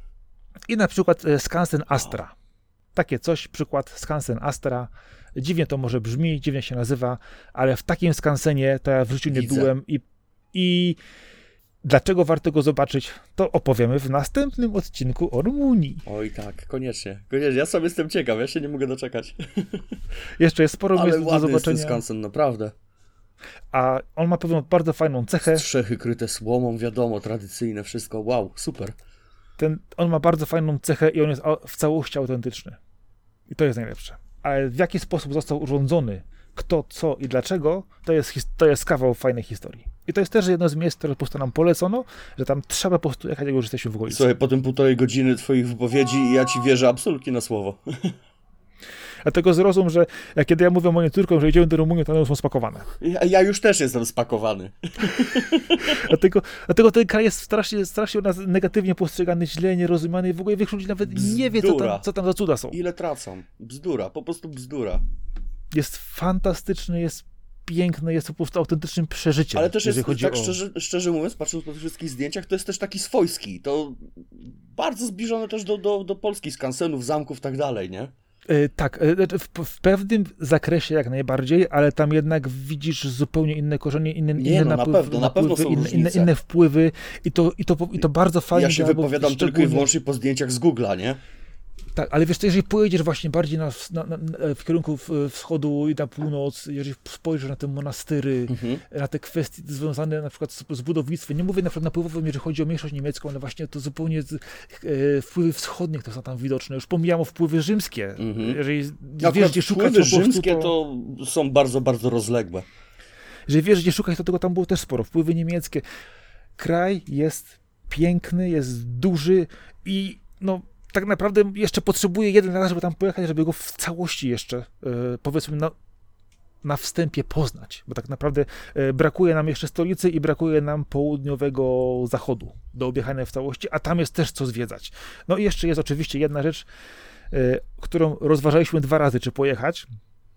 I na przykład Skansen Astra. Wow. Takie coś, przykład Skansen Astra. Dziwnie to może brzmi, dziwnie się nazywa, ale w takim skansenie to ja w życiu nie Widzę. byłem i, i dlaczego warto go zobaczyć, to opowiemy w następnym odcinku o Rumunii. Oj tak, koniecznie. koniecznie. Ja sam jestem ciekaw, ja się nie mogę doczekać. Jeszcze jest sporo ale miejsc do zobaczenia. jest ten skansen, naprawdę. A on ma pewną bardzo fajną cechę. Strzechy kryte słomą, wiadomo, tradycyjne, wszystko. Wow, super. Ten, on ma bardzo fajną cechę i on jest w całości autentyczny. I to jest najlepsze. Ale w jaki sposób został urządzony, kto, co i dlaczego, to jest, to jest kawał fajnej historii. I to jest też jedno z miejsc, które po prostu nam polecono, że tam trzeba po prostu jechać, jak już jesteśmy w okolicy. Słuchaj, po tym półtorej godziny twoich wypowiedzi ja ci wierzę absolutnie na słowo. Dlatego zrozum, że jak kiedy ja mówię moim córkom, że idziemy do Rumunii, to one są spakowane. Ja, ja już też jestem spakowany. dlatego, dlatego ten kraj jest strasznie, strasznie u nas negatywnie postrzegany, źle, nierozumiany i w ogóle większość ludzi nawet Bzdura. nie wie, co tam, co tam za cuda są. Ile tracą? Bzdura, po prostu bzdura. Jest fantastyczny, jest piękny, jest po prostu autentycznym przeżyciem. Ale też jest, chodzi tak o... szczerze, szczerze mówiąc, patrząc po tych wszystkich zdjęciach, to jest też taki swojski. To bardzo zbliżone też do, do, do polskich skansenów, zamków i tak dalej, nie? Yy, tak, yy, w, w pewnym zakresie jak najbardziej, ale tam jednak widzisz zupełnie inne korzenie, inne, nie, inne no, napływ, na pewno, napływy, na pewno są inne, inne, inne wpływy i to, i, to, i to bardzo fajnie. Ja się działa, wypowiadam szczególnie... tylko i wyłącznie po zdjęciach z Google'a, nie? Tak, ale wiesz, to jeżeli pojedziesz właśnie bardziej na, na, na, w kierunku wschodu i na północ, jeżeli spojrzysz na te monastyry, mhm. na te kwestie związane na przykład z, z budownictwem, nie mówię na przykład napływowym, jeżeli chodzi o mniejszość niemiecką, ale właśnie to zupełnie z, e, wpływy wschodnie, które są tam widoczne. Już pomijam o wpływy rzymskie. Mhm. Jeżeli no, wiesz, gdzie szukać, wpływy rzymskie to... to są bardzo, bardzo rozległe. Jeżeli wiesz, gdzie szukać, to tego tam było też sporo. Wpływy niemieckie. Kraj jest piękny, jest duży i no tak naprawdę jeszcze potrzebuję jeden raz, żeby tam pojechać, żeby go w całości jeszcze, yy, powiedzmy, na, na wstępie poznać. Bo tak naprawdę yy, brakuje nam jeszcze stolicy i brakuje nam południowego zachodu do objechania w całości, a tam jest też co zwiedzać. No i jeszcze jest oczywiście jedna rzecz, yy, którą rozważaliśmy dwa razy, czy pojechać,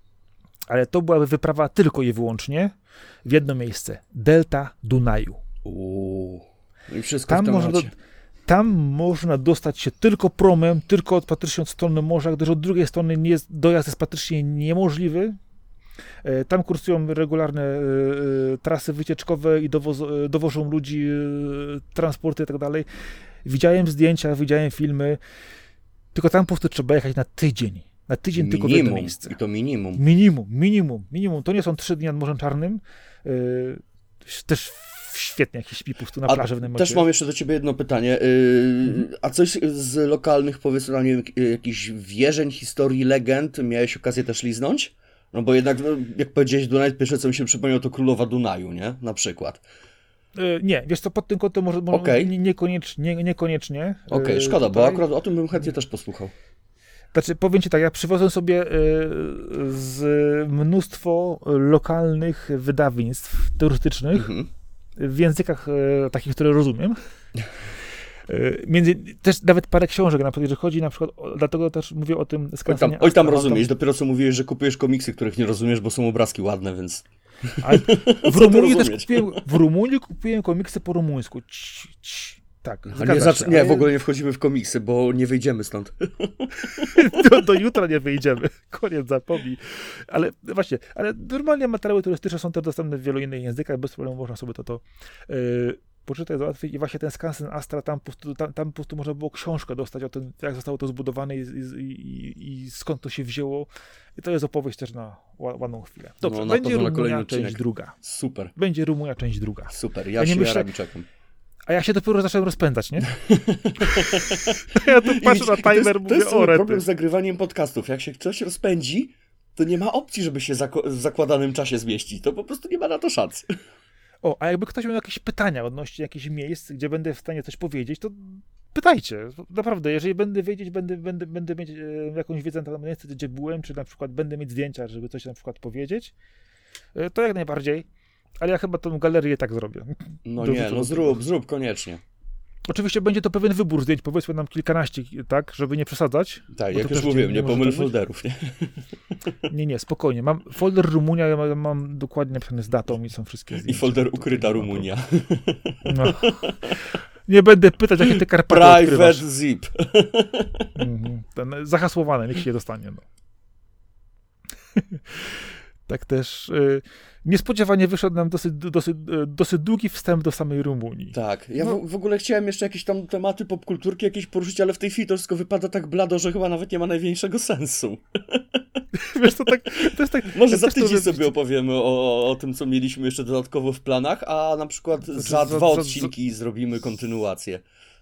ale to byłaby wyprawa tylko i wyłącznie w jedno miejsce. Delta Dunaju. Uuu, i wszystko tam w można do, Tam można dostać się tylko promem, tylko od praktycznie od strony morza, gdyż od drugiej strony nie jest, dojazd jest praktycznie niemożliwy. E, tam kursują regularne e, trasy wycieczkowe i dowoz, e, dowożą ludzi, e, transporty i tak dalej. Widziałem zdjęcia, widziałem filmy, tylko tam po prostu trzeba jechać na tydzień. Na tydzień minimum, tylko w jedno miejsce. I to minimum. Minimum, minimum, minimum. To nie są trzy dni nad Morzem Czarnym. Yy, też świetnie, jak się śpi po prostu na plaży w Nemocie. Też mam jeszcze do ciebie jedno pytanie. Yy, mhm. A coś z lokalnych, powiedzmy, nie wiem, jakichś wierzeń, historii, legend miałeś okazję też liznąć? No bo jednak, no, jak powiedziałeś Dunaj, pierwsze co mi się przypomniało to Królowa Dunaju, nie? Na przykład. Yy, nie, wiesz co, pod tym kątem może, może okay. nie, niekoniecznie. Nie, niekoniecznie Okej, okay, szkoda, tutaj. bo akurat o tym bym chętnie też posłuchał. Znaczy, powiem ci tak, ja przywiozłem sobie y, z mnóstwo lokalnych wydawnictw turystycznych mm-hmm. w językach y, takich, które rozumiem. Y, między, też nawet parę książek, na przykład, jeżeli chodzi na przykład, o, dlatego też mówię o tym skręceniu. Oj tam, oj tam rozumiesz, dopiero co mówiłeś, że kupujesz komiksy, których nie rozumiesz, bo są obrazki ładne, więc... w, Rumunii też kupiłem, w Rumunii kupiłem komiksy po rumuńsku. Ci, ci. Tak, nie, zacz- nie, w ogóle nie wchodzimy w komiksy, bo nie wyjdziemy stąd. do, do jutra nie wyjdziemy. Koniec, zapomnij. Ale właśnie, ale normalnie materiały turystyczne są też dostępne w wielu innych językach, bez problemu można sobie to, to yy, poczytać, załatwić. I właśnie ten Skansen Astra, tam po prostu, tam, tam po prostu można było książkę dostać o tym, jak zostało to zbudowane i, i, i, i skąd to się wzięło. I to jest opowieść też na ładną chwilę. Dobrze, no, będzie Rumunia część druga. Super. Będzie Rumunia część druga. Super, ja, ja się myślę, jaram i czekam. A ja się dopiero zacząłem rozpędzać, nie? Ja tu patrzę I, na timer, i mówię, to jest o rety. problem z nagrywaniem podcastów. Jak się ktoś rozpędzi, to nie ma opcji, żeby się zako- w zakładanym czasie zmieścić. To po prostu nie ma na to szans. O, a jakby ktoś miał jakieś pytania odnośnie jakichś miejsc, gdzie będę w stanie coś powiedzieć, to pytajcie. Naprawdę, jeżeli będę wiedzieć, będę, będę, będę mieć e, jakąś wiedzę na temat miejsca, gdzie byłem, czy na przykład będę mieć zdjęcia, żeby coś na przykład powiedzieć, e, to jak najbardziej. Ale ja chyba tą galerię tak zrobię. No Do nie, no zrób, zrób koniecznie. Oczywiście będzie to pewien wybór zdjęć, powiedzmy nam kilkanaście, tak, żeby nie przesadzać. Tak, jak już mówiłem, nie pomyl folderów, nie? Nie, nie, spokojnie. Mam folder Rumunia, ja mam, mam dokładnie napisane z datą i są wszystkie zdjęcia. I folder ukryta Rumunia. No. Nie będę pytać, jakie te Karpaty Private odkrywasz. zip. Mhm. Ten, zahasłowane, nikt się nie dostanie. No. Tak też y, niespodziewanie wyszedł nam dosyć, dosyć, dosyć długi wstęp do samej Rumunii. Tak, ja no. w, w ogóle chciałem jeszcze jakieś tam tematy popkulturki jakieś poruszyć, ale w tej chwili to wszystko wypada tak blado, że chyba nawet nie ma największego sensu. Wiesz, to tak... To jest tak Może za tydzień to, sobie że... opowiemy o, o tym, co mieliśmy jeszcze dodatkowo w planach, a na przykład znaczy, za, za dwa za, odcinki za... zrobimy kontynuację.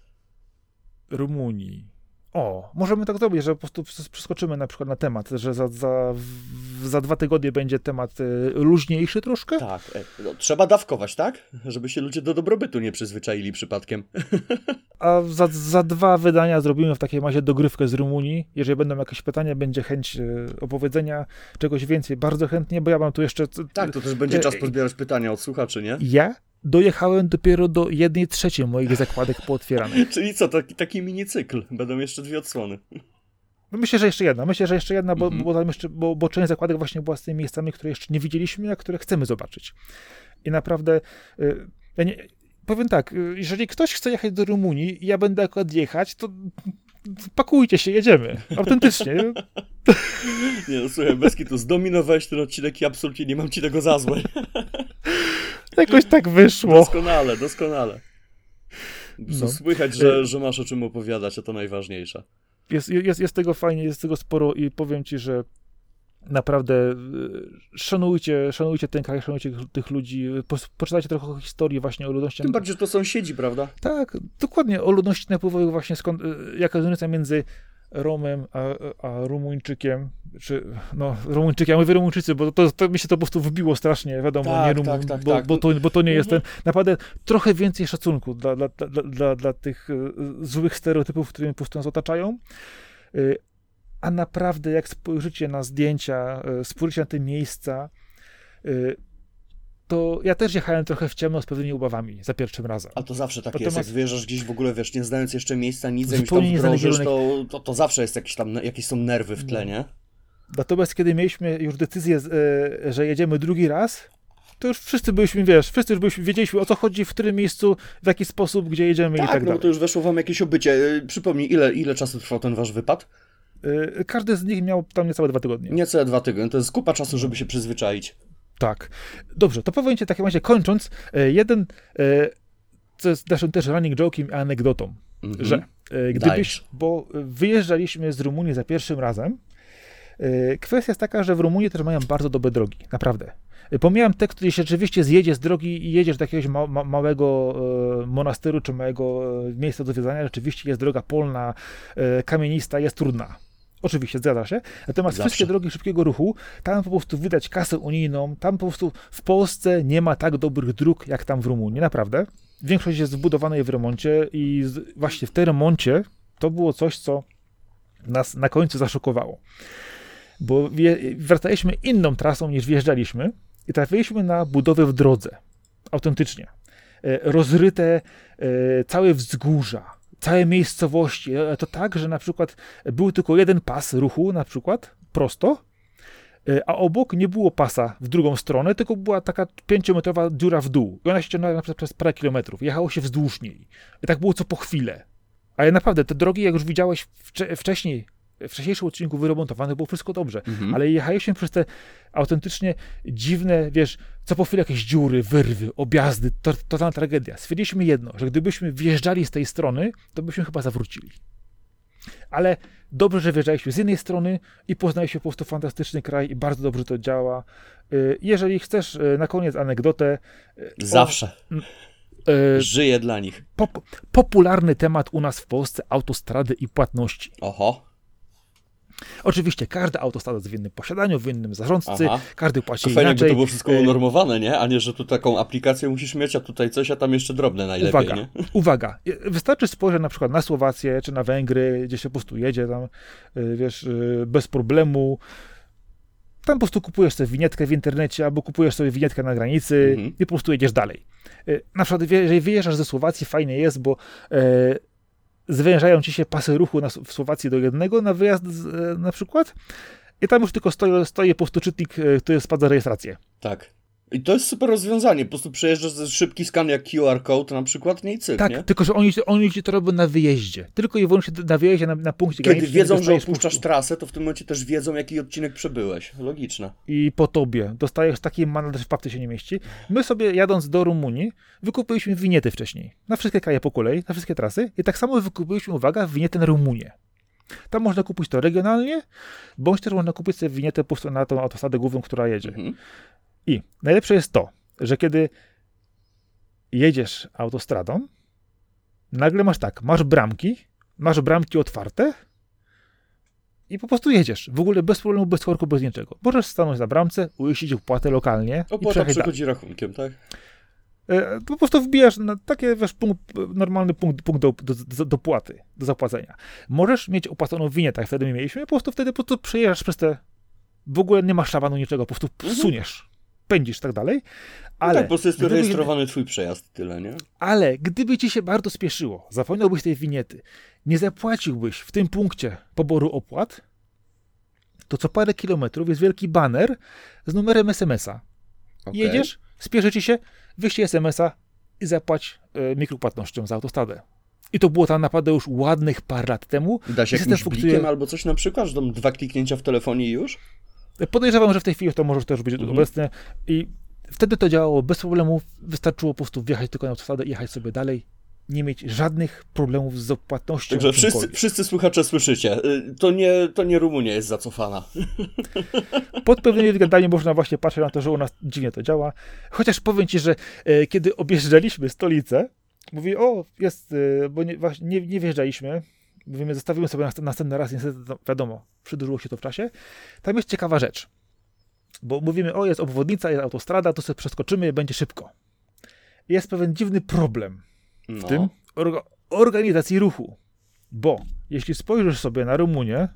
Rumunii. O, możemy tak zrobić, że po prostu przeskoczymy na przykład na temat, że za, za, za dwa tygodnie będzie temat y, luźniejszy troszkę. Tak, no, trzeba dawkować, tak? Żeby się ludzie do dobrobytu nie przyzwyczaili przypadkiem. A za, za dwa wydania zrobimy w takiej razie dogrywkę z Rumunii. Jeżeli będą jakieś pytania, będzie chęć y, opowiedzenia czegoś więcej, bardzo chętnie, bo ja mam tu jeszcze... Y, tak, to też będzie y, czas pozbierać pytania od słuchaczy, nie? Ja? Dojechałem dopiero do jednej trzeciej moich zakładek pootwieranych. Czyli co, taki, taki minicykl. Będą jeszcze dwie odsłony. Myślę, że jeszcze jedna. Myślę, że jeszcze jedna, bo, mm-hmm. bo, tam jeszcze, bo, bo część zakładek właśnie była z tymi miejscami, które jeszcze nie widzieliśmy, a które chcemy zobaczyć. I naprawdę, y, ja nie, powiem tak, y, jeżeli ktoś chce jechać do Rumunii i ja będę akurat jechać, to pakujcie się, jedziemy. Autentycznie. Nie no, słuchaj, bez kitu, zdominowałeś ten odcinek i absolutnie nie mam ci tego za złe. Jakoś tak wyszło. Doskonale, doskonale. No. Słychać, że, że masz o czym opowiadać, a to najważniejsze. Jest, jest, jest tego fajnie, jest tego sporo i powiem ci, że naprawdę szanujcie, szanujcie ten kraj, szanujcie tych ludzi, po, poczytajcie trochę o historii właśnie o ludności. Tym bardziej, że to sąsiedzi, prawda? Tak, dokładnie, o ludności napływowych właśnie, skąd, jaka jest różnica między Romem a, a Rumuńczykiem, czy, no, Rumuńczykiem, ja mówię Rumuńczycy, bo to, to mi się to po prostu wbiło strasznie, wiadomo, tak, nie Rumun, tak, tak, bo, tak. Bo, to, bo to nie mhm. jest ten, naprawdę trochę więcej szacunku dla, dla, dla, dla, dla tych złych stereotypów, którymi po prostu nas otaczają, a naprawdę jak spojrzycie na zdjęcia, spojrzycie na te miejsca, to ja też jechałem trochę w ciemno z pewnymi obawami za pierwszym razem. A to zawsze tak Natomiast... jest, jak wjeżdżasz gdzieś w ogóle, wiesz, nie znając jeszcze miejsca, nic, już tam wdrożysz, to, to, to zawsze jest jakieś tam, jakieś są nerwy w tle, nie? Natomiast kiedy mieliśmy już decyzję, że jedziemy drugi raz, to już wszyscy byliśmy, wiesz, wszyscy już byliśmy, wiedzieliśmy, o co chodzi, w którym miejscu, w jaki sposób, gdzie jedziemy tak, i tak no dalej. to już weszło wam jakieś obycie. Przypomnij, ile, ile czasu trwał ten wasz wypad? Każdy z nich miał tam niecałe dwa tygodnie. Niecałe dwa tygodnie, to jest kupa czasu, żeby się przyzwyczaić. Tak. Dobrze, to powiem ci w takim razie, kończąc, jeden, co jest naszym też running joke'iem, anegdotą, mm-hmm. że gdybyś, Dajesz. bo wyjeżdżaliśmy z Rumunii za pierwszym razem Kwestia jest taka, że w Rumunii też mają bardzo dobre drogi, naprawdę. Pomijam te, gdzie się rzeczywiście zjedzie z drogi i jedziesz do jakiegoś ma ma małego e, monasteru czy małego e, miejsca do zwiedzania, rzeczywiście jest droga polna, e, kamienista, jest trudna. Oczywiście, zgadza się. Natomiast Zawsze. wszystkie drogi szybkiego ruchu, tam po prostu wydać kasę unijną, tam po prostu w Polsce nie ma tak dobrych dróg, jak tam w Rumunii, naprawdę. Większość jest zbudowanej w remoncie i z, właśnie w tym remoncie to było coś, co nas na końcu zaszokowało. Bo wracaliśmy inną trasą niż wjeżdżaliśmy i trafiliśmy na budowę w drodze. Autentycznie. Rozryte całe wzgórza, całe miejscowości. To tak, że na przykład był tylko jeden pas ruchu, na przykład prosto, a obok nie było pasa w drugą stronę, tylko była taka pięciometrowa dziura w dół. I ona się ciągnęła przez parę kilometrów. Jechało się wzdłuż niej. I tak było co po chwilę. Ale naprawdę, te drogi, jak już widziałeś wcze wcześniej, w wcześniejszym odcinku wyremontowane, było wszystko dobrze. Mhm. Ale jechaliśmy przez te autentycznie dziwne, wiesz, co po chwilę jakieś dziury, wyrwy, objazdy, to totalna tragedia. Stwierdziliśmy jedno, że gdybyśmy wjeżdżali z tej strony, to byśmy chyba zawrócili. Ale dobrze, że wjeżdżaliśmy z jednej strony i poznaliśmy po prostu fantastyczny kraj i bardzo dobrze to działa. Jeżeli chcesz na koniec anegdotę... Zawsze. O, Żyję dla nich. Pop popularny temat u nas w Polsce, autostrady i płatności. Oho. Oczywiście każda autostrada jest w innym posiadaniu, w innym zarządcy, Aha. każdy płaci to fajnie, inaczej. Fajnie, by to było wszystko unormowane, nie? A nie, że tu taką aplikację musisz mieć, a tutaj coś, a tam jeszcze drobne najlepiej, uwaga, nie? Uwaga, wystarczy spojrzeć na przykład na Słowację, czy na Węgry, gdzie się po prostu jedzie tam, wiesz, bez problemu. Tam po prostu kupujesz sobie winietkę w internecie, albo kupujesz sobie winietkę na granicy mhm. i po prostu jedziesz dalej. Na przykład, jeżeli wyjeżdżasz ze Słowacji, fajnie jest, bo e, zwężają ci się pasy ruchu na, w Słowacji do jednego na wyjazd z, e, na przykład i tam już tylko stoi, stoi po prostu czytnik, e, który sprawdza rejestrację. Tak. I to jest super rozwiązanie. Po prostu przejeżdżasz ze szybki skan jak Q R code na przykład, nie i cyk, tak, nie? tylko że oni, oni ci to robią na wyjeździe. Tylko i wyłącznie na wyjeździe, na, na punkcie Kiedy granicznym. wiedzą, że opuszczasz trasę, to w tym momencie też wiedzą, jaki odcinek przebyłeś. Logiczne. I po tobie dostajesz taki mandat, że w papce się nie mieści. My sobie jadąc do Rumunii, wykupiliśmy winiety wcześniej. Na wszystkie kraje po kolei, na wszystkie trasy. I tak samo wykupiliśmy, uwaga, winietę na Rumunię. Tam można kupić to regionalnie, bądź też można kupić sobie winietę po prostu na tą autostradę główną, która jedzie. Mhm. I najlepsze jest to, że kiedy jedziesz autostradą, nagle masz tak, masz bramki, masz bramki otwarte i po prostu jedziesz. W ogóle bez problemu, bez korku, bez niczego. Możesz stanąć na bramce, uiścić opłatę lokalnie. Opłata przychodzi rachunkiem, tak? E, po prostu wbijasz na taki, wiesz, punkt, normalny punkt, punkt do, do, do, do płaty, do zapłacenia. Możesz mieć opłaconą winietę, tak wtedy my mieliśmy, po prostu wtedy po prostu przejeżdżasz przez te, w ogóle nie masz szabanu niczego, po prostu mhm. suniesz. Pędzisz tak dalej, ale... No tak, po prostu jest rejestrowany twój przejazd, tyle, nie? Ale gdyby ci się bardzo spieszyło, zapomniałbyś tej winiety, nie zapłaciłbyś w tym punkcie poboru opłat, to co parę kilometrów jest wielki baner z numerem es em es a. Okay. Jedziesz, spieszy ci się, wyślij es em es a i zapłać e, mikropłatnością za autostradę. I to było tam naprawdę już ładnych parę lat temu. Da się jakimś funkcjonuje... blikiem albo coś na przykład, że tam dwa kliknięcia w telefonie i już? Podejrzewam, że w tej chwili to może też być mhm. obecne i wtedy to działało bez problemu, wystarczyło po prostu wjechać tylko na autostradę i jechać sobie dalej, nie mieć żadnych problemów z opłatnością. Także wszyscy, wszyscy słuchacze słyszycie, to nie, to nie Rumunia jest zacofana. Pod pewnymi względami można właśnie patrzeć na to, że u nas dziwnie to działa, chociaż powiem ci, że e, kiedy objeżdżaliśmy stolicę, mówi, o, jest, e, bo nie, właśnie nie, nie wjeżdżaliśmy, mówimy, zostawimy sobie następny raz, niestety, no, wiadomo, przydłużyło się to w czasie. Tam jest ciekawa rzecz, bo mówimy, o, jest obwodnica, jest autostrada, to sobie przeskoczymy, będzie szybko. Jest pewien dziwny problem w no. tym orga organizacji ruchu, bo jeśli spojrzysz sobie na Rumunię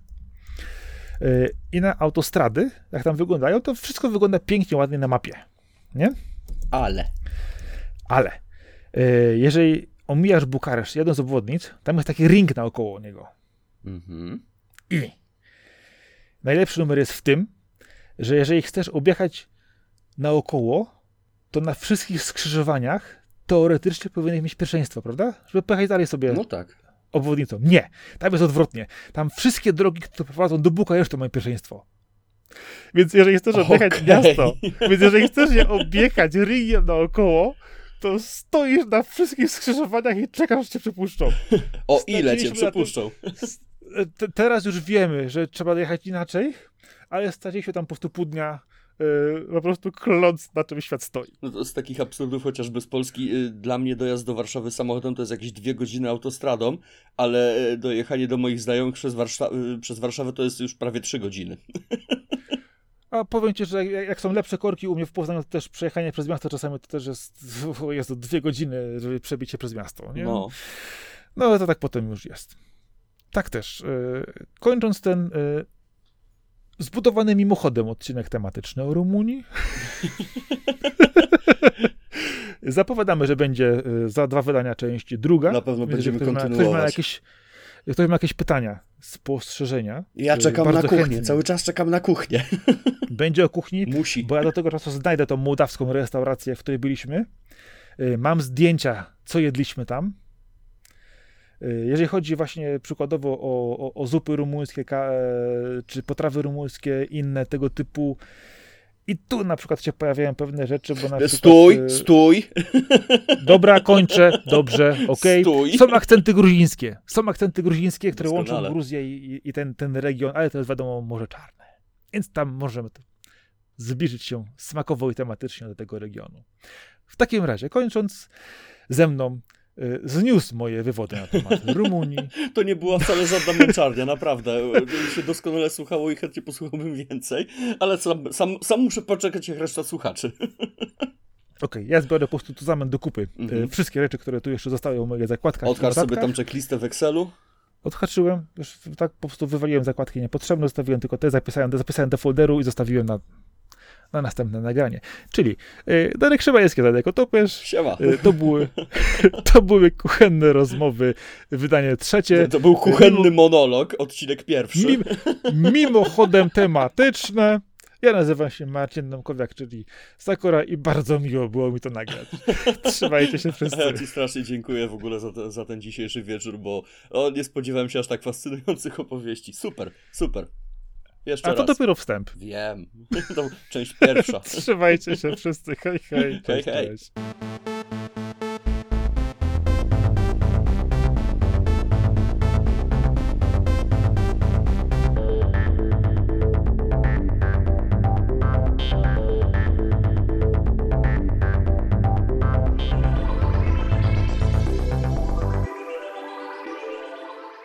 yy, i na autostrady, jak tam wyglądają, to wszystko wygląda pięknie, ładnie na mapie, nie? Ale. Ale. Yy, jeżeli omijasz Bukareszt, jeden z obwodnic, tam jest taki ring naokoło niego. Mm-hmm. I najlepszy numer jest w tym, że jeżeli chcesz objechać naokoło, to na wszystkich skrzyżowaniach teoretycznie powinieneś mieć pierwszeństwo, prawda? Żeby pojechać dalej sobie no tak. obwodnicą. Nie, tam jest odwrotnie. Tam wszystkie drogi, które prowadzą do Bukaresztu, mają pierwszeństwo. Więc jeżeli chcesz objechać okay. miasto, więc jeżeli chcesz je objechać ringiem naokoło, to stoisz na wszystkich skrzyżowaniach i czekasz, aż cię przepuszczą. O ile cię przepuszczą? te, teraz już wiemy, że trzeba jechać inaczej, ale staliśmy tam po prostu pół dnia yy, po prostu kląc, na czym świat stoi. No to z takich absurdów chociażby z Polski, yy, dla mnie dojazd do Warszawy samochodem to jest jakieś dwie godziny autostradą, ale yy, dojechanie do moich znajomych przez, Warsza- yy, przez Warszawę to jest już prawie trzy godziny. A powiem ci, że jak, jak są lepsze korki u mnie w Poznaniu, to też przejechanie przez miasto czasami to też jest, jest to dwie godziny, żeby przebić się przez miasto. Nie? No. No ale to tak potem już jest. Tak też. Yy, kończąc ten yy, zbudowany mimochodem odcinek tematyczny o Rumunii. Zapowiadamy, że będzie za dwa wydania część druga. Na pewno będziemy ktoś ma, kontynuować. Ktoś ma, jakieś, ktoś ma jakieś pytania, spostrzeżenia. Ja czekam na kuchnię, chętnie. cały czas czekam na kuchnię. Będzie o kuchni, Musi. Bo ja do tego czasu znajdę tą mołdawską restaurację, w której byliśmy. Mam zdjęcia, co jedliśmy tam. Jeżeli chodzi właśnie przykładowo o, o, o zupy rumuńskie, ka, czy potrawy rumuńskie, inne tego typu, i tu na przykład się pojawiają pewne rzeczy, bo na przykład... Stój, stój! Dobra, kończę, dobrze, okej. Stój. Są akcenty gruzińskie, są akcenty gruzińskie, które Doskonale. łączą Gruzję i, i ten, ten region, ale to jest wiadomo Morze Czarne. Więc tam możemy to zbliżyć się smakowo i tematycznie do tego regionu. W takim razie, kończąc, ze mną zniósł moje wywody na temat Rumunii. To nie była wcale żadna męczarnia, naprawdę. Mi się doskonale słuchało i chętnie posłuchałbym więcej, ale sam, sam, sam muszę poczekać jak reszta słuchaczy. Okej, okay, ja zbiorę po prostu tu zamęt do kupy. Mm-hmm. Wszystkie rzeczy, które tu jeszcze zostały w mojej zakładkach. Odhacz sobie tam checklistę w Excelu. Odhaczyłem, już tak po prostu wywaliłem zakładki niepotrzebne, zostawiłem tylko te, zapisałem, zapisałem do folderu i zostawiłem na na następne nagranie. Czyli y, Darek Szymański, Darek Otopierz. Siema. Y, to, były, to były kuchenne rozmowy, wydanie trzecie. To, to był kuchenny monolog, odcinek pierwszy. Mim, mimochodem tematyczne. Ja nazywam się Marcin Nomkowiak, czyli Sakura i bardzo miło było mi to nagrać. Trzymajcie się wszyscy. Ja ci strasznie dziękuję w ogóle za, te, za ten dzisiejszy wieczór, bo o, nie spodziewałem się aż tak fascynujących opowieści. Super, super. Jeszcze A to raz. dopiero wstęp. Wiem. To część pierwsza. Trzymajcie się wszyscy. Hej, hej. Cześć, hej, hej. cześć.